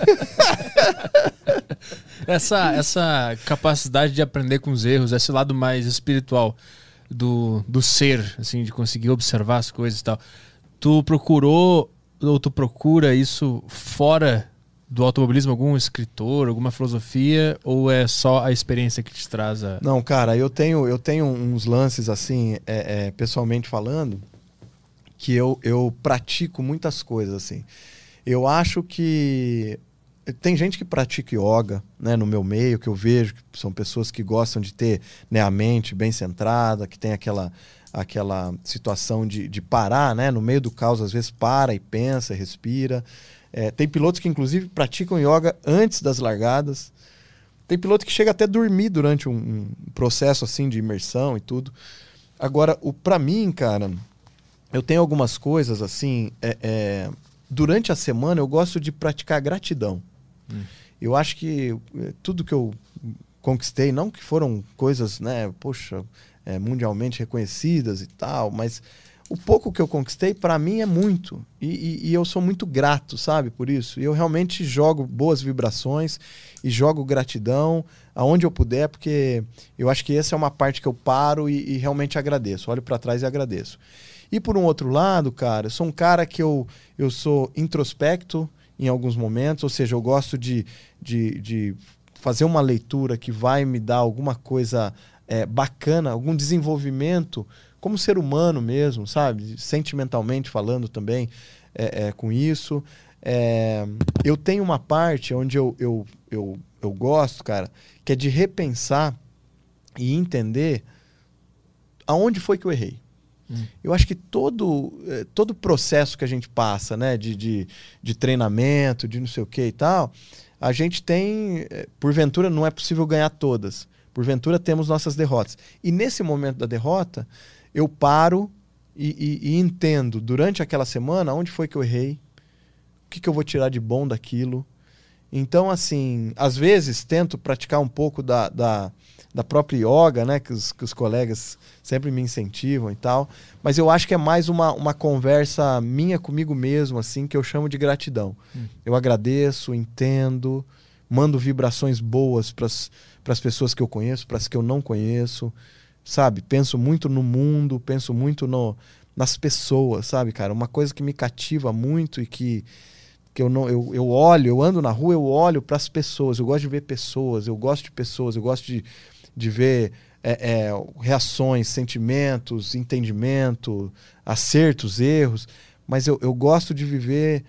Essa capacidade de aprender com os erros, esse lado mais espiritual do ser, assim, de conseguir observar as coisas e tal. Tu procurou ou tu procura isso fora do automobilismo? Algum escritor, alguma filosofia, ou é só a experiência que te traz a... Não, cara, eu tenho uns lances assim, pessoalmente falando, que eu pratico muitas coisas assim. Eu acho que tem gente que pratica yoga, né, no meu meio, que eu vejo que são pessoas que gostam de ter, né, a mente bem centrada, que tem aquela situação de parar, né, no meio do caos, às vezes para e pensa, respira. Tem pilotos que inclusive praticam yoga antes das largadas. Tem piloto que chega até a dormir durante um processo assim de imersão e tudo. Agora, pra mim, cara, eu tenho algumas coisas assim, durante a semana eu gosto de praticar gratidão. Eu acho que tudo que eu conquistei, não que foram coisas, né, poxa, mundialmente reconhecidas e tal, mas o pouco que eu conquistei, para mim, é muito. E eu sou muito grato, sabe, por isso. E eu realmente jogo boas vibrações e jogo gratidão aonde eu puder, porque eu acho que essa é uma parte que eu paro e realmente agradeço. Olho para trás e agradeço. E por um outro lado, cara, eu sou um cara que eu sou introspecto em alguns momentos, ou seja, eu gosto de fazer uma leitura que vai me dar alguma coisa bacana, algum desenvolvimento como ser humano mesmo, sabe? Sentimentalmente falando também com isso. Eu tenho uma parte onde eu gosto, cara, que é de repensar e entender aonde foi que eu errei. Eu acho que todo processo que a gente passa, né, de treinamento, de não sei o que e tal, a gente tem, porventura não é possível ganhar todas, porventura temos nossas derrotas. E nesse momento da derrota, eu paro e entendo durante aquela semana onde foi que eu errei, o que eu vou tirar de bom daquilo. Então, assim, às vezes tento praticar um pouco da própria yoga, né, que os colegas sempre me incentivam e tal, mas eu acho que é mais uma conversa minha comigo mesmo, assim, que eu chamo de gratidão. Eu agradeço, entendo, mando vibrações boas para as pessoas que eu conheço, para as que eu não conheço, sabe? Penso muito no mundo, penso muito nas pessoas, sabe, cara? Uma coisa que me cativa muito e que eu olho, eu ando na rua, eu olho para as pessoas, eu gosto de ver pessoas, eu gosto de pessoas, eu gosto de ver reações, sentimentos, entendimento, acertos, erros, mas eu gosto de viver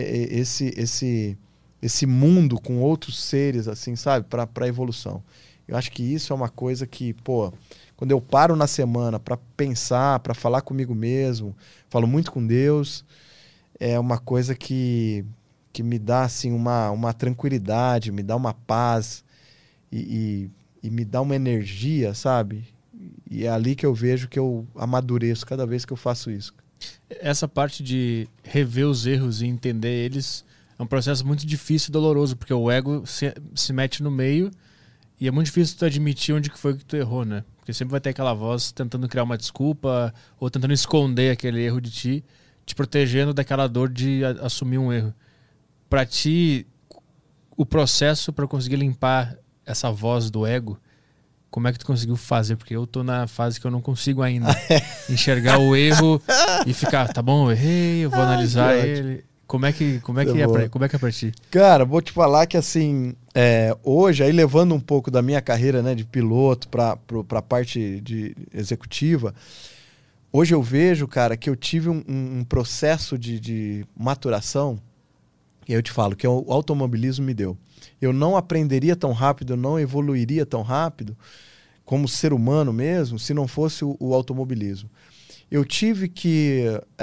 esse mundo com outros seres, assim, sabe, para a evolução. Eu acho que isso é uma coisa que, pô, quando eu paro na semana para pensar, para falar comigo mesmo, falo muito com Deus, é uma coisa que me dá assim, uma tranquilidade, me dá uma paz e me dá uma energia, sabe? E é ali que eu vejo que eu amadureço cada vez que eu faço isso. Essa parte de rever os erros e entender eles é um processo muito difícil e doloroso, porque o ego se mete no meio e é muito difícil tu admitir onde que foi que tu errou, né? Porque sempre vai ter aquela voz tentando criar uma desculpa ou tentando esconder aquele erro de ti, te protegendo daquela dor de assumir um erro. Pra ti, o processo para conseguir limpar essa voz do ego, como é que tu conseguiu fazer? Porque eu tô na fase que eu não consigo ainda enxergar o erro e ficar, tá bom, eu errei, eu vou analisar ele. Como é que é pra ti? Cara, vou te falar que assim, hoje, aí levando um pouco da minha carreira, né, de piloto pra parte de executiva, hoje eu vejo, cara, que eu tive um processo de maturação, e eu te falo, que o automobilismo me deu. Eu não aprenderia tão rápido, eu não evoluiria tão rápido, como ser humano mesmo, se não fosse o automobilismo. Eu tive que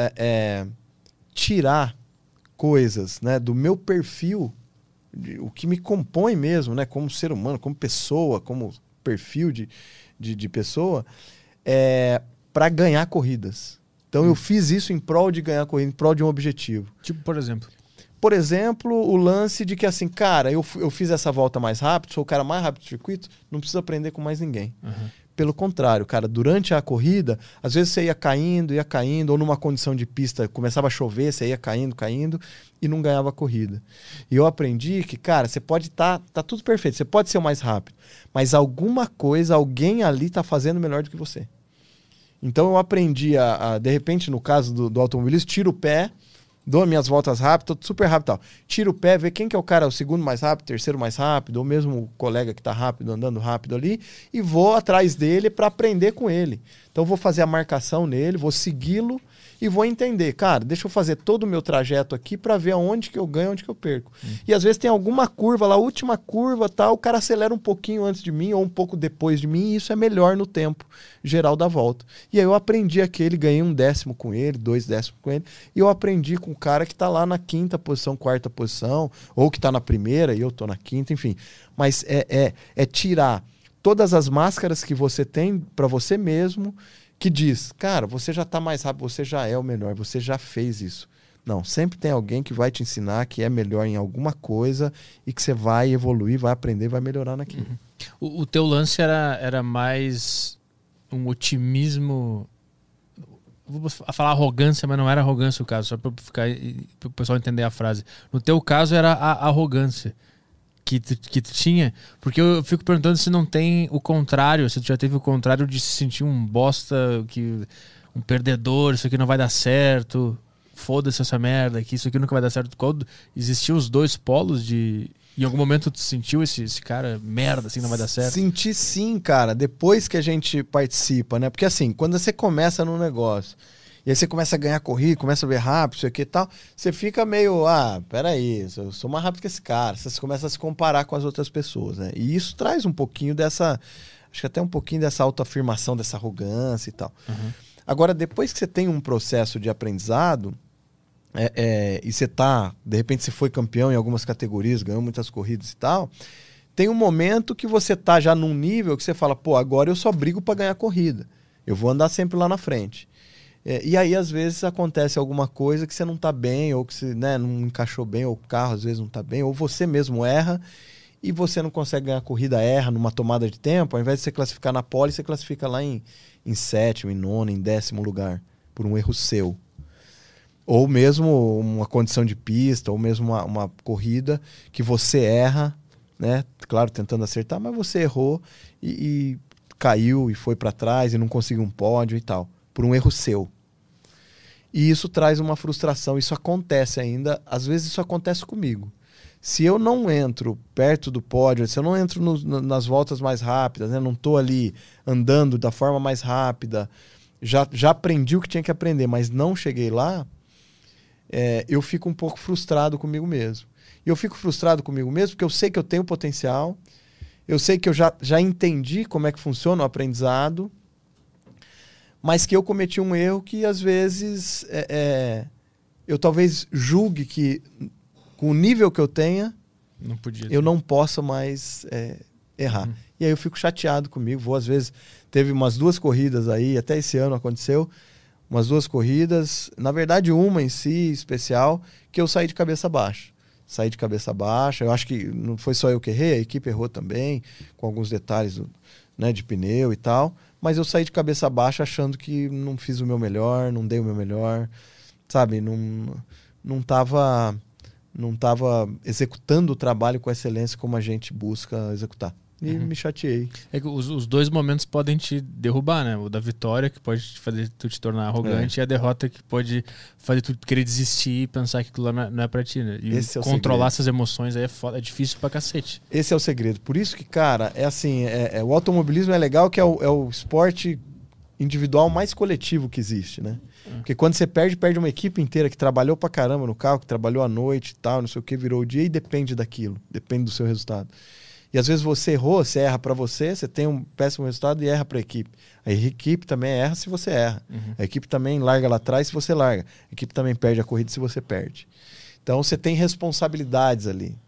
tirar coisas, né, do meu perfil, o que me compõe mesmo, né, como ser humano, como pessoa, como perfil de pessoa, para ganhar corridas. Então eu fiz isso em prol de ganhar corrida, em prol de um objetivo. Tipo, por exemplo? Por exemplo, o lance de que assim, cara, eu fiz essa volta mais rápido, sou o cara mais rápido do circuito, não preciso aprender com mais ninguém. Pelo contrário, cara, durante a corrida, às vezes você ia caindo, ou numa condição de pista, começava a chover, você ia caindo, e não ganhava a corrida. E eu aprendi que, cara, você pode tá tudo perfeito, você pode ser o mais rápido, mas alguma coisa, alguém ali tá fazendo melhor do que você. Então eu aprendi de repente, no caso do automobilismo, tiro o pé, dou minhas voltas rápidas, tô super rápido e tal. Tiro o pé, vê quem que é o cara, o segundo mais rápido, terceiro mais rápido, ou mesmo o colega que tá rápido, andando rápido ali, e vou atrás dele para aprender com ele. Então eu vou fazer a marcação nele, vou segui-lo e vou entender, cara, deixa eu fazer todo o meu trajeto aqui para ver aonde que eu ganho, onde que eu perco. E às vezes tem alguma curva lá, a última curva, tal, o cara acelera um pouquinho antes de mim ou um pouco depois de mim, e isso é melhor no tempo geral da volta. E aí eu aprendi aquele, ganhei 1 décimo com ele, 2 décimos com ele, e eu aprendi com o cara que tá lá na 5ª posição, 4ª posição, ou que tá na 1ª e eu tô na 5ª, enfim. Mas é tirar todas as máscaras que você tem para você mesmo, que diz, cara, você já tá mais rápido, você já é o melhor, você já fez isso. Não, sempre tem alguém que vai te ensinar que é melhor em alguma coisa e que você vai evoluir, vai aprender, vai melhorar naquilo. O teu lance era mais um otimismo... Vou falar arrogância, mas não era arrogância o caso, só para o pessoal entender a frase. No teu caso era a arrogância que tu tinha, porque eu fico perguntando se não tem o contrário, se tu já teve o contrário de se sentir um bosta, um perdedor, isso aqui não vai dar certo, foda-se essa merda aqui, isso aqui nunca vai dar certo. Existiam os dois polos de... Em algum momento tu sentiu esse cara merda, assim, não vai dar certo? Senti sim, cara, depois que a gente participa, né? Porque assim, quando você começa num negócio, e aí você começa a ganhar corrida, começa a ver rápido, isso aqui e tal, você fica meio, peraí, eu sou mais rápido que esse cara. Você começa a se comparar com as outras pessoas, né? E isso traz um pouquinho dessa, acho que até um pouquinho dessa autoafirmação, dessa arrogância e tal. Agora, depois que você tem um processo de aprendizado, e você de repente você foi campeão em algumas categorias, ganhou muitas corridas e tal, tem um momento que você tá já num nível que você fala, pô, agora eu só brigo para ganhar corrida. Eu vou andar sempre lá na frente. E aí, às vezes, acontece alguma coisa que você não tá bem, ou que você, né, não encaixou bem, ou o carro às vezes não tá bem, ou você mesmo erra e você não consegue ganhar corrida, erra numa tomada de tempo, ao invés de você classificar na pole, você classifica lá em 7º, em 9º, em 10º lugar, por um erro seu. Ou mesmo uma condição de pista, ou mesmo uma corrida que você erra, né? Claro, tentando acertar, mas você errou e caiu e foi para trás e não conseguiu um pódio e tal, por um erro seu. E isso traz uma frustração, isso acontece ainda, às vezes isso acontece comigo. Se eu não entro perto do pódio, se eu não entro nas voltas mais rápidas, né? Não estou ali andando da forma mais rápida, já aprendi o que tinha que aprender, mas não cheguei lá, eu fico um pouco frustrado comigo mesmo. E eu fico frustrado comigo mesmo porque eu sei que eu tenho potencial, eu sei que eu já entendi como é que funciona o aprendizado, mas que eu cometi um erro que às vezes eu talvez julgue que com o nível que eu tenha, eu não possa mais errar. E aí eu fico chateado comigo, às vezes, teve umas 2 corridas aí, até esse ano aconteceu, umas 2 corridas, na verdade uma em si, especial, que eu saí de cabeça baixa. Saí de cabeça baixa, eu acho que não foi só eu que errei, a equipe errou também, com alguns detalhes, né, de pneu e tal, mas eu saí de cabeça baixa achando que não fiz o meu melhor, não dei o meu melhor, sabe, não tava executando o trabalho com excelência como a gente busca executar. E me chateei. É que os dois momentos podem te derrubar, né? O da vitória, que pode fazer tu te tornar arrogante, e a derrota, que pode fazer tu querer desistir e pensar que aquilo lá não é pra ti, né? E controlar essas emoções aí é difícil pra cacete. Esse é o segredo. Por isso que, cara, o automobilismo é legal, que é o esporte individual mais coletivo que existe, né? Porque quando você perde uma equipe inteira que trabalhou pra caramba no carro, que trabalhou à noite e tal, não sei o que, virou o dia, e depende daquilo, depende do seu resultado. E às vezes você errou, você erra para você tem um péssimo resultado e erra para a equipe. A equipe também erra se você erra. A equipe também larga lá atrás se você larga. A equipe também perde a corrida se você perde. Então você tem responsabilidades ali.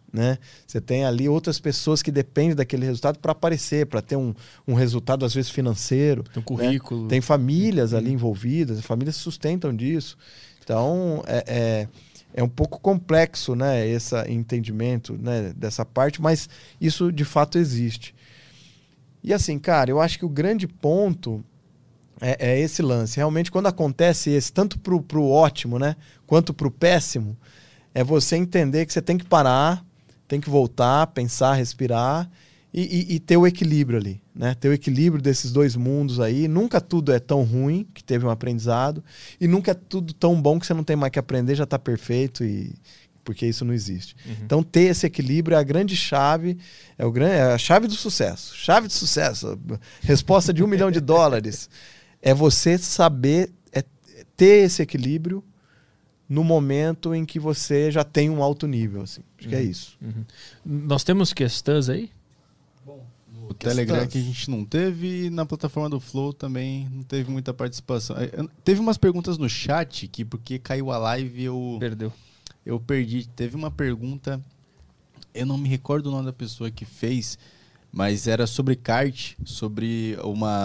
né? Você tem ali outras pessoas que dependem daquele resultado para aparecer, para ter um resultado, às vezes, financeiro. Tem um currículo. Né? Tem famílias ali envolvidas, as famílias se sustentam disso. Então, é um pouco complexo, né, esse entendimento, né, dessa parte, mas isso, de fato, existe. E assim, cara, eu acho que o grande ponto é esse lance. Realmente, quando acontece esse, tanto pro ótimo, né, quanto pro péssimo, é você entender que você tem que parar, tem que voltar, pensar, respirar e ter o equilíbrio ali, né? Ter o equilíbrio desses dois mundos aí. Nunca tudo é tão ruim que teve um aprendizado e nunca é tudo tão bom que você não tem mais que aprender, já está perfeito, porque isso não existe. Então, ter esse equilíbrio é a grande chave, é a chave do sucesso. Chave de sucesso, resposta de $1 milhão. É você saber ter esse equilíbrio no momento em que você já tem um alto nível, assim. Acho que é isso. Nós temos questões aí? O Telegram que a gente não teve, e na plataforma do Flow também não teve muita participação. Teve umas perguntas no chat que, porque caiu a live, eu perdi. Teve uma pergunta, eu não me recordo o nome da pessoa que fez, mas era sobre kart, sobre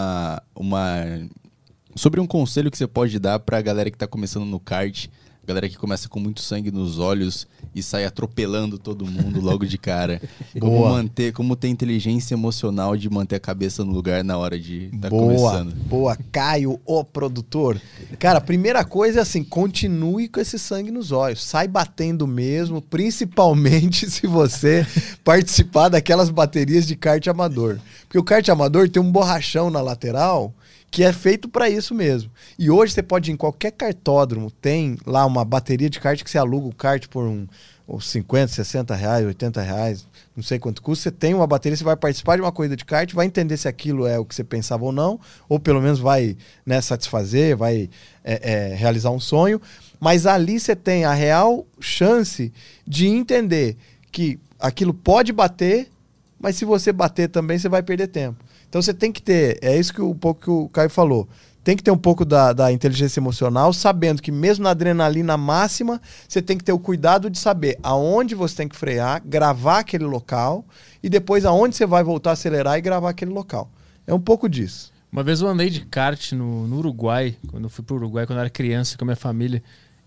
sobre um conselho que você pode dar pra galera que tá começando no kart, galera que começa com muito sangue nos olhos e sai atropelando todo mundo logo de cara. Como ter inteligência emocional de manter a cabeça no lugar na hora de estar começando. Boa, Caio, o produtor. Cara, a primeira coisa é assim, continue com esse sangue nos olhos. Sai batendo mesmo, principalmente se você participar daquelas baterias de kart amador. Porque o kart amador tem um borrachão na lateral que é feito para isso mesmo. E hoje você pode ir em qualquer kartódromo, tem lá uma bateria de kart que você aluga o kart por uns 50, 60 reais, 80 reais, não sei quanto custa. Você tem uma bateria, você vai participar de uma corrida de kart, vai entender se aquilo é o que você pensava ou não, ou pelo menos vai, né, satisfazer, vai realizar um sonho. Mas ali você tem a real chance de entender que aquilo pode bater, mas se você bater também, você vai perder tempo. Então você tem que ter, é isso que um pouco que o Caio falou, tem que ter um pouco da inteligência emocional, sabendo que mesmo na adrenalina máxima, você tem que ter o cuidado de saber aonde você tem que frear, gravar aquele local e depois aonde você vai voltar a acelerar e gravar aquele local. É um pouco disso. Uma vez eu andei de kart no Uruguai, quando eu fui pro Uruguai, quando eu era criança com a minha família,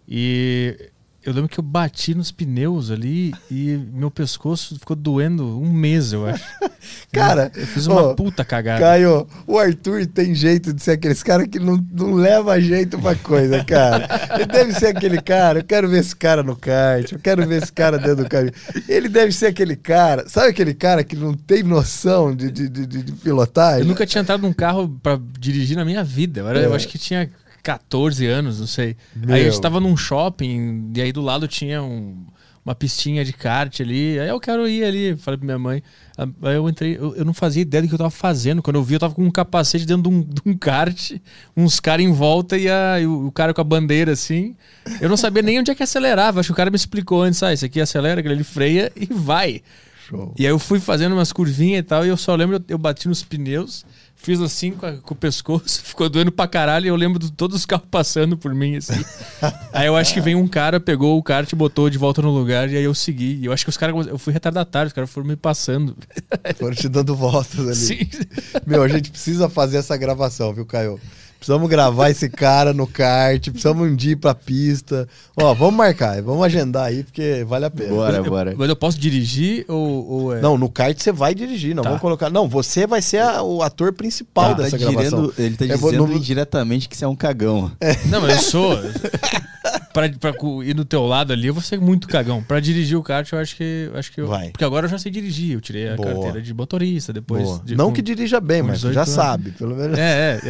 e eu lembro que eu bati nos pneus ali e meu pescoço ficou doendo um mês, eu acho. Cara, eu fiz uma puta cagada. Caio, o Arthur tem jeito de ser aqueles cara que não leva jeito pra coisa, cara. Ele deve ser aquele cara, eu quero ver esse cara no kart, eu quero ver esse cara dentro do kart. Ele deve ser aquele cara, sabe aquele cara que não tem noção de pilotagem? Eu nunca tinha entrado num carro pra dirigir na minha vida. Eu acho que tinha 14 anos, não sei. Aí a gente tava num shopping e aí do lado tinha uma pistinha de kart ali. Aí eu quero ir ali, falei pra minha mãe. Aí eu entrei, eu não fazia ideia do que eu tava fazendo. Quando eu vi, eu tava com um capacete dentro de um kart, uns caras em volta e o cara com a bandeira assim. Eu não sabia nem onde é que acelerava. Acho que o cara me explicou antes, esse aqui acelera, aquele ali freia e vai. Show. E aí eu fui fazendo umas curvinhas e tal, e eu só lembro, eu bati nos pneus, fiz assim com o pescoço, ficou doendo pra caralho, e eu lembro de todos os carros passando por mim, assim. Aí eu acho que vem um cara, pegou o kart e botou de volta no lugar, e aí eu segui. E eu acho que os caras, eu fui retardatário, os caras foram me passando. Foram te dando voltas ali. Sim. Meu, a gente precisa fazer essa gravação, viu, Caio? Precisamos gravar esse cara no kart, precisamos um dia ir pra pista. Ó, vamos marcar, vamos agendar aí, porque vale a pena. Bora. Mas eu posso dirigir ou é... Não, no kart você vai dirigir, não vamos colocar... Não, você vai ser o ator principal dessa gravação. Ele tá dizendo indiretamente que você é um cagão. Não, mas eu sou... pra ir no teu lado ali, eu vou ser muito cagão. Pra dirigir o kart, eu acho que eu... Vai. Porque agora eu já sei dirigir. Eu tirei a carteira de motorista depois. Não que dirija bem, mas já sabe, pelo menos.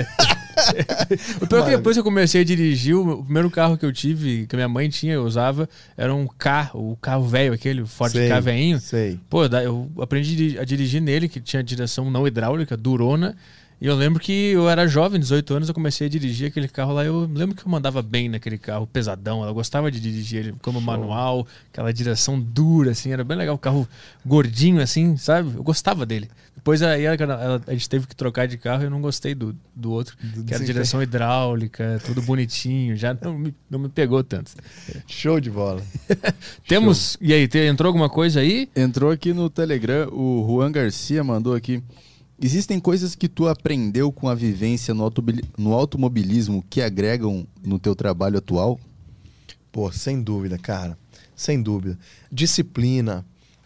O pior é que depois que eu comecei a dirigir, o primeiro carro que eu tive, que a minha mãe tinha, eu usava, era um carro, o carro velho, aquele Ford Ka velhinho. Sei. Pô, eu aprendi a dirigir nele, que tinha direção não hidráulica, durona. E eu lembro que eu era jovem, 18 anos, eu comecei a dirigir aquele carro lá. Eu lembro que eu mandava bem naquele carro, pesadão. Eu gostava de dirigir ele como manual, aquela direção dura, assim, era bem legal. O carro gordinho, assim, sabe? Eu gostava dele. Depois aí a gente teve que trocar de carro e eu não gostei do outro, que era direção hidráulica, tudo bonitinho. Já não me pegou tanto. Show de bola. Temos... Show. E aí, entrou alguma coisa aí? Entrou aqui no Telegram, o Juan Garcia mandou aqui. Existem coisas que tu aprendeu com a vivência no automobilismo que agregam no teu trabalho atual? Pô, sem dúvida, cara. Sem dúvida. Disciplina,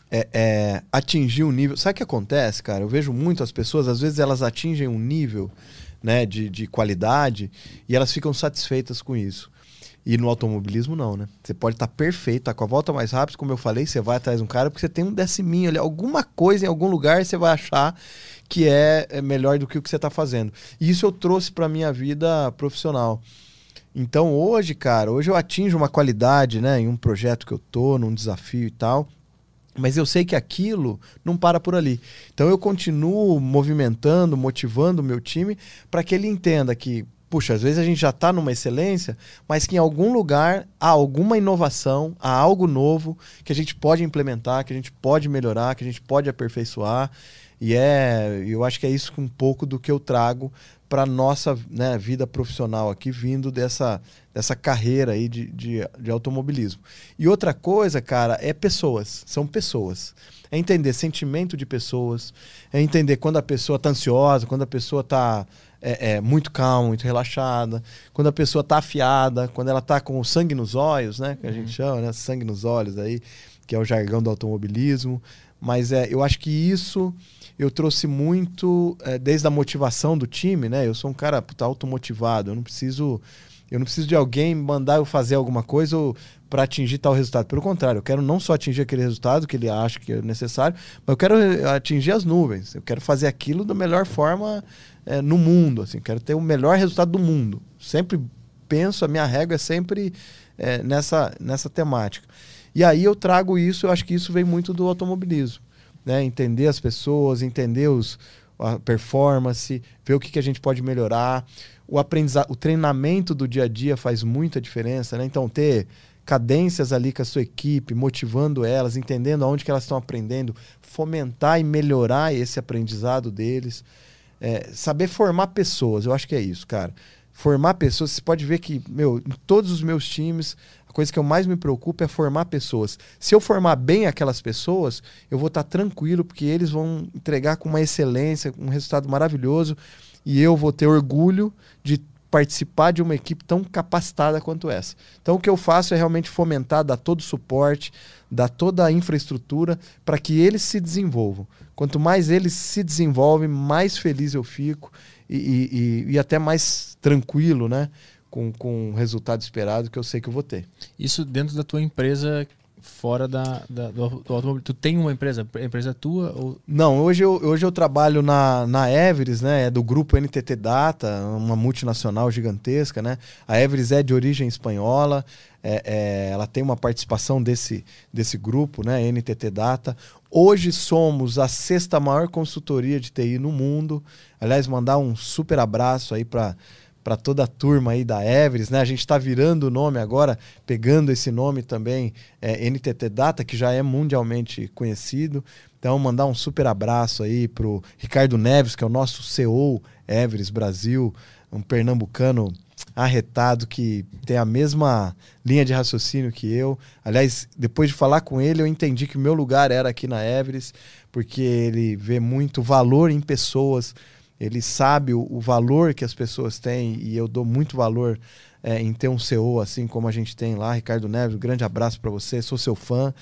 atingir um nível... Sabe o que acontece, cara? Eu vejo muito as pessoas, às vezes elas atingem um nível, né, de qualidade e elas ficam satisfeitas com isso. E no automobilismo não, né? Você pode estar perfeito, tá com a volta mais rápida, como eu falei, você vai atrás de um cara porque você tem um deciminho ali, alguma coisa em algum lugar você vai achar que é melhor do que o que você está fazendo. E isso eu trouxe para minha vida profissional. Então hoje, cara, eu atinjo uma qualidade, né, em um projeto que eu tô, num desafio e tal, mas eu sei que aquilo não para por ali. Então eu continuo movimentando, motivando o meu time para que ele entenda que, puxa, às vezes a gente já está numa excelência, mas que em algum lugar há alguma inovação, há algo novo que a gente pode implementar, que a gente pode melhorar, que a gente pode aperfeiçoar. E eu acho que é isso um pouco do que eu trago para a nossa, né, vida profissional aqui, vindo dessa carreira aí de automobilismo. E outra coisa, cara, são pessoas. É entender sentimento de pessoas, é entender quando a pessoa está ansiosa, quando a pessoa está muito calma, muito relaxada, quando a pessoa está afiada, quando ela está com o sangue nos olhos, né, que a gente chama, né, sangue nos olhos aí, que é o jargão do automobilismo. Mas eu acho que isso eu trouxe muito desde a motivação do time, né? Eu sou um cara automotivado, eu não preciso de alguém mandar eu fazer alguma coisa para atingir tal resultado. Pelo contrário, eu quero não só atingir aquele resultado que ele acha que é necessário, mas eu quero atingir as nuvens. Eu quero fazer aquilo da melhor forma no mundo. Assim, quero ter o melhor resultado do mundo. Sempre penso, a minha regra é sempre nessa temática. E aí eu trago isso, eu acho que isso vem muito do automobilismo, né? Entender as pessoas, entender a performance, ver o que a gente pode melhorar. O treinamento do dia a dia faz muita diferença, né? Então ter cadências ali com a sua equipe, motivando elas, entendendo aonde que elas estão aprendendo, fomentar e melhorar esse aprendizado deles. Saber formar pessoas, eu acho que é isso, cara. Formar pessoas, você pode ver que, em todos os meus times, a coisa que eu mais me preocupo é formar pessoas. Se eu formar bem aquelas pessoas, eu vou estar tranquilo, porque eles vão entregar com uma excelência, um resultado maravilhoso, e eu vou ter orgulho de participar de uma equipe tão capacitada quanto essa. Então o que eu faço é realmente fomentar, dar todo o suporte, dar toda a infraestrutura para que eles se desenvolvam. Quanto mais eles se desenvolvem, mais feliz eu fico e até mais tranquilo, né? Com o resultado esperado que eu sei que eu vou ter. Isso dentro da tua empresa, fora do automóvel. Tu tem uma empresa? A empresa é tua? Ou... Não, hoje eu trabalho na Everest, né? É do grupo NTT Data, uma multinacional gigantesca, né? A Everest é de origem espanhola, ela tem uma participação desse grupo, né? NTT Data. Hoje somos a 6ª maior consultoria de TI no mundo. Aliás, mandar um super abraço aí para toda a turma aí da Everest, né? A gente está virando o nome agora, pegando esse nome também, NTT Data, que já é mundialmente conhecido. Então, mandar um super abraço aí pro Ricardo Neves, que é o nosso CEO Everest Brasil, um pernambucano arretado que tem a mesma linha de raciocínio que eu. Aliás, depois de falar com ele, eu entendi que o meu lugar era aqui na Everest, porque ele vê muito valor em pessoas. Ele sabe o valor que as pessoas têm e eu dou muito valor em ter um CEO assim como a gente tem lá. Ricardo Neves, um grande abraço para você, sou seu fã.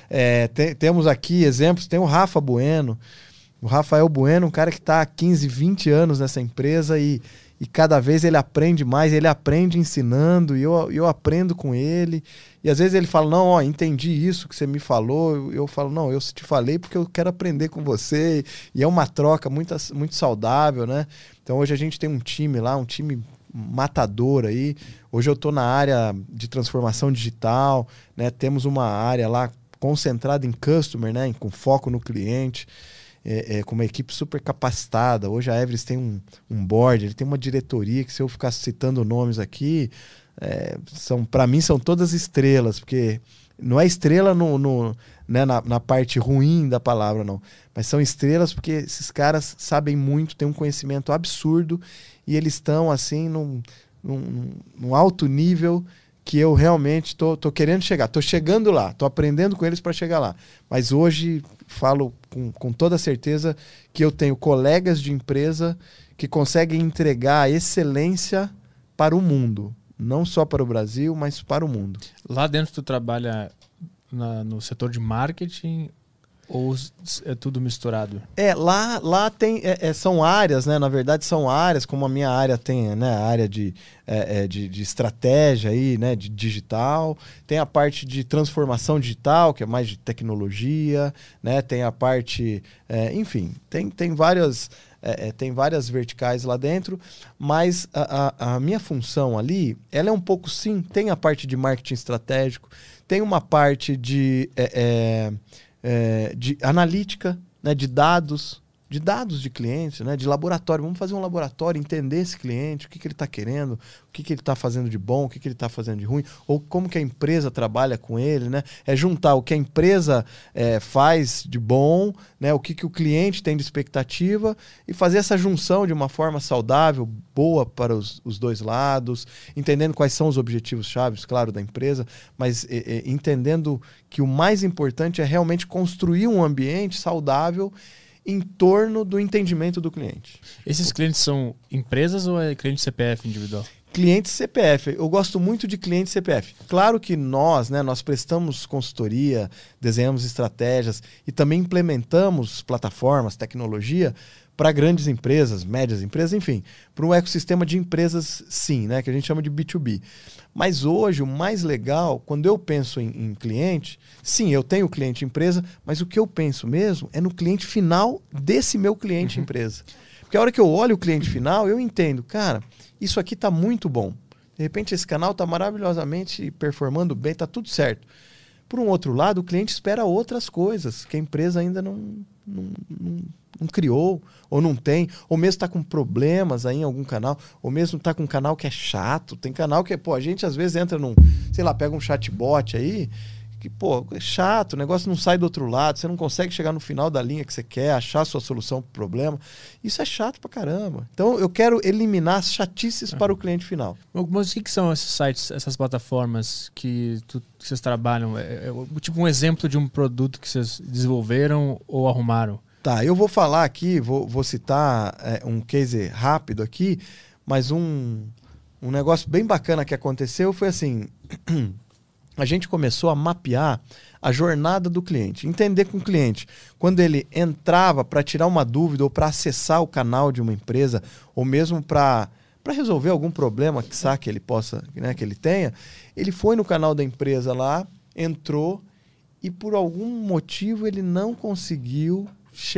Temos aqui exemplos, tem o Rafa Bueno, o Rafael Bueno, um cara que está há 15, 20 anos nessa empresa e cada vez ele aprende mais, ele aprende ensinando e eu aprendo com ele. E às vezes ele fala, não, entendi isso que você me falou. Eu falo, não, eu te falei porque eu quero aprender com você. E é uma troca muito saudável, né? Então hoje a gente tem um time lá, um time matador aí. Hoje eu estou na área de transformação digital, né? Temos uma área lá concentrada em customer, né? Com foco no cliente. com uma equipe super capacitada. Hoje a Everest tem um board, ele tem uma diretoria que, se eu ficar citando nomes aqui, para mim são todas estrelas, porque não é estrela né, na parte ruim da palavra, não. Mas são estrelas porque esses caras sabem muito, têm um conhecimento absurdo e eles estão assim num alto nível que eu realmente tô querendo chegar. Tô chegando lá, tô aprendendo com eles para chegar lá. Mas hoje falo com toda certeza que eu tenho colegas de empresa que conseguem entregar a excelência para o mundo. Não só para o Brasil, mas para o mundo. Lá dentro tu trabalha no setor de marketing ou é tudo misturado? Lá tem, são áreas, né? Na verdade são áreas, como a minha área tem, né? A área de estratégia aí, né? De digital. Tem a parte de transformação digital, que é mais de tecnologia, né? Tem a parte, enfim, tem várias... tem várias verticais lá dentro, mas a minha função ali, ela é um pouco, sim, tem a parte de marketing estratégico, tem uma parte de analítica, né, de dados de clientes, né, de laboratório. Vamos fazer um laboratório, entender esse cliente, o que ele está querendo, o que ele está fazendo de bom, o que ele está fazendo de ruim, ou como que a empresa trabalha com ele, né? É juntar o que a empresa faz de bom, né, o que o cliente tem de expectativa e fazer essa junção de uma forma saudável, boa para os dois lados, entendendo quais são os objetivos chaves, claro, da empresa, mas entendendo que o mais importante é realmente construir um ambiente saudável em torno do entendimento do cliente. Esses clientes são empresas ou é cliente CPF individual? Cliente CPF. Eu gosto muito de cliente CPF. Claro que nós prestamos consultoria, desenhamos estratégias e também implementamos plataformas, tecnologia para grandes empresas, médias empresas, enfim, para um ecossistema de empresas, sim, né, que a gente chama de B2B. Mas hoje, o mais legal, quando eu penso em cliente, sim, eu tenho cliente empresa, mas o que eu penso mesmo é no cliente final desse meu cliente empresa. Porque a hora que eu olho o cliente final, eu entendo, cara, isso aqui está muito bom. De repente, esse canal está maravilhosamente performando bem, está tudo certo. Por um outro lado, o cliente espera outras coisas que a empresa ainda não criou, ou não tem, ou mesmo está com problemas aí em algum canal, ou mesmo está com um canal que é chato. Tem canal que, a gente às vezes entra pega um chatbot aí, que, é chato, o negócio não sai do outro lado, você não consegue chegar no final da linha que você quer, achar a sua solução para o problema. Isso é chato pra caramba. Então, eu quero eliminar as chatices para o cliente final. Mas o que são esses sites, essas plataformas que vocês trabalham? Tipo um exemplo de um produto que vocês desenvolveram ou arrumaram? Tá, eu vou falar aqui, vou citar um case rápido aqui, mas um negócio bem bacana que aconteceu foi assim, a gente começou a mapear a jornada do cliente, entender com o cliente, quando ele entrava para tirar uma dúvida ou para acessar o canal de uma empresa, ou mesmo para resolver algum problema que ele possa, né, que ele tenha, ele foi no canal da empresa lá, entrou e por algum motivo ele não conseguiu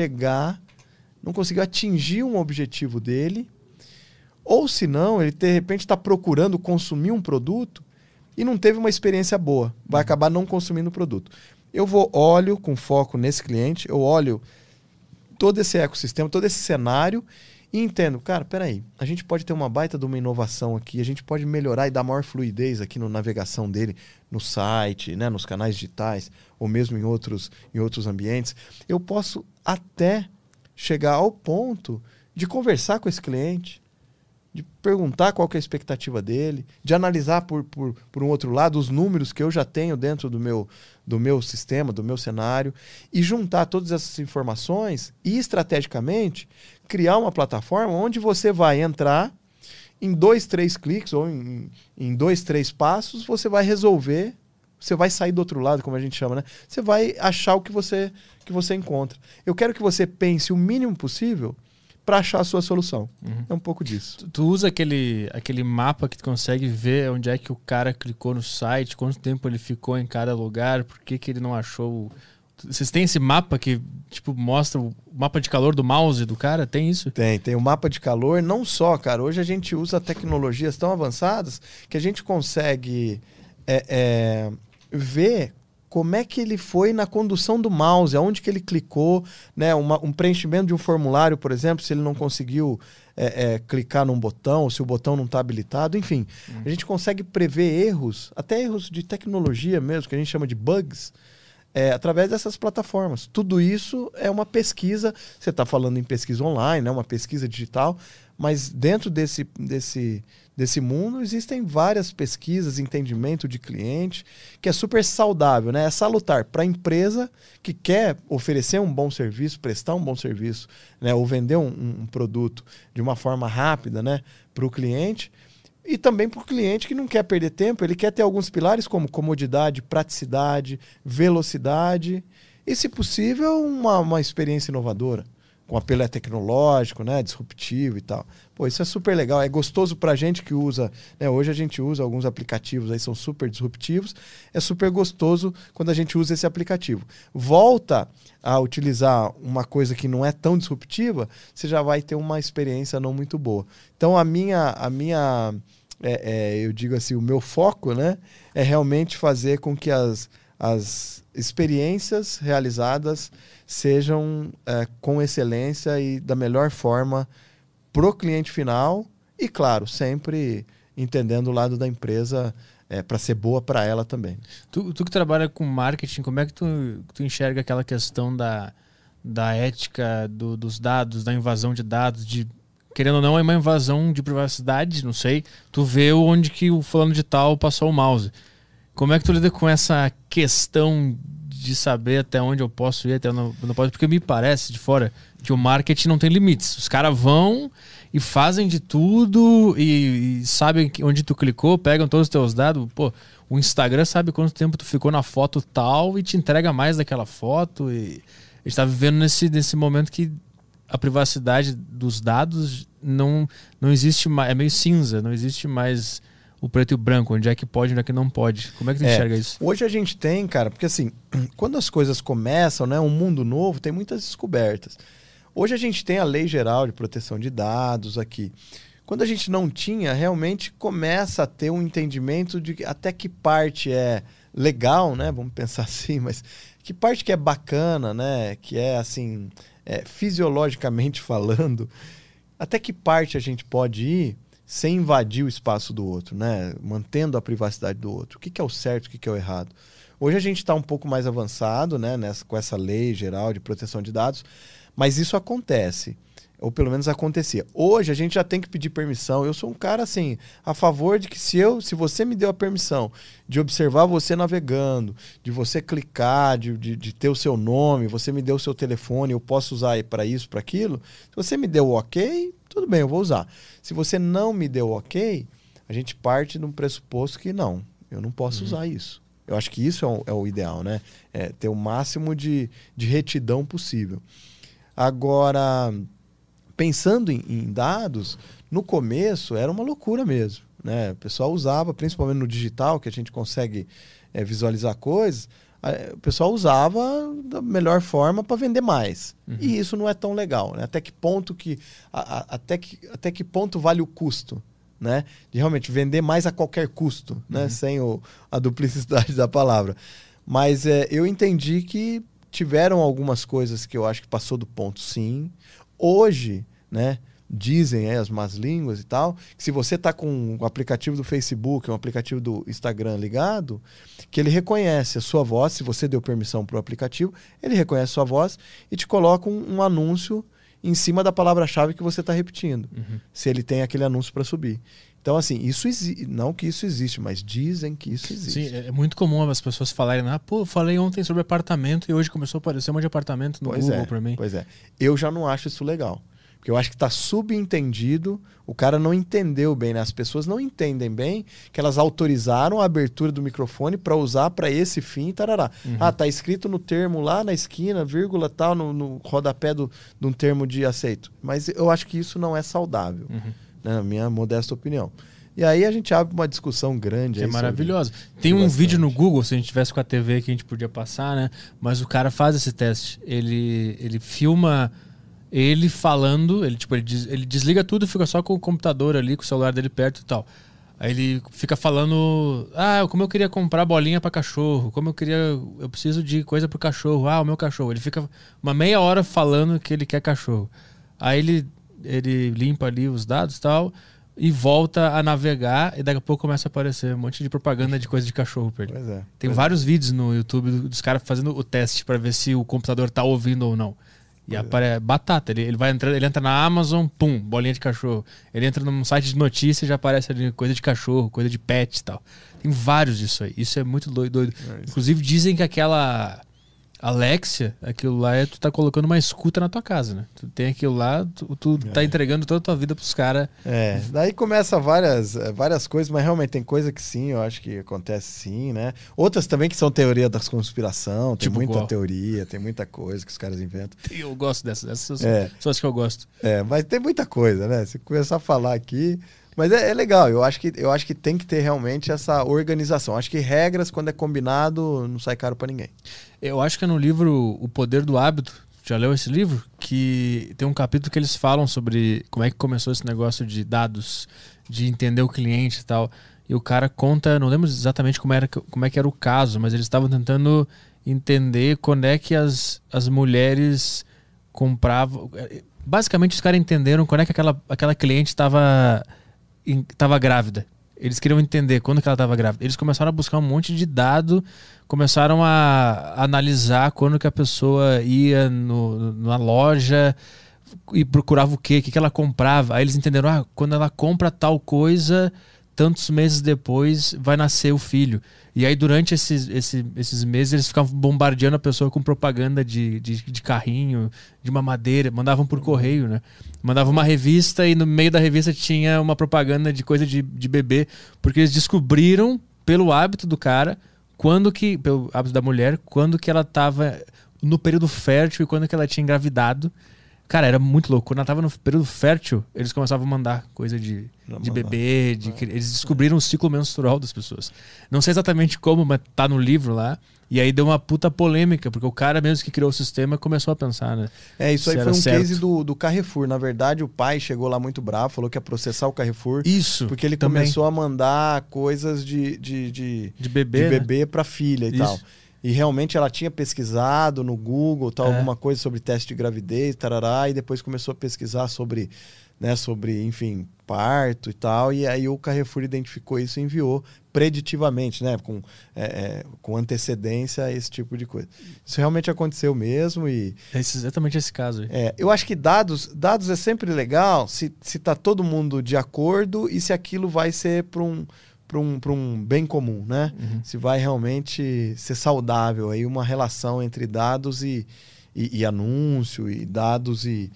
não conseguiu atingir um objetivo dele, ou se não, ele de repente está procurando consumir um produto e não teve uma experiência boa, vai acabar não consumindo o produto. Eu olho com foco nesse cliente, eu olho todo esse ecossistema, todo esse cenário e entendo, cara, peraí, a gente pode ter uma baita de uma inovação aqui, a gente pode melhorar e dar maior fluidez aqui na navegação dele, no site, né, nos canais digitais, ou mesmo em outros ambientes. Eu posso até chegar ao ponto de conversar com esse cliente, de perguntar qual que é a expectativa dele, de analisar por um outro lado os números que eu já tenho dentro do meu sistema, do meu cenário, e juntar todas essas informações e, estrategicamente, criar uma plataforma onde você vai entrar em 2, 3 cliques ou em 2, 3 passos, você vai resolver, você vai sair do outro lado, como a gente chama, né? Você vai achar o que você encontra. Eu quero que você pense o mínimo possível para achar a sua solução. É um pouco disso. Tu usa aquele mapa que tu consegue ver onde é que o cara clicou no site, quanto tempo ele ficou em cada lugar, por que ele não achou... Vocês têm esse mapa que mostra o mapa de calor do mouse do cara? Tem isso? Tem o mapa de calor. Não só, cara. Hoje a gente usa tecnologias tão avançadas que a gente consegue ver como é que ele foi na condução do mouse, aonde que ele clicou, né? Um preenchimento de um formulário, por exemplo, se ele não conseguiu clicar num botão, ou se o botão não está habilitado, enfim. A gente consegue prever erros, até erros de tecnologia mesmo, que a gente chama de bugs, através dessas plataformas. Tudo isso é uma pesquisa, você está falando em pesquisa online, né? Uma pesquisa digital, mas dentro desse mundo existem várias pesquisas, entendimento de cliente, que é super saudável, né? É salutar para a empresa que quer oferecer um bom serviço, prestar um bom serviço, né? Ou vender um produto de uma forma rápida, né? Para o cliente. E também para o cliente que não quer perder tempo, ele quer ter alguns pilares como comodidade, praticidade, velocidade e, se possível, uma experiência inovadora, com apelo tecnológico, né, disruptivo e tal. Pô, isso é super legal, é gostoso para a gente que usa, né, hoje a gente usa alguns aplicativos aí, são super disruptivos, é super gostoso quando a gente usa esse aplicativo. Volta a utilizar uma coisa que não é tão disruptiva, você já vai ter uma experiência não muito boa. Então eu digo assim, o meu foco, né, é realmente fazer com que as experiências realizadas sejam com excelência e da melhor forma pro cliente final e, claro, sempre entendendo o lado da empresa para ser boa para ela também. Tu que trabalha com marketing, como é que tu enxerga aquela questão da ética dos dados, da invasão de dados, querendo ou não, é uma invasão de privacidade, não sei. Tu vê onde que o fulano de tal passou o mouse. Como é que tu lida com essa questão de saber até onde eu posso ir, até onde eu não posso? Porque me parece, de fora, que o marketing não tem limites. Os caras vão e fazem de tudo e sabem onde tu clicou, pegam todos os teus dados. Pô, o Instagram sabe quanto tempo tu ficou na foto tal e te entrega mais daquela foto. E a gente tá vivendo nesse momento que a privacidade dos dados não existe mais, é meio cinza, não existe mais o preto e o branco, onde é que pode, onde é que não pode. Como é que tu enxerga isso? Hoje a gente tem, cara, porque assim, quando as coisas começam, né, um mundo novo, tem muitas descobertas. Hoje a gente tem a Lei Geral de Proteção de Dados aqui. Quando a gente não tinha, realmente começa a ter um entendimento de até que parte é legal, né, vamos pensar assim, mas que parte que é bacana, né, que é assim, fisiologicamente falando, até que parte a gente pode ir sem invadir o espaço do outro, né? Mantendo a privacidade do outro. O que é o certo, o que é o errado? Hoje a gente está um pouco mais avançado, né, com essa lei geral de proteção de dados, mas isso acontece, ou pelo menos acontecia. Hoje a gente já tem que pedir permissão. Eu sou um cara assim, a favor de que se você me deu a permissão de observar você navegando, de você clicar, de ter o seu nome, você me deu o seu telefone, eu posso usar para isso, para aquilo, se você me deu o ok, tudo bem, eu vou usar. Se você não me deu ok, a gente parte de um pressuposto que não, eu não posso usar isso. Eu acho que isso é o ideal, né? Ter o máximo de retidão possível. Agora, pensando em dados, no começo era uma loucura mesmo, né? O pessoal usava, principalmente no digital, que a gente consegue visualizar coisas, o pessoal usava da melhor forma para vender mais. E isso não é tão legal, né? Até que ponto vale o custo, né? De realmente vender mais a qualquer custo, né? Sem a duplicidade da palavra. Mas eu entendi que tiveram algumas coisas que eu acho que passou do ponto, sim. Hoje, né, dizem as más línguas e tal, que se você está com o aplicativo do Facebook, um aplicativo do Instagram ligado, que ele reconhece a sua voz, se você deu permissão para o aplicativo, ele reconhece a sua voz e te coloca um anúncio em cima da palavra-chave que você está repetindo, se ele tem aquele anúncio para subir. Então, assim, não que isso existe, mas dizem que isso existe. Sim, é muito comum as pessoas falarem, eu falei ontem sobre apartamento e hoje começou a aparecer um monte de apartamento no Google para mim. Pois é. Eu já não acho isso legal. Porque eu acho que está subentendido, o cara não entendeu bem, né? As pessoas não entendem bem que elas autorizaram a abertura do microfone para usar para esse fim e tarará. Tá escrito no termo lá na esquina, vírgula tal, no rodapé de um termo de aceito. Mas eu acho que isso não é saudável. Na minha modesta opinião. E aí a gente abre uma discussão grande. Que é maravilhosa. Tem um vídeo no Google, se a gente tivesse com a TV que a gente podia passar, né? Mas o cara faz esse teste. Ele filma ele falando, ele desliga tudo e fica só com o computador ali, com o celular dele perto e tal. Aí ele fica falando, como eu queria comprar bolinha pra cachorro, eu preciso de coisa pro cachorro, o meu cachorro. Ele fica uma meia hora falando que ele quer cachorro. Aí ele limpa ali os dados e tal, e volta a navegar, e daqui a pouco começa a aparecer um monte de propaganda de coisa de cachorro pra ele. Tem vários vídeos no YouTube dos caras fazendo o teste pra ver se o computador tá ouvindo ou não. E aparece batata. Ele entra na Amazon, pum, bolinha de cachorro. Ele entra num site de notícias, já aparece ali coisa de cachorro, coisa de pet e tal. Tem vários disso aí. Isso é muito doido. Inclusive dizem que aquela Alexia, aquilo lá tu tá colocando uma escuta na tua casa, né? Tu tem aquilo lá, tu tá entregando toda a tua vida pros caras. Daí começa várias coisas, mas realmente tem coisa que sim, eu acho que acontece sim, né? Outras também que são teoria da conspiração, tem muita teoria, tem muita coisa que os caras inventam. Eu gosto dessas são as que eu gosto. Mas tem muita coisa, né? Se começar a falar aqui... Mas é legal, eu acho que tem que ter realmente essa organização. Acho que regras, quando é combinado, não sai caro pra ninguém. Eu acho que é no livro O Poder do Hábito, já leu esse livro? Que tem um capítulo que eles falam sobre como é que começou esse negócio de dados, de entender o cliente e tal. E o cara conta, não lembro exatamente como é que era o caso, mas eles estavam tentando entender quando é que as mulheres compravam... Basicamente os caras entenderam quando é que aquela cliente estava grávida. Eles queriam entender quando que ela estava grávida. Eles começaram a buscar um monte de dado, começaram a analisar quando que a pessoa ia na loja e procurava o quê, o que ela comprava. Aí eles entenderam, quando ela compra tal coisa, tantos meses depois vai nascer o filho. E aí durante esses meses eles ficavam bombardeando a pessoa com propaganda de carrinho, de mamadeira, mandavam por correio, né? Mandavam uma revista e no meio da revista tinha uma propaganda de coisa de bebê, porque eles descobriram pelo hábito do cara, pelo hábito da mulher, quando que ela estava no período fértil e quando que ela tinha engravidado. Cara, era muito louco. Quando ela tava no período fértil, eles começavam a mandar coisa de bebê. Eles descobriram o ciclo menstrual das pessoas. Não sei exatamente como, mas tá no livro lá. E aí deu uma puta polêmica, porque o cara mesmo que criou o sistema começou a pensar, né? Isso aí foi um case do Carrefour. Na verdade, o pai chegou lá muito bravo, falou que ia processar o Carrefour. Isso. Porque ele começou a mandar coisas de bebê pra filha e tal. E realmente ela tinha pesquisado no Google, alguma coisa sobre teste de gravidez, tarará, e depois começou a pesquisar sobre, enfim, parto e tal. E aí o Carrefour identificou isso e enviou preditivamente, né? Com antecedência, esse tipo de coisa. Isso realmente aconteceu mesmo e... É exatamente esse caso aí. Eu acho que dados é sempre legal se tá todo mundo de acordo e se aquilo vai ser para um bem comum, né? Se vai realmente ser saudável aí uma relação entre dados e anúncio, e dados e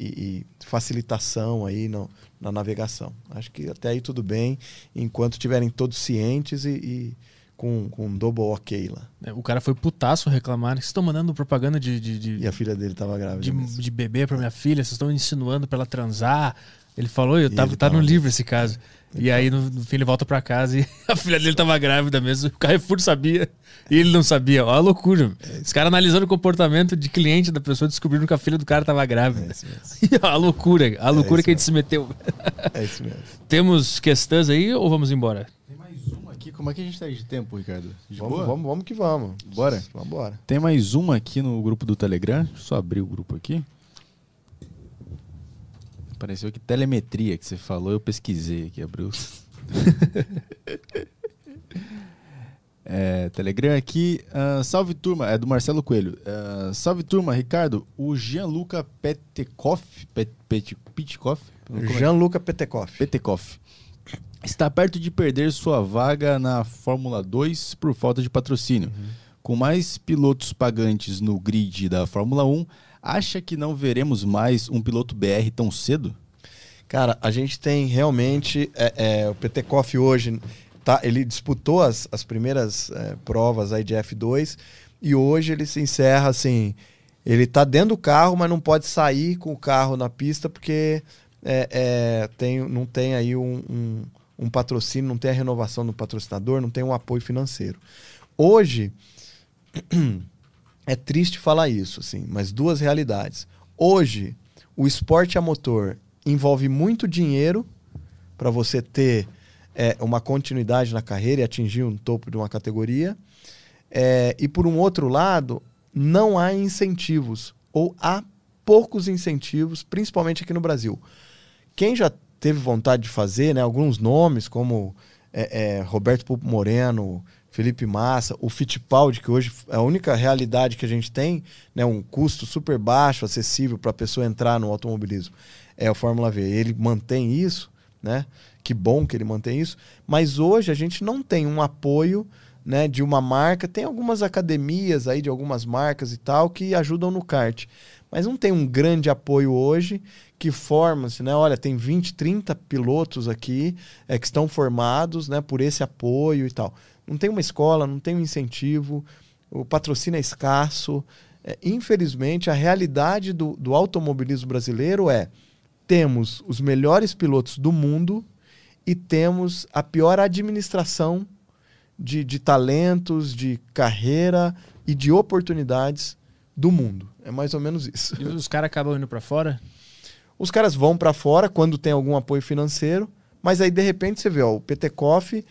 facilitação aí na navegação. Acho que até aí tudo bem, enquanto estiverem todos cientes e com um double ok lá. O cara foi putaço reclamar, vocês estão mandando propaganda de... E a filha dele estava grávida. De bebê pra minha filha, vocês estão insinuando pra ela transar. Ele falou, tá no livro esse caso. E aí, no fim, ele volta pra casa e a filha dele tava grávida mesmo. O Carrefour sabia e ele não sabia. Olha a loucura. Os caras analisando o comportamento de cliente da pessoa, descobrindo que a filha do cara tava grávida. É isso mesmo. A loucura que a gente se meteu. É isso mesmo. Temos questões aí ou vamos embora? Tem mais uma aqui. Como é que a gente tá de tempo, Ricardo? Vamos que vamos. Bora? Vamos embora. Tem mais uma aqui no grupo do Telegram. Deixa eu só abrir o grupo aqui. Pareceu que telemetria que você falou, eu pesquisei aqui, abriu. Telegram aqui. Salve turma, é do Marcelo Coelho. Salve turma, Ricardo. O Gianluca Petekoff. Gianluca Petekoff está perto de perder sua vaga na Fórmula 2 por falta de patrocínio. Com mais pilotos pagantes no grid da Fórmula 1, acha que não veremos mais um piloto BR tão cedo? Cara, a gente tem realmente... o Petekoff hoje, ele disputou as primeiras provas aí de F2 e hoje ele se encerra assim... Ele tá dentro do carro, mas não pode sair com o carro na pista porque não tem aí um patrocínio, não tem a renovação do patrocinador, não tem um apoio financeiro. Hoje... É triste falar isso, assim, mas duas realidades. Hoje, o esporte a motor envolve muito dinheiro para você ter uma continuidade na carreira e atingir um topo de uma categoria. E por um outro lado, não há incentivos, ou há poucos incentivos, principalmente aqui no Brasil. Quem já teve vontade de fazer, né, alguns nomes como Roberto Pupo Moreno, Felipe Massa, o Fittipaldi, que hoje é a única realidade que a gente tem, né, um custo super baixo, acessível para a pessoa entrar no automobilismo, é a Fórmula V. Ele mantém isso, né? Que bom que ele mantém isso, mas hoje a gente não tem um apoio, né, de uma marca. Tem algumas academias aí de algumas marcas e tal que ajudam no kart, mas não tem um grande apoio hoje que forma-se, né? Olha, tem 20, 30 pilotos aqui que estão formados, né, por esse apoio e tal. Não tem uma escola, não tem um incentivo, o patrocínio é escasso. Infelizmente, a realidade do automobilismo brasileiro temos os melhores pilotos do mundo e temos a pior administração de talentos, de carreira e de oportunidades do mundo. É mais ou menos isso. E os caras acabam indo para fora? Os caras vão para fora quando tem algum apoio financeiro, mas aí de repente você vê, o Petekoff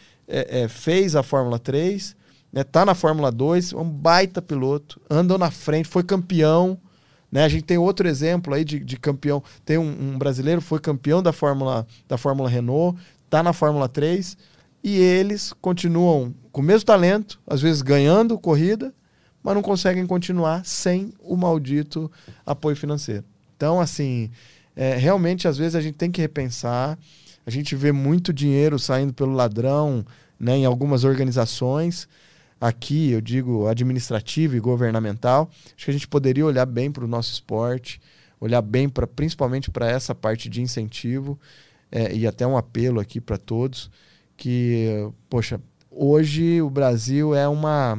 fez a Fórmula 3, né, tá na Fórmula 2, um baita piloto, andou na frente, foi campeão, né? A gente tem outro exemplo aí de campeão, tem um brasileiro, foi campeão da Fórmula Renault, tá na Fórmula 3, e eles continuam com o mesmo talento, às vezes ganhando corrida, mas não conseguem continuar sem o maldito apoio financeiro. Então, assim, realmente, às vezes a gente tem que repensar. A gente vê muito dinheiro saindo pelo ladrão, né, em algumas organizações. Aqui, eu digo, administrativa e governamental. Acho que a gente poderia olhar bem para o nosso esporte, olhar bem principalmente para essa parte de incentivo, e até um apelo aqui para todos, que, poxa, hoje o Brasil é uma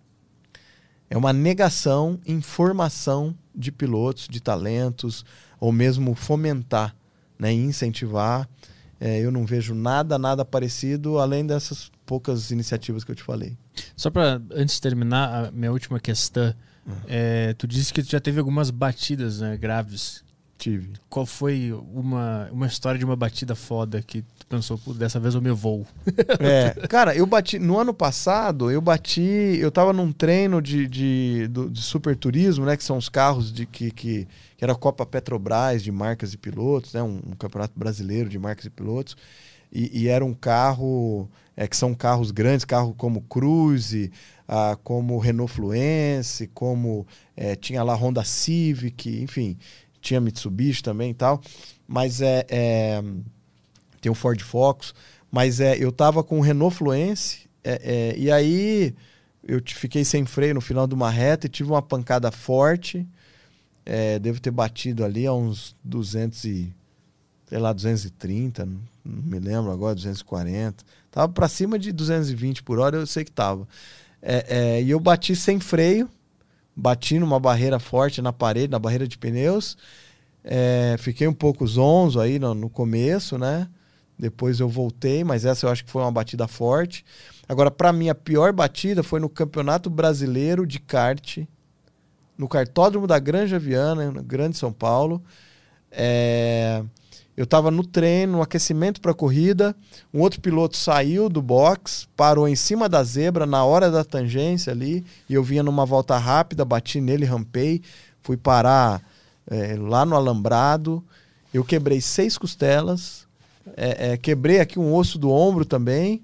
negação em formação de pilotos, de talentos, ou mesmo fomentar, né, e incentivar. Eu não vejo nada parecido, além dessas poucas iniciativas que eu te falei. Só para, antes de terminar, a minha última questão. Tu disse que tu já teve algumas batidas, né, graves. Tive. Qual foi uma história de uma batida foda que tu pensou, dessa vez eu me vou? Cara, eu bati, no ano passado, eu tava num treino de super turismo, né, que são os carros que era a Copa Petrobras de marcas e pilotos, né, um campeonato brasileiro de marcas e pilotos, e era um carro, que são carros grandes, carro como Cruze, como Renault Fluence, como tinha lá Honda Civic, enfim, tinha Mitsubishi também e tal, mas tem o Ford Focus, mas eu tava com o Renault Fluence, e aí eu fiquei sem freio no final de uma reta e tive uma pancada forte, devo ter batido ali a uns 230, não me lembro agora, 240, tava para cima de 220 por hora, eu sei que tava. E eu bati sem freio, bati numa barreira forte na parede, na barreira de pneus, fiquei um pouco zonzo aí no começo, né? Depois eu voltei, mas essa eu acho que foi uma batida forte. Agora, para mim, a pior batida foi no Campeonato Brasileiro de Kart, no kartódromo da Granja Viana, no Grande São Paulo. Eu estava no treino, no aquecimento para a corrida, um outro piloto saiu do box, parou em cima da zebra na hora da tangência ali, e eu vinha numa volta rápida, bati nele, rampei, fui parar lá no alambrado, eu quebrei 6 costelas, quebrei aqui um osso do ombro também,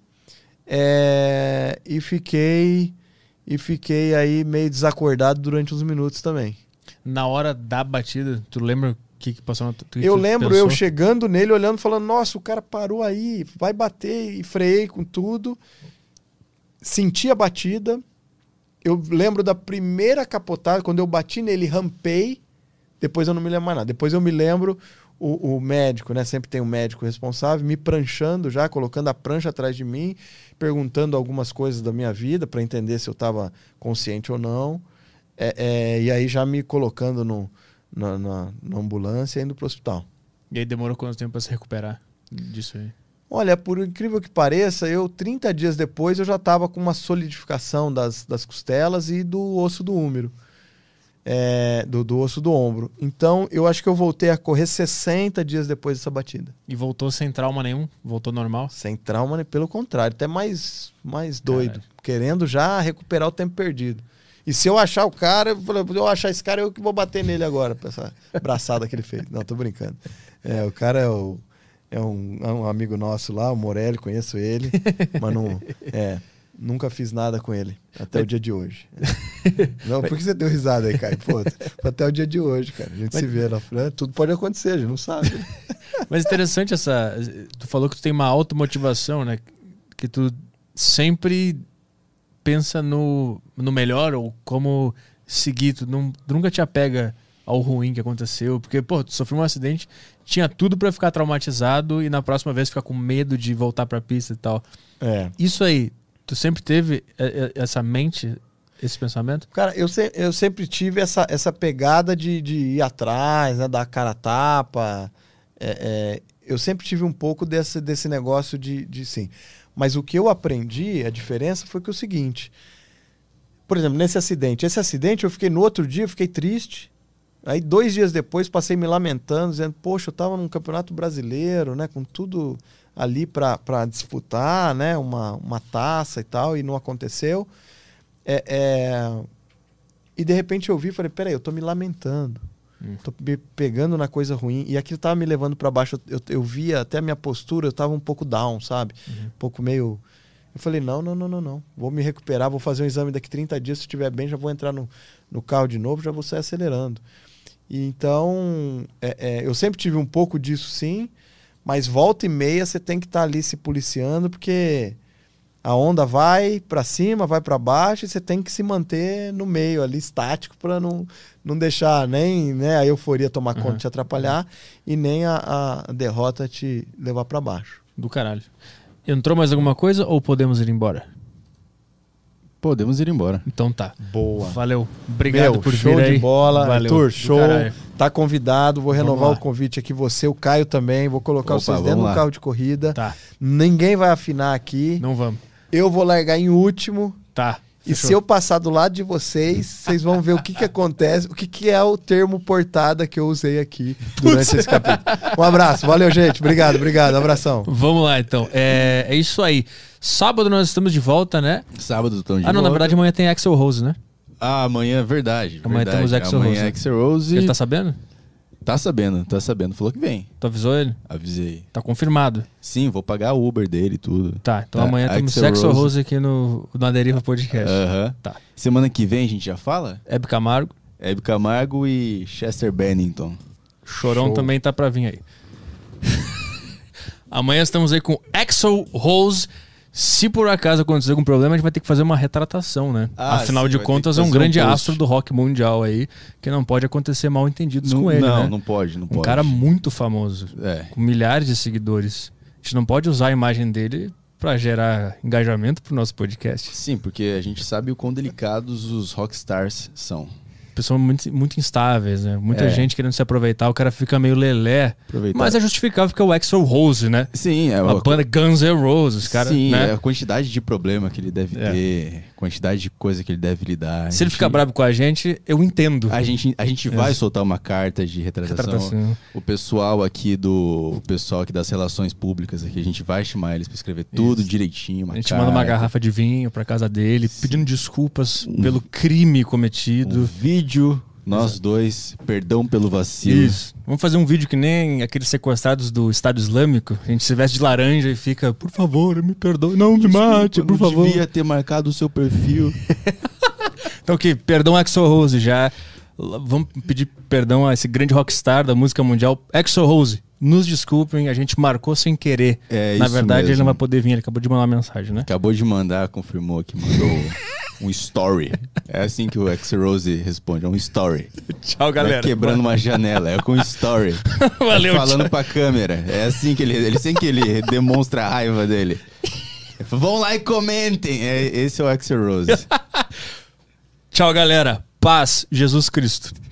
e fiquei aí meio desacordado durante uns minutos também. Na hora da batida, tu lembra o que passou na tua... Eu lembro pensou? Eu chegando nele, olhando, falando, nossa, o cara parou aí, vai bater, e freiei com tudo. Senti a batida. Eu lembro da primeira capotada, quando eu bati nele, rampei. Depois eu não me lembro mais nada. Depois eu me lembro o médico, né? Sempre tem um médico responsável, me pranchando já, colocando a prancha atrás de mim, perguntando algumas coisas da minha vida para entender se eu estava consciente ou não. E aí já me colocando na ambulância e indo pro hospital. E aí demorou quanto tempo para se recuperar disso aí? Olha, por incrível que pareça, 30 dias depois eu já estava com uma solidificação das costelas e do osso do úmero. do osso do ombro. Então, eu acho que eu voltei a correr 60 dias depois dessa batida. E voltou sem trauma nenhum? Voltou normal? Sem trauma, pelo contrário, até mais doido. Caralho. Querendo já recuperar o tempo perdido. E se eu achar o cara, eu achar esse cara, eu que vou bater nele agora, pra essa braçada que ele fez. Não, tô brincando. O cara é um amigo nosso lá, o Morelli, conheço ele, mas não... Nunca fiz nada com ele, até o dia de hoje. Não, por que você deu risada aí, Caio? Pô, até o dia de hoje, cara. A gente se vê na frente, tudo pode acontecer, a gente não sabe. Mas interessante tu falou que tu tem uma automotivação, né? Que tu sempre pensa no melhor ou como seguir. Tu nunca te apega ao ruim que aconteceu. Porque, pô, tu sofreu um acidente, tinha tudo pra ficar traumatizado e na próxima vez ficar com medo de voltar pra pista e tal. Isso aí... Tu sempre teve essa mente, esse pensamento? Cara, eu sempre tive essa pegada de ir atrás, né, dar a cara a tapa. Eu sempre tive um pouco desse negócio de sim. Mas o que eu aprendi, a diferença foi que o seguinte... Por exemplo, esse acidente eu fiquei no outro dia, eu fiquei triste. Aí 2 dias depois passei me lamentando, dizendo, poxa, eu tava num campeonato brasileiro, né, com tudo... ali para disputar, né, uma taça e tal, e não aconteceu. E de repente eu vi e falei, peraí, eu tô me lamentando. Tô pegando na coisa ruim. E aquilo tava me levando para baixo. Eu via até a minha postura, eu tava um pouco down, sabe? Um pouco meio... Eu falei, não. Vou me recuperar, vou fazer um exame daqui 30 dias, se estiver bem, já vou entrar no carro de novo, já vou sair acelerando. E então, eu sempre tive um pouco disso, sim. Mas volta e meia você tem que estar ali se policiando, porque a onda vai para cima, vai para baixo, e você tem que se manter no meio ali, estático, para não deixar nem, né, a euforia tomar conta de te atrapalhar e nem a derrota te levar para baixo. Do caralho. Entrou mais alguma coisa ou podemos ir embora? Podemos ir embora. Então tá. Boa. Valeu. Obrigado por vir show aí. De bola. Valeu. Arthur, show. Tá convidado. Vou renovar o convite aqui. Você, o Caio também. Vou colocar vocês dentro do carro de corrida. Tá. Ninguém vai afinar aqui. Não vamos. Eu vou largar em último. Tá. E se eu passar do lado de vocês vão ver o que acontece, o que é o termo portada que eu usei aqui durante esse capítulo. Um abraço. Valeu, gente. Obrigado. Abração. Vamos lá, então. É isso aí. Sábado nós estamos de volta, né? Sábado estamos de volta. Não, na verdade amanhã tem Axl Rose, né? Amanhã é verdade. Amanhã temos Axl Rose. Amanhã é Axl Rose. Ele tá sabendo? Tá sabendo. Falou que vem. Tu avisou ele? Avisei. Tá confirmado? Sim, vou pagar o Uber dele e tudo. Tá, então amanhã temos Axl Rose aqui na Deriva Podcast. Tá. Semana que vem a gente já fala? Hebe Camargo e Chester Bennington. Chorão também tá pra vir aí. Amanhã estamos aí com Axl Rose. Se por acaso acontecer algum problema, a gente vai ter que fazer uma retratação, né? Afinal de contas, é um grande astro do rock mundial aí, que não pode acontecer mal entendidos com ele, né? Não pode. Um cara muito famoso, com milhares de seguidores. A gente não pode usar a imagem dele pra gerar engajamento pro nosso podcast. Sim, porque a gente sabe o quão delicados os rockstars são. Pessoas muito instáveis, né? Muita gente querendo se aproveitar, o cara fica meio lelé. Mas é justificável porque é o Axl Rose, né? Sim, a banda Guns N' Roses, cara. Sim, né? A quantidade de problema que ele deve ter, quantidade de coisa que ele deve lidar. Se ele ficar bravo com a gente, eu entendo. A gente vai soltar uma carta de retratação. O pessoal aqui das relações públicas aqui, a gente vai chamar eles pra escrever tudo direitinho. A gente manda uma garrafa de vinho pra casa dele, pedindo desculpas pelo crime cometido. Vídeo, nós dois, perdão pelo vacilo. Isso. Vamos fazer um vídeo que nem aqueles sequestrados do Estado Islâmico. A gente se veste de laranja e fica, por favor, me perdoe, não me mate, por favor. Eu devia ter marcado o seu perfil. Então, perdão Axl Rose já. Vamos pedir perdão a esse grande rockstar da música mundial, Axl Rose. Nos desculpem, a gente marcou sem querer. Na verdade, mesmo. Ele não vai poder vir, ele acabou de mandar uma mensagem, né? Acabou de mandar, confirmou que mandou um story. É assim que o Axl Rose responde, é um story. Tchau, galera. Vai quebrando uma janela, é com story. Valeu, falando pra câmera. É assim que ele sem que ele demonstra a raiva dele. Vão lá e comentem. Esse é o Axl Rose. Tchau, galera. Paz, Jesus Cristo.